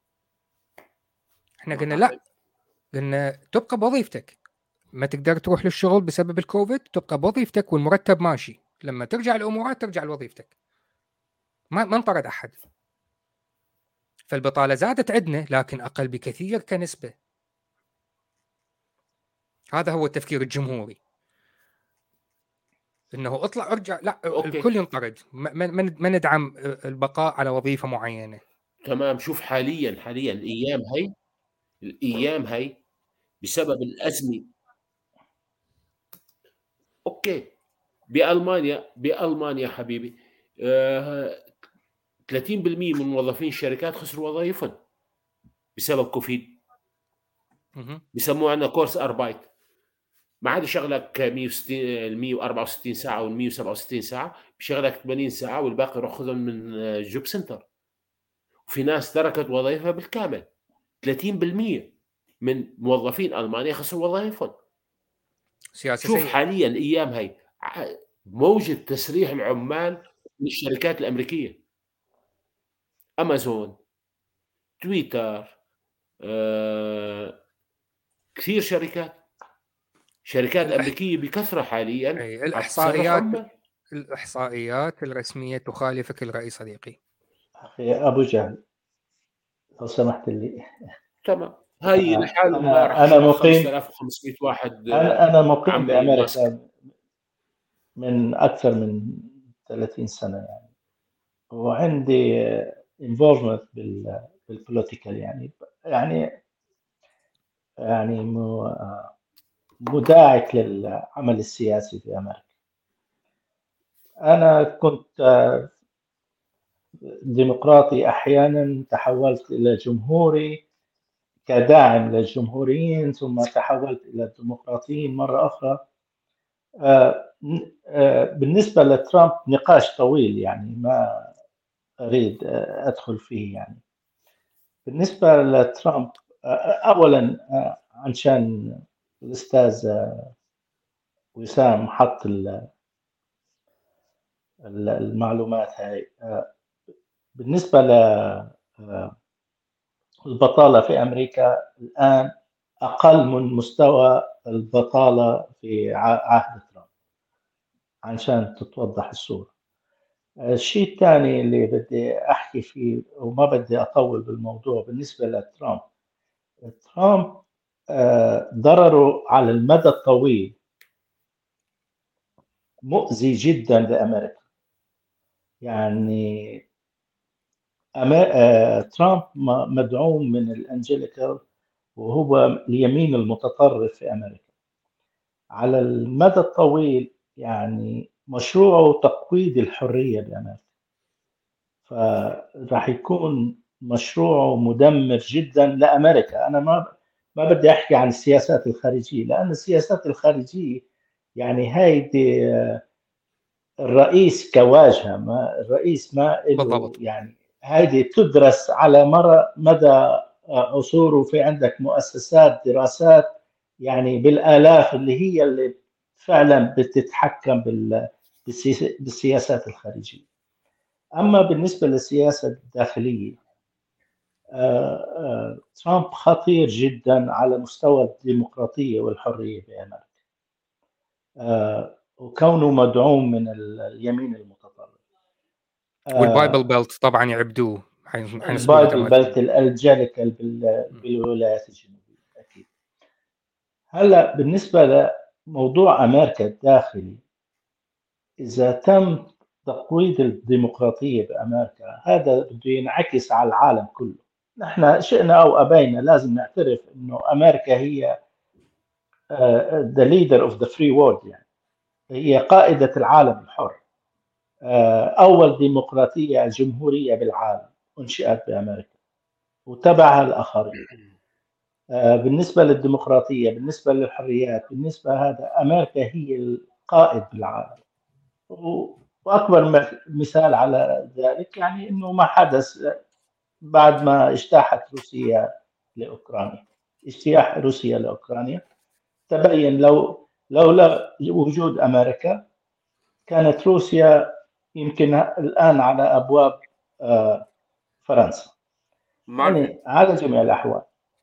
Speaker 1: احنا قلنا لا، قلنا تبقى بوظيفتك، ما تقدر تروح للشغل بسبب الكوفيد، تبقى بوظيفتك والمرتب ماشي، لما ترجع الامورات ترجع لوظيفتك. ما انطرد احد. فالبطالة زادت عندنا لكن اقل بكثير كنسبة. هذا هو التفكير الجمهوري. انه اطلع ارجع، لا الكل ينطرد، ما ندعم البقاء على وظيفه معينه.
Speaker 3: تمام. شوف حاليا الايام هي بسبب الازمه. اوكي، بالمانيا حبيبي 30% من موظفين الشركات خسروا وظائفهم بسبب كوفيد. بيسموه عندنا كورس اربايت، ما عاد يشغلك 164 ساعه وال 167 ساعه، بيشغلك 80 ساعه والباقي يروح خذهم من جوب سنتر. وفي ناس تركت وظائفها بالكامل. 30% من موظفين المانيا خسروا وظائفهم.
Speaker 1: سياسه
Speaker 3: شوف حاليا ايام هي موجة تسريح العمال من الشركات الامريكيه، امازون، تويتر، كثير شركات امريكيه بكثره حاليا.
Speaker 1: الاحصائيات الرسميه تخالفك الراي صديقي.
Speaker 4: اخي ابو جهل لو سمحت لي.
Speaker 3: تمام. هاي لحالها
Speaker 4: انا مقيم
Speaker 3: 5500 واحد.
Speaker 4: انا مقيم بامريكا من اكثر من 30 سنه يعني، وعندي involvement بالبوليتيكال يعني مداعك للعمل السياسي في امريكا. انا كنت ديمقراطي احيانا، تحولت الى جمهوري كداعم للجمهوريين، ثم تحولت الى الديمقراطيين مره اخرى. بالنسبه لترامب نقاش طويل يعني ما اريد ادخل فيه يعني. بالنسبه لترامب اولا عشان الاستاذ وسام حط المعلومات هاي، بالنسبه للبطاله في امريكا الان اقل من مستوى البطاله في عهد ترامب، عشان تتوضح الصوره. الشيء الثاني اللي بدي احكي فيه وما بدي اطول بالموضوع، بالنسبه لترامب، ترامب ضرره على المدى الطويل مؤذي جدا لامريكا. يعني ترامب مدعوم من الانجليكال، وهو اليمين المتطرف في امريكا. على المدى الطويل يعني مشروعه تقويض الحريه بامريكا، فراح يكون مشروعه مدمر جدا لامريكا. انا ما بدي احكي عن السياسات الخارجيه، لان السياسات الخارجيه يعني هيدي الرئيس كواجهه، ما الرئيس ما له يعني، هيدي تدرس على مدى عصور، وفي عندك مؤسسات دراسات يعني بالالاف اللي فعلا بتتحكم بالسياسات الخارجيه. اما بالنسبه للسياسه الداخليه، ترامب خطير جدا على مستوى الديمقراطيه والحريه بامريكا، وكونه مدعوم من اليمين المتطرف.
Speaker 1: والبايبل بيلت طبعا يعبدوه،
Speaker 4: البايبل بيلت الانجليكال بالولايات الجنوبيه اكيد. هلا بالنسبه لموضوع امريكا الداخلي، اذا تم تقويض الديمقراطيه بامريكا، هذا بده ينعكس على العالم كله. نحن شئنا او ابينا لازم نعترف انه امريكا هي the leader of the free world، يعني هي قائده العالم الحر. اول ديمقراطيه جمهوريه بالعالم انشئت بامريكا وتبعها الاخرين. بالنسبه للديمقراطيه، بالنسبه للحريات، بالنسبه هذا امريكا هي القائد بالعالم. واكبر مثال على ذلك يعني انه ما حدث بعد ما اجتاحت روسيا لاوكرانيا. اجتياح روسيا لاوكرانيا تبين لولا وجود امريكا كانت روسيا يمكن الان على ابواب فرنسا، يعني على جميع الاحوال.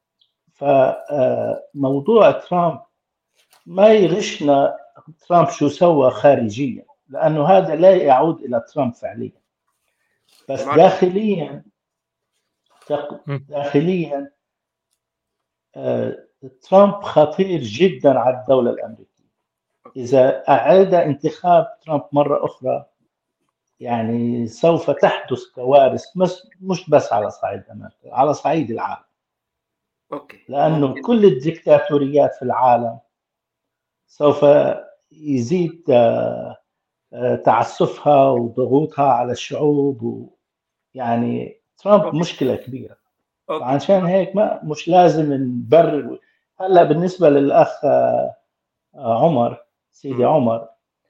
Speaker 4: فموضوع ترامب ما يغشنا ترامب شو سوى خارجيا، لانه هذا لا يعود الى ترامب فعليا، بس داخليا ترامب خطير جدا على الدولة الأمريكية. إذا أعاد انتخاب ترامب مرة أخرى يعني سوف تحدث كوارث مش بس على صعيد أمريكا، على صعيد العالم.
Speaker 5: اوكي.
Speaker 4: لأنه كل الدكتاتوريات في العالم سوف يزيد تعسفها وضغوطها على الشعوب، يعني ترامب مشكلة كبيرة. عشان هيك مش لازم نبرر. هلا بالنسبة للأخ عمر، سيدي عمر،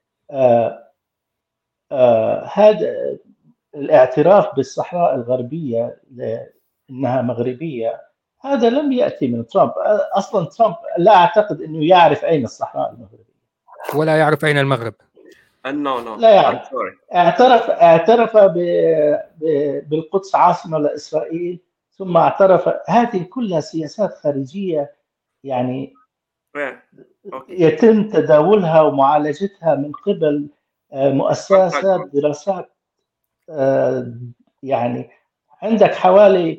Speaker 4: هذا الاعتراف بالصحراء الغربية إنها مغربية هذا لم يأتي من ترامب. أصلا ترامب لا أعتقد أنه يعرف أين الصحراء المغربية
Speaker 1: ولا يعرف أين المغرب.
Speaker 4: لا يعرف. اعترف بالقدس عاصمة لإسرائيل، ثم اعترف. هذه كلها سياسات خارجية يعني يتم تداولها ومعالجتها من قبل مؤسسات دراسات. يعني عندك حوالي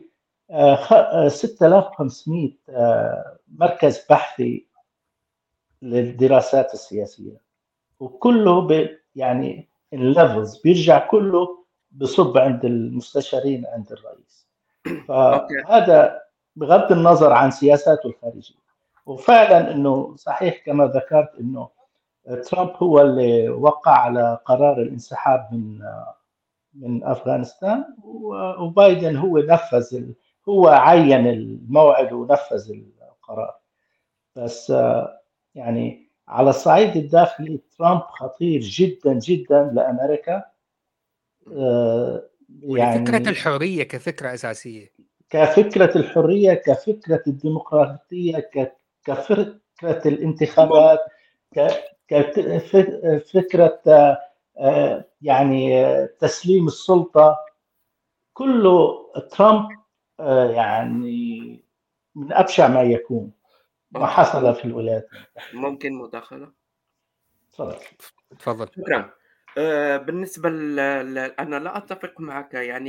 Speaker 4: 6500 مركز بحثي للدراسات السياسية، وكله يعني الليفلز بيرجع كله بصب عند المستشارين عند الرئيس. فهذا بغض النظر عن سياساته الخارجية. وفعلا انه صحيح كما ذكرت انه ترامب هو اللي وقع على قرار الانسحاب من افغانستان، وبايدن هو هو عين الموعد ونفذ القرار. بس يعني على الصعيد الداخلي ترامب خطير جدا جدا لامريكا.
Speaker 1: يعني فكرة الحرية كفكرة أساسية،
Speaker 4: كفكرة الحرية، كفكرة الديمقراطية، كفكرة الانتخابات، كفكرة يعني تسليم السلطة. كله ترامب يعني من أبشع ما يكون ما حصل في الولايات المتحدة.
Speaker 5: ممكن مداخلة؟
Speaker 1: تفضل.
Speaker 5: شكرا. بالنسبة أنا لا أتفق معك يعني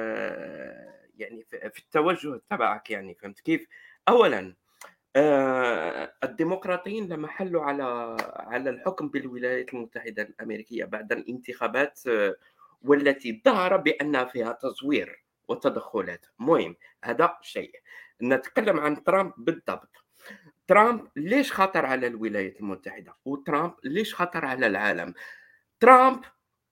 Speaker 5: في التوجه تبعك، يعني فهمت كيف؟ أولا الديمقراطيين لما حلوا على الحكم بالولايات المتحدة الأمريكية بعد الانتخابات والتي ظهر بأن فيها تزوير وتدخلات. مهم، هذا شيء. نتكلم عن ترامب بالضبط. ترامب ليش خطر على الولايات المتحدة، وترامب ليش خطر على العالم؟ ترامب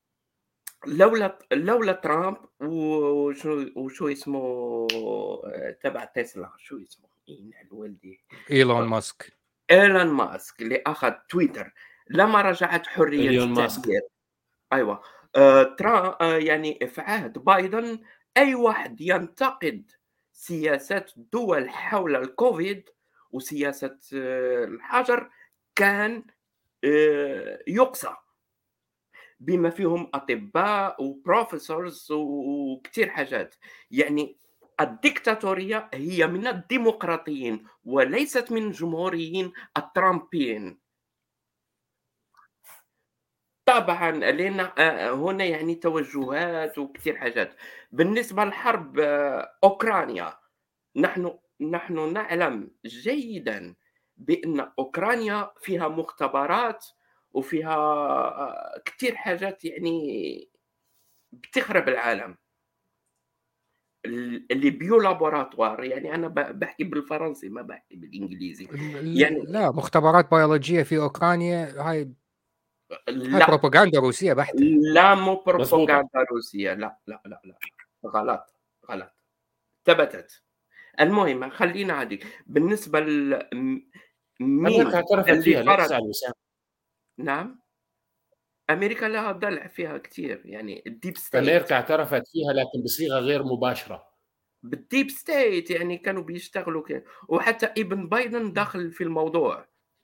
Speaker 5: لولا ترامب وشو اسمه تبع تسلا، شو اسمه الوالدي
Speaker 1: إيلون ماسك
Speaker 5: اللي أخذ تويتر، لما رجعت حرية التعبير. أيوة. يعني في عهد بايدن أي واحد ينتقد سياسات الدول حول الكوفيد وسياسة الحجر كان يقصى، بما فيهم أطباء وبروفيسورز وكثير حاجات. يعني الديكتاتورية هي من الديمقراطيين وليست من الجمهوريين الترامبيين. طبعا لأن هنا يعني توجهات وكثير حاجات. بالنسبة لحرب أوكرانيا، نحن نعلم جيدا بأن أوكرانيا فيها مختبرات وفيها كثير حاجات يعني بتخرب العالم، اللي بيو لابوراتوار. يعني أنا بحكي بالفرنسي ما بحكي بالإنجليزي. يعني
Speaker 1: لا، مختبرات بيولوجية في أوكرانيا هاي بروباغندا روسية بحتة.
Speaker 5: لا مو بروباغندا روسية، لا لا لا لا، غلط ثبتت. المهم خلينا عادي. بالنسبة
Speaker 3: أمريكا اعترفت فيها، لا تزعل وسام.
Speaker 5: نعم، أمريكا لها ضلع فيها كتير، يعني الديب ستيت.
Speaker 3: أمريكا اعترفت فيها لكن بصيغة غير مباشرة.
Speaker 5: بالديب ستيت يعني كانوا بيشتغلوا وحتى ابن بايدن داخل في الموضوع.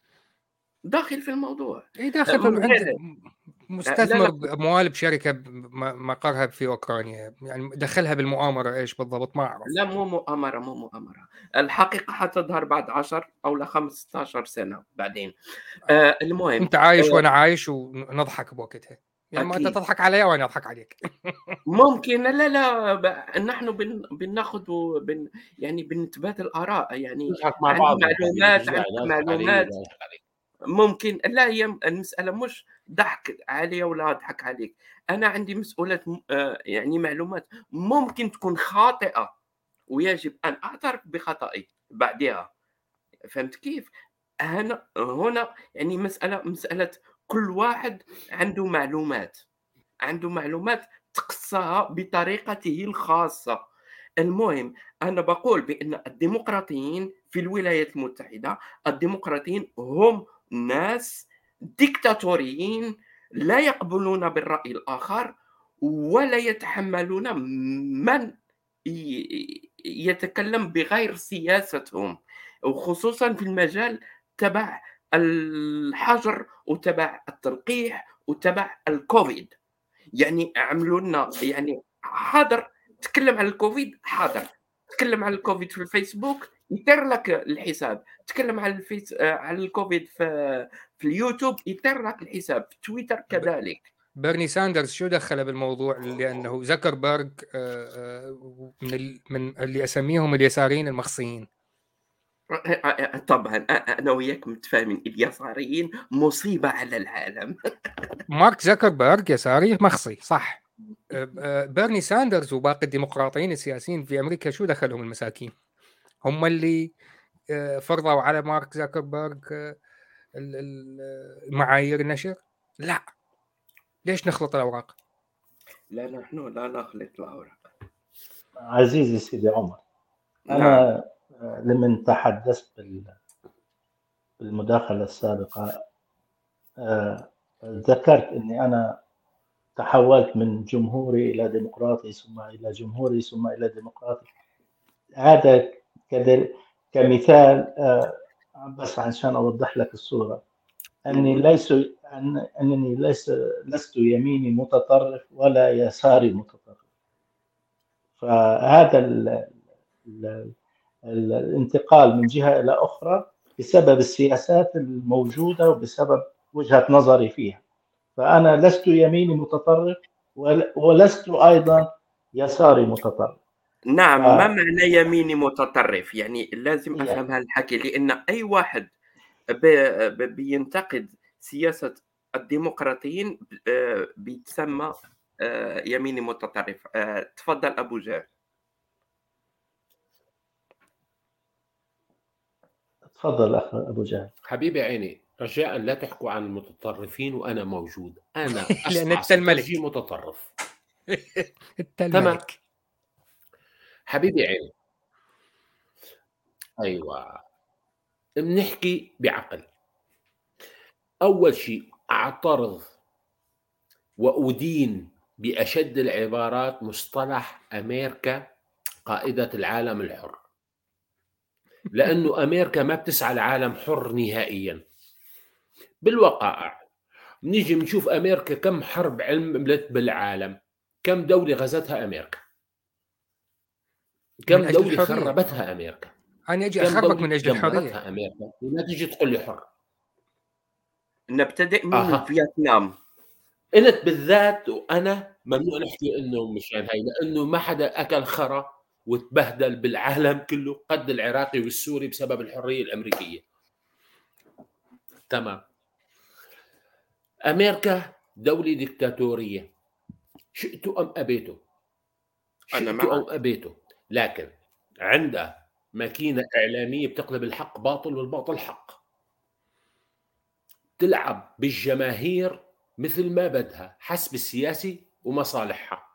Speaker 1: اي داخل عند مستثمر اموال بشركه مقرها في اوكرانيا، يعني دخلها بالمؤامره. ايش بالضبط ما اعرف.
Speaker 5: لا مو مؤامره، الحقيقه حتظهر بعد 10 او ل 15 سنه بعدين. المهم
Speaker 1: انت عايش وانا عايش ونضحك بوقتها، يعني ما انت تضحك علي وانا اضحك عليك.
Speaker 5: ممكن. لا نحن بناخذ يعني بنتبادل اراء، يعني
Speaker 3: مع بعض.
Speaker 5: معلومات. ممكن لا، هي المسألة مش ضحك علي ولا ضحك عليك. أنا عندي مسؤولة يعني معلومات ممكن تكون خاطئة، ويجب أن أعترف بخطئي بعدها. فهمت كيف؟ هنا يعني مسألة كل واحد عنده معلومات تقصها بطريقته الخاصة. المهم أنا بقول بأن الديمقراطيين في الولايات المتحدة، الديمقراطيين هم ناس ديكتاتوريين لا يقبلون بالرأي الآخر، ولا يتحملون من يتكلم بغير سياستهم، وخصوصا في المجال تبع الحجر وتبع التلقيح وتبع الكوفيد. يعني عملوا لنا يعني حاضر تكلم عن الكوفيد، حاضر تكلم عن الكوفيد في الفيسبوك يطير لك الحساب، تكلم عن عن الكوفيد في اليوتيوب يطير لك الحساب، في تويتر كذلك.
Speaker 1: بيرني ساندرز شو دخله بالموضوع؟ لأنه زكربرج من اللي أسميهم اليساريين المخصيين.
Speaker 5: طبعا انا وياك متفاهمين، اليساريين مصيبه على العالم.
Speaker 1: مارك زكربرج يساري مخصي صح. بيرني ساندرز وباقي الديمقراطيين السياسيين في أمريكا شو دخلهم المساكين؟ هم اللي فرضوا على مارك زكربرج معايير النشر؟ لا، ليش نخلط الأوراق؟
Speaker 5: لا، نحن لا نخلط الأوراق.
Speaker 4: عزيزي سيدي عمر، أنا لمن تحدثت بالمداخلة السابقة ذكرت أني أنا تحولت من جمهوري إلى ديمقراطي، ثم إلى جمهوري، ثم إلى ديمقراطي. هذا كمثال بس عشان أوضح لك الصورة، أنني لست يميني متطرف ولا يساري متطرف. فهذا الانتقال من جهة إلى أخرى بسبب السياسات الموجودة وبسبب وجهة نظري فيها. فأنا لست يميني متطرف ولست أيضا يساري متطرف.
Speaker 5: نعم. ما معنى يميني متطرف؟ يعني لازم أفهم هالحكي، لأن أي واحد بينتقد سياسة الديمقراطيين بيتسمى يميني متطرف. تفضل أبو جهل.
Speaker 4: تفضل أخ أبو جهل.
Speaker 3: حبيبي عيني، رجاء لا تحكوا عن المتطرفين وأنا موجود. أنا
Speaker 1: لأن أنت الملك
Speaker 3: متطرف.
Speaker 1: أنت الملك
Speaker 3: حبيبي عيني. أيوة، بنحكي بعقل. أول شيء أعترض وأدين بأشد العبارات مصطلح أمريكا قائدة العالم الحر، لأنه أمريكا ما بتسعى لعالم حر نهائيا. بالوقائع نيجي بنشوف أمريكا كم حرب عملت بالعالم، كم دولة غزتها أمريكا، كم دولة خربتها أمريكا.
Speaker 1: أنا أجي أخربك من أجل الحرية.
Speaker 3: أمريكا وما تجي تقول لي حر.
Speaker 5: نبتدئ من فيتنام.
Speaker 3: أنت بالذات، وأنا ممنوع نحكي إنه مشان هاي، لأنه ما حدا أكل خرا وتبهدل بالعالم كله قد العراقي والسوري بسبب الحرية الأمريكية. تمام. أمريكا دولة ديكتاتورية، شئتوا أم أبيتوا، شئتوا أم أبيتوا، لكن عندها ماكينة إعلامية بتقلب الحق باطل والباطل حق، تلعب بالجماهير مثل ما بدها حسب السياسي ومصالحها.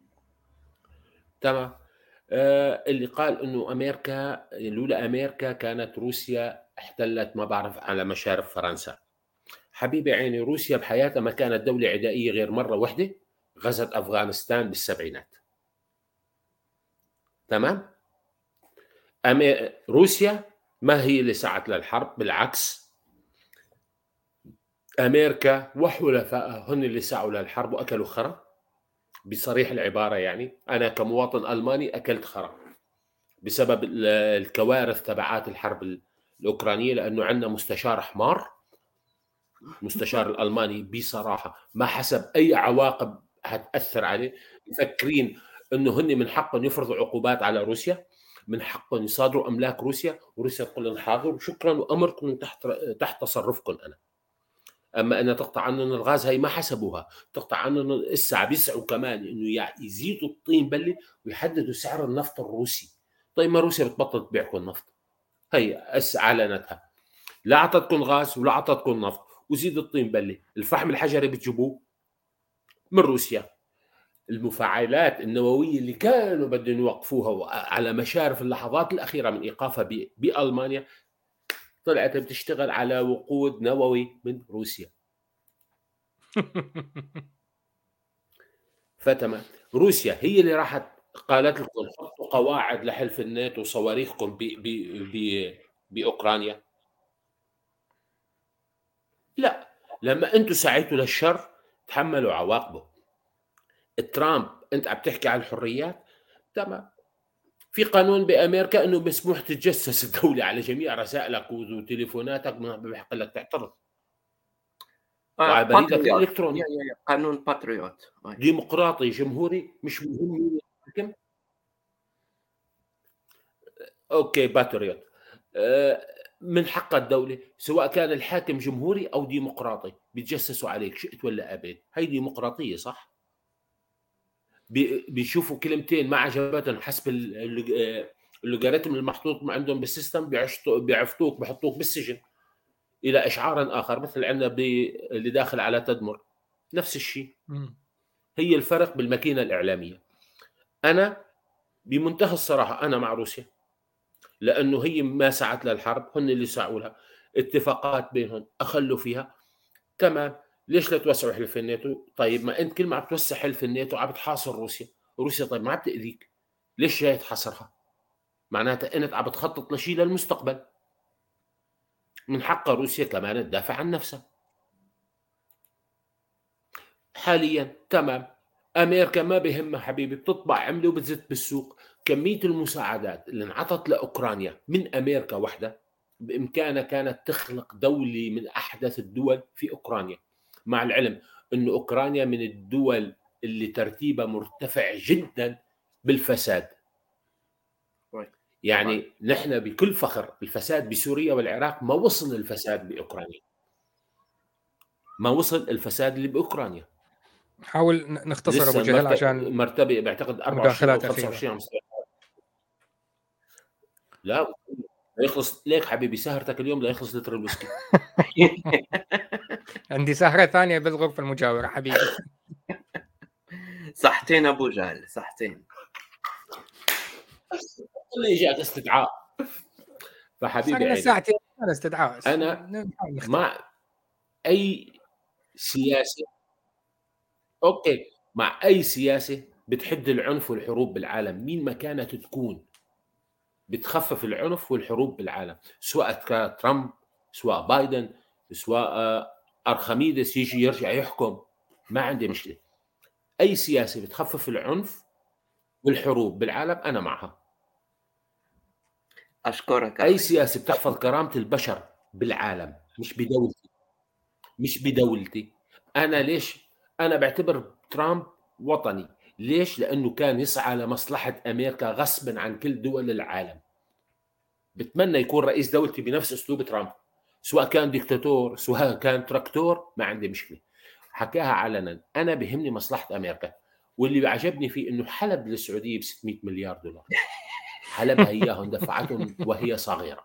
Speaker 3: تمام. اللي قال انه امريكا لولا امريكا كانت روسيا احتلت ما بعرف على مشارف فرنسا. حبيبي عيني، روسيا بحياتها ما كانت دولة عدائية غير مرة واحدة، غزت افغانستان بالسبعينات. تمام. روسيا ما هي اللي سعت للحرب، بالعكس امريكا وحلفائها هن اللي سعوا للحرب واكلوا خرا بصريح العبارة. يعني انا كمواطن الماني اكلت خرا بسبب الكوارث تبعات الحرب الأوكرانية، لأنه عندنا مستشار حمار. مستشار الألماني بصراحة ما حسب أي عواقب هتأثر عليه، مفكرين أنه هن من حقهم يفرضوا عقوبات على روسيا، من حقهم يصادروا املاك روسيا، وروسيا تقول لهم حاضر وشكرا وامركم تحت تصرفكم انا. اما ان تقطع عنهم الغاز هي ما حسبوها، تقطع عنهم الساعه بيسعوا كمان انه يزيدوا الطين بله ويحددوا سعر النفط الروسي. طيب ما روسيا بتبطل تبيعكم النفط، هي اعلنتها لا اعطتكم غاز ولا اعطتكم نفط، وزيد الطين بله. الفحم الحجري بتجيبوه من روسيا. المفاعلات النوويه اللي كانوا بدهم يوقفوها على مشارف اللحظات الاخيره من ايقافها بالمانيا، طلعت بتشتغل على وقود نووي من روسيا. فتمام، روسيا هي اللي راحت قالت لكم حطوا قواعد لحلف الناتو وصواريخكم باوكرانيا؟ لا، لما انتم سعيتوا للشر تحملوا عواقبه. ترامب انت عم تحكي عن الحريات، تمام، في قانون بامريكا انه مسموح تتجسس الدوله على جميع رسائلك وتليفوناتك، ما بحق لك تعترض وعلى بريدك الالكتروني.
Speaker 5: قانون باتريوت
Speaker 3: ديمقراطي جمهوري مش مهم مين يحكم. اوكي باتريوت، من حق الدوله سواء كان الحاكم جمهوري او ديمقراطي بيتجسسوا عليك شئت ولا ابيت. هي ديمقراطيه صح؟ بيشوفوا كلمتين ما عجبتهم حسب اللوغاريتم المحطوط عندهم بالسيستم، بيعفطوك بحطوك بالسجن الى اشعار اخر، مثل عندنا اللي داخل على تدمر نفس الشيء. هي الفرق بالماكينه الاعلاميه. انا بمنتهى الصراحه انا مع روسيا، لانه هي ما سعت للحرب، هن اللي سعوا لها، اتفاقات بينهم اخلوا فيها، تمام. ليش لا توسعوا حلف الناتو؟ طيب ما انت كل ما عم توسع حلف الناتو عم بتحاصر روسيا، روسيا طيب ما عم تاذيك، ليش جاي تحاصرها؟ معناتها انت عم بتخطط لشيء للمستقبل. من حق روسيا كمان تدافع عن نفسها. حاليا تمام، امريكا ما بهمها حبيبي، بتطبع عمله وبتزت بالسوق. كميه المساعدات اللي انعطت لاوكرانيا من امريكا وحده بامكانها كانت تخلق دوله من احدث الدول في اوكرانيا، مع العلم انه اوكرانيا من الدول اللي ترتيبها مرتفع جدا بالفساد. يعني نحن بكل فخر الفساد بسوريا والعراق ما وصل الفساد باوكرانيا، ما وصل الفساد اللي باوكرانيا.
Speaker 1: حاول نختصر ابو جهل عشان
Speaker 3: مرتبه بعتقد 24 او 25 لا يخلص ليك حبيبي، سهرتك اليوم لا يخلص لتر الويسكي.
Speaker 1: عندي سهره ثانيه بالغرفه المجاوره حبيبي.
Speaker 5: صحتين ابو جهل صحتين.
Speaker 3: اللي يجيك استدعاء فحبيبي
Speaker 1: صار ساعتين انا استدعاء.
Speaker 3: انا مع اي سياسه، اوكي، مع اي سياسه بتحد العنف والحروب بالعالم مين ما كانت تكون، بتخفف العنف والحروب بالعالم، سواء كان ترامب سواء بايدن سواء ارخميدس يجي يرجع يحكم، ما عندي مشكله. اي سياسه بتخفف العنف والحروب بالعالم انا معها.
Speaker 5: اشكرك.
Speaker 3: اي سياسه بتحفظ كرامه البشر بالعالم، مش بدولتي. انا ليش انا بعتبر ترامب وطني؟ ليش؟ لانه كان يسعى لمصلحه امريكا غصبا عن كل دول العالم. بتمنى يكون رئيس دولتي بنفس اسلوب ترامب، سواء كان ديكتاتور سواء كان تراكتور، ما عندي مشكله. حكاها علنا، انا بهمني مصلحه امريكا. واللي عجبني فيه انه حلب للسعوديه ب 600 مليار دولار، حلبها اياهم دفعتهم وهي صغيره.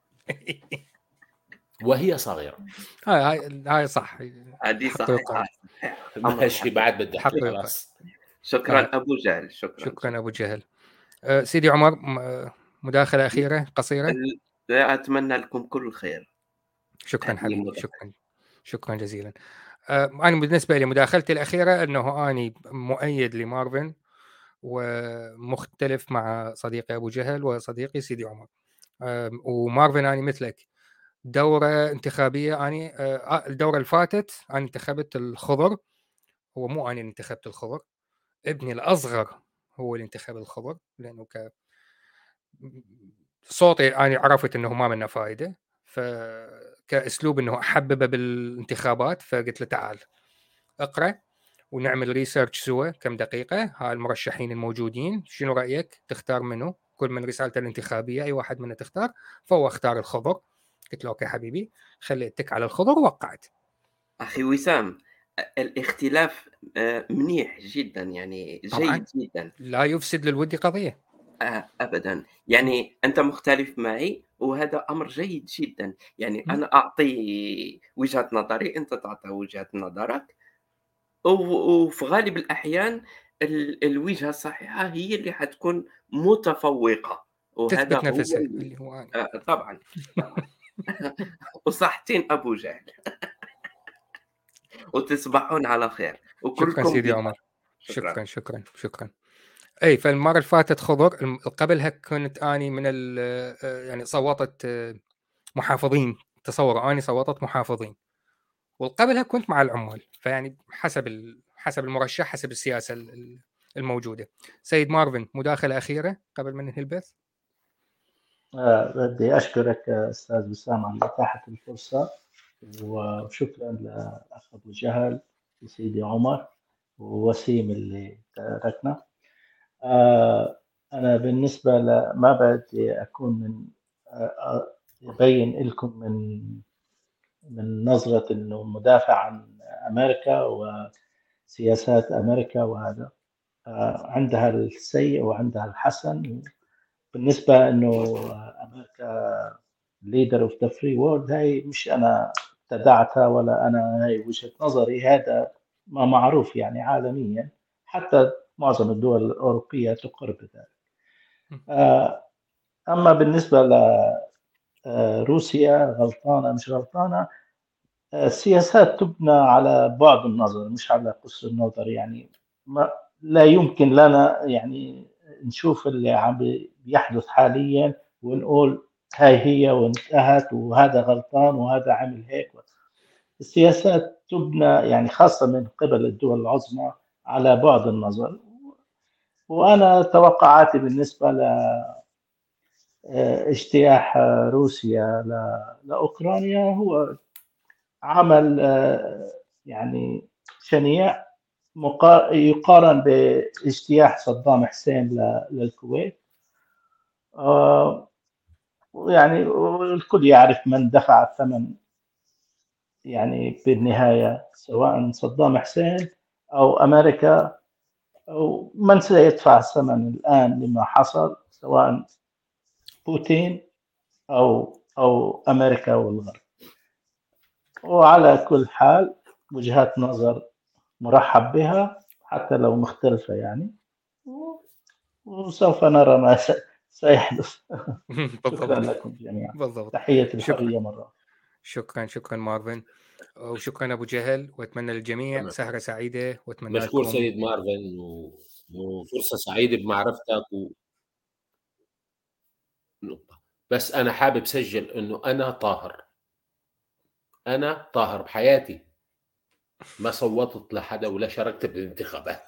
Speaker 3: وهي صغيره.
Speaker 1: هاي صح،
Speaker 5: هذه صح.
Speaker 3: ماشي بعد بدي احكي خلاص.
Speaker 5: شكرا ابو جهل.
Speaker 1: شكرا ابو جهل. سيدي عمر، مداخله اخيره قصيره.
Speaker 5: لا، اتمنى لكم كل خير.
Speaker 1: شكرا حبيبي، شكرا جزيلا. انا بالنسبه لي مداخلتي الاخيره انه اني مؤيد لمارفن ومختلف مع صديقي ابو جهل وصديقي سيدي عمر. ومارفن اني مثلك دوره انتخابيه، اني الدوره اللي فاتت انا انتخبت الخضر، هو مو انا انتخبت الخضر، ابني الاصغر هو اللي انتخب الخضر، لانه صوتي انا عرفت انه ما منه فائده، فكاسلوب انه احببه بالانتخابات فقلت له تعال اقرا ونعمل ريسيرش سوا كم دقيقه، هاي المرشحين الموجودين شنو رايك تختار منه كل من رسالته الانتخابية أي واحد منه تختار، فهو اختار الخضر. قلت له أوكي حبيبي خلي التك على الخضر ووقعت.
Speaker 5: أخي وسام، الاختلاف منيح جدا، يعني
Speaker 1: طبعاً.
Speaker 5: جيد جدا،
Speaker 1: لا يفسد للود قضية.
Speaker 5: أبدا. يعني أنت مختلف معي وهذا أمر جيد جدا. يعني
Speaker 1: م.
Speaker 5: أنا أعطي وجهة نظري، أنت تعطي وجهة نظرك، وفي غالب الأحيان الوجهة الصحيحة هي اللي حتكون متفوقة، وهذا
Speaker 1: تثبت
Speaker 5: هو
Speaker 1: نفسها اللي هو أنا.
Speaker 5: طبعا طبعا. وصحتين أبو جهل. وتصبحون على خير
Speaker 1: شكرا
Speaker 5: وكلكم
Speaker 1: سيدي
Speaker 5: بخير.
Speaker 1: عمر.
Speaker 5: شكرا.
Speaker 1: شكرا. اي فالمره اللي فاتت خضر، قبلها كنت اني من يعني صوتت محافظين. تصور اني صوتت محافظين، وقبلها كنت مع العمال. فيعني حسب المرشح، حسب السياسه الموجوده. سيد مارفن، مداخله اخيره قبل ما ننهي البث.
Speaker 4: بدي أشكرك أستاذ وسام على إتاحة الفرصة، وشكرا لأخ أبو جهل وسيدي عمر ووسيم اللي تركنا. أنا بالنسبة ما بدي أكون من يبين لكم من نظرة إنه مدافع عن أمريكا وسياسات أمريكا، وهذا عندها السيء وعندها الحسن. بالنسبة إنه أمريكا leader of the free world، هاي مش أنا ابتدعتها ولا أنا، هاي وجهة نظري، هذا ما معروف يعني عالميا، حتى معظم الدول الأوروبية تقر بذلك. أما بالنسبة لروسيا غلطانة مش غلطانة، السياسات تبنى على بعد النظر مش على قصر النظر. يعني لا يمكن لنا يعني نشوف اللي عم بيحدث حاليا ونقول هاي هي وانتهت وهذا غلطان وهذا عمل هيك. السياسات تبنى يعني خاصة من قبل الدول العظمى على بعد النظر. وأنا توقعاتي بالنسبة لاجتياح روسيا لأوكرانيا هو عمل يعني شنيع يقارن باجتياح صدام حسين للكويت. يعني الكل يعرف من دفع الثمن يعني بالنهاية، سواء صدام حسين أو أمريكا، أو من سيدفع الثمن الآن لما حصل، سواء بوتين أو أمريكا والغرب. وعلى كل حال وجهات نظر مرحب بها حتى لو مختلفة يعني، وسوف نرى ما سيحدث. شكرا لكم جميعا.
Speaker 1: بالضبط.
Speaker 4: تحية الحرية مرة.
Speaker 1: شكرا مارفن، وشكرا أبو جهل، وأتمنى للجميع سهرة سعيدة، وأتمنى
Speaker 3: مشكور
Speaker 1: لكم
Speaker 3: سيد مارفن، وفرصة سعيدة بمعرفتك نقطة. بس أنا حابب سجل إنه أنا طاهر بحياتي، ما صوتت لحدا ولا شاركت بالانتخابات.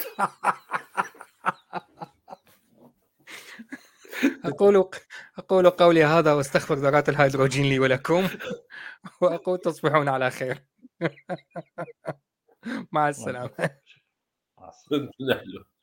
Speaker 1: أقول قولي هذا واستغفر ذرات الهيدروجين لي ولكم، وأقول تصبحون على خير. مع السلامة.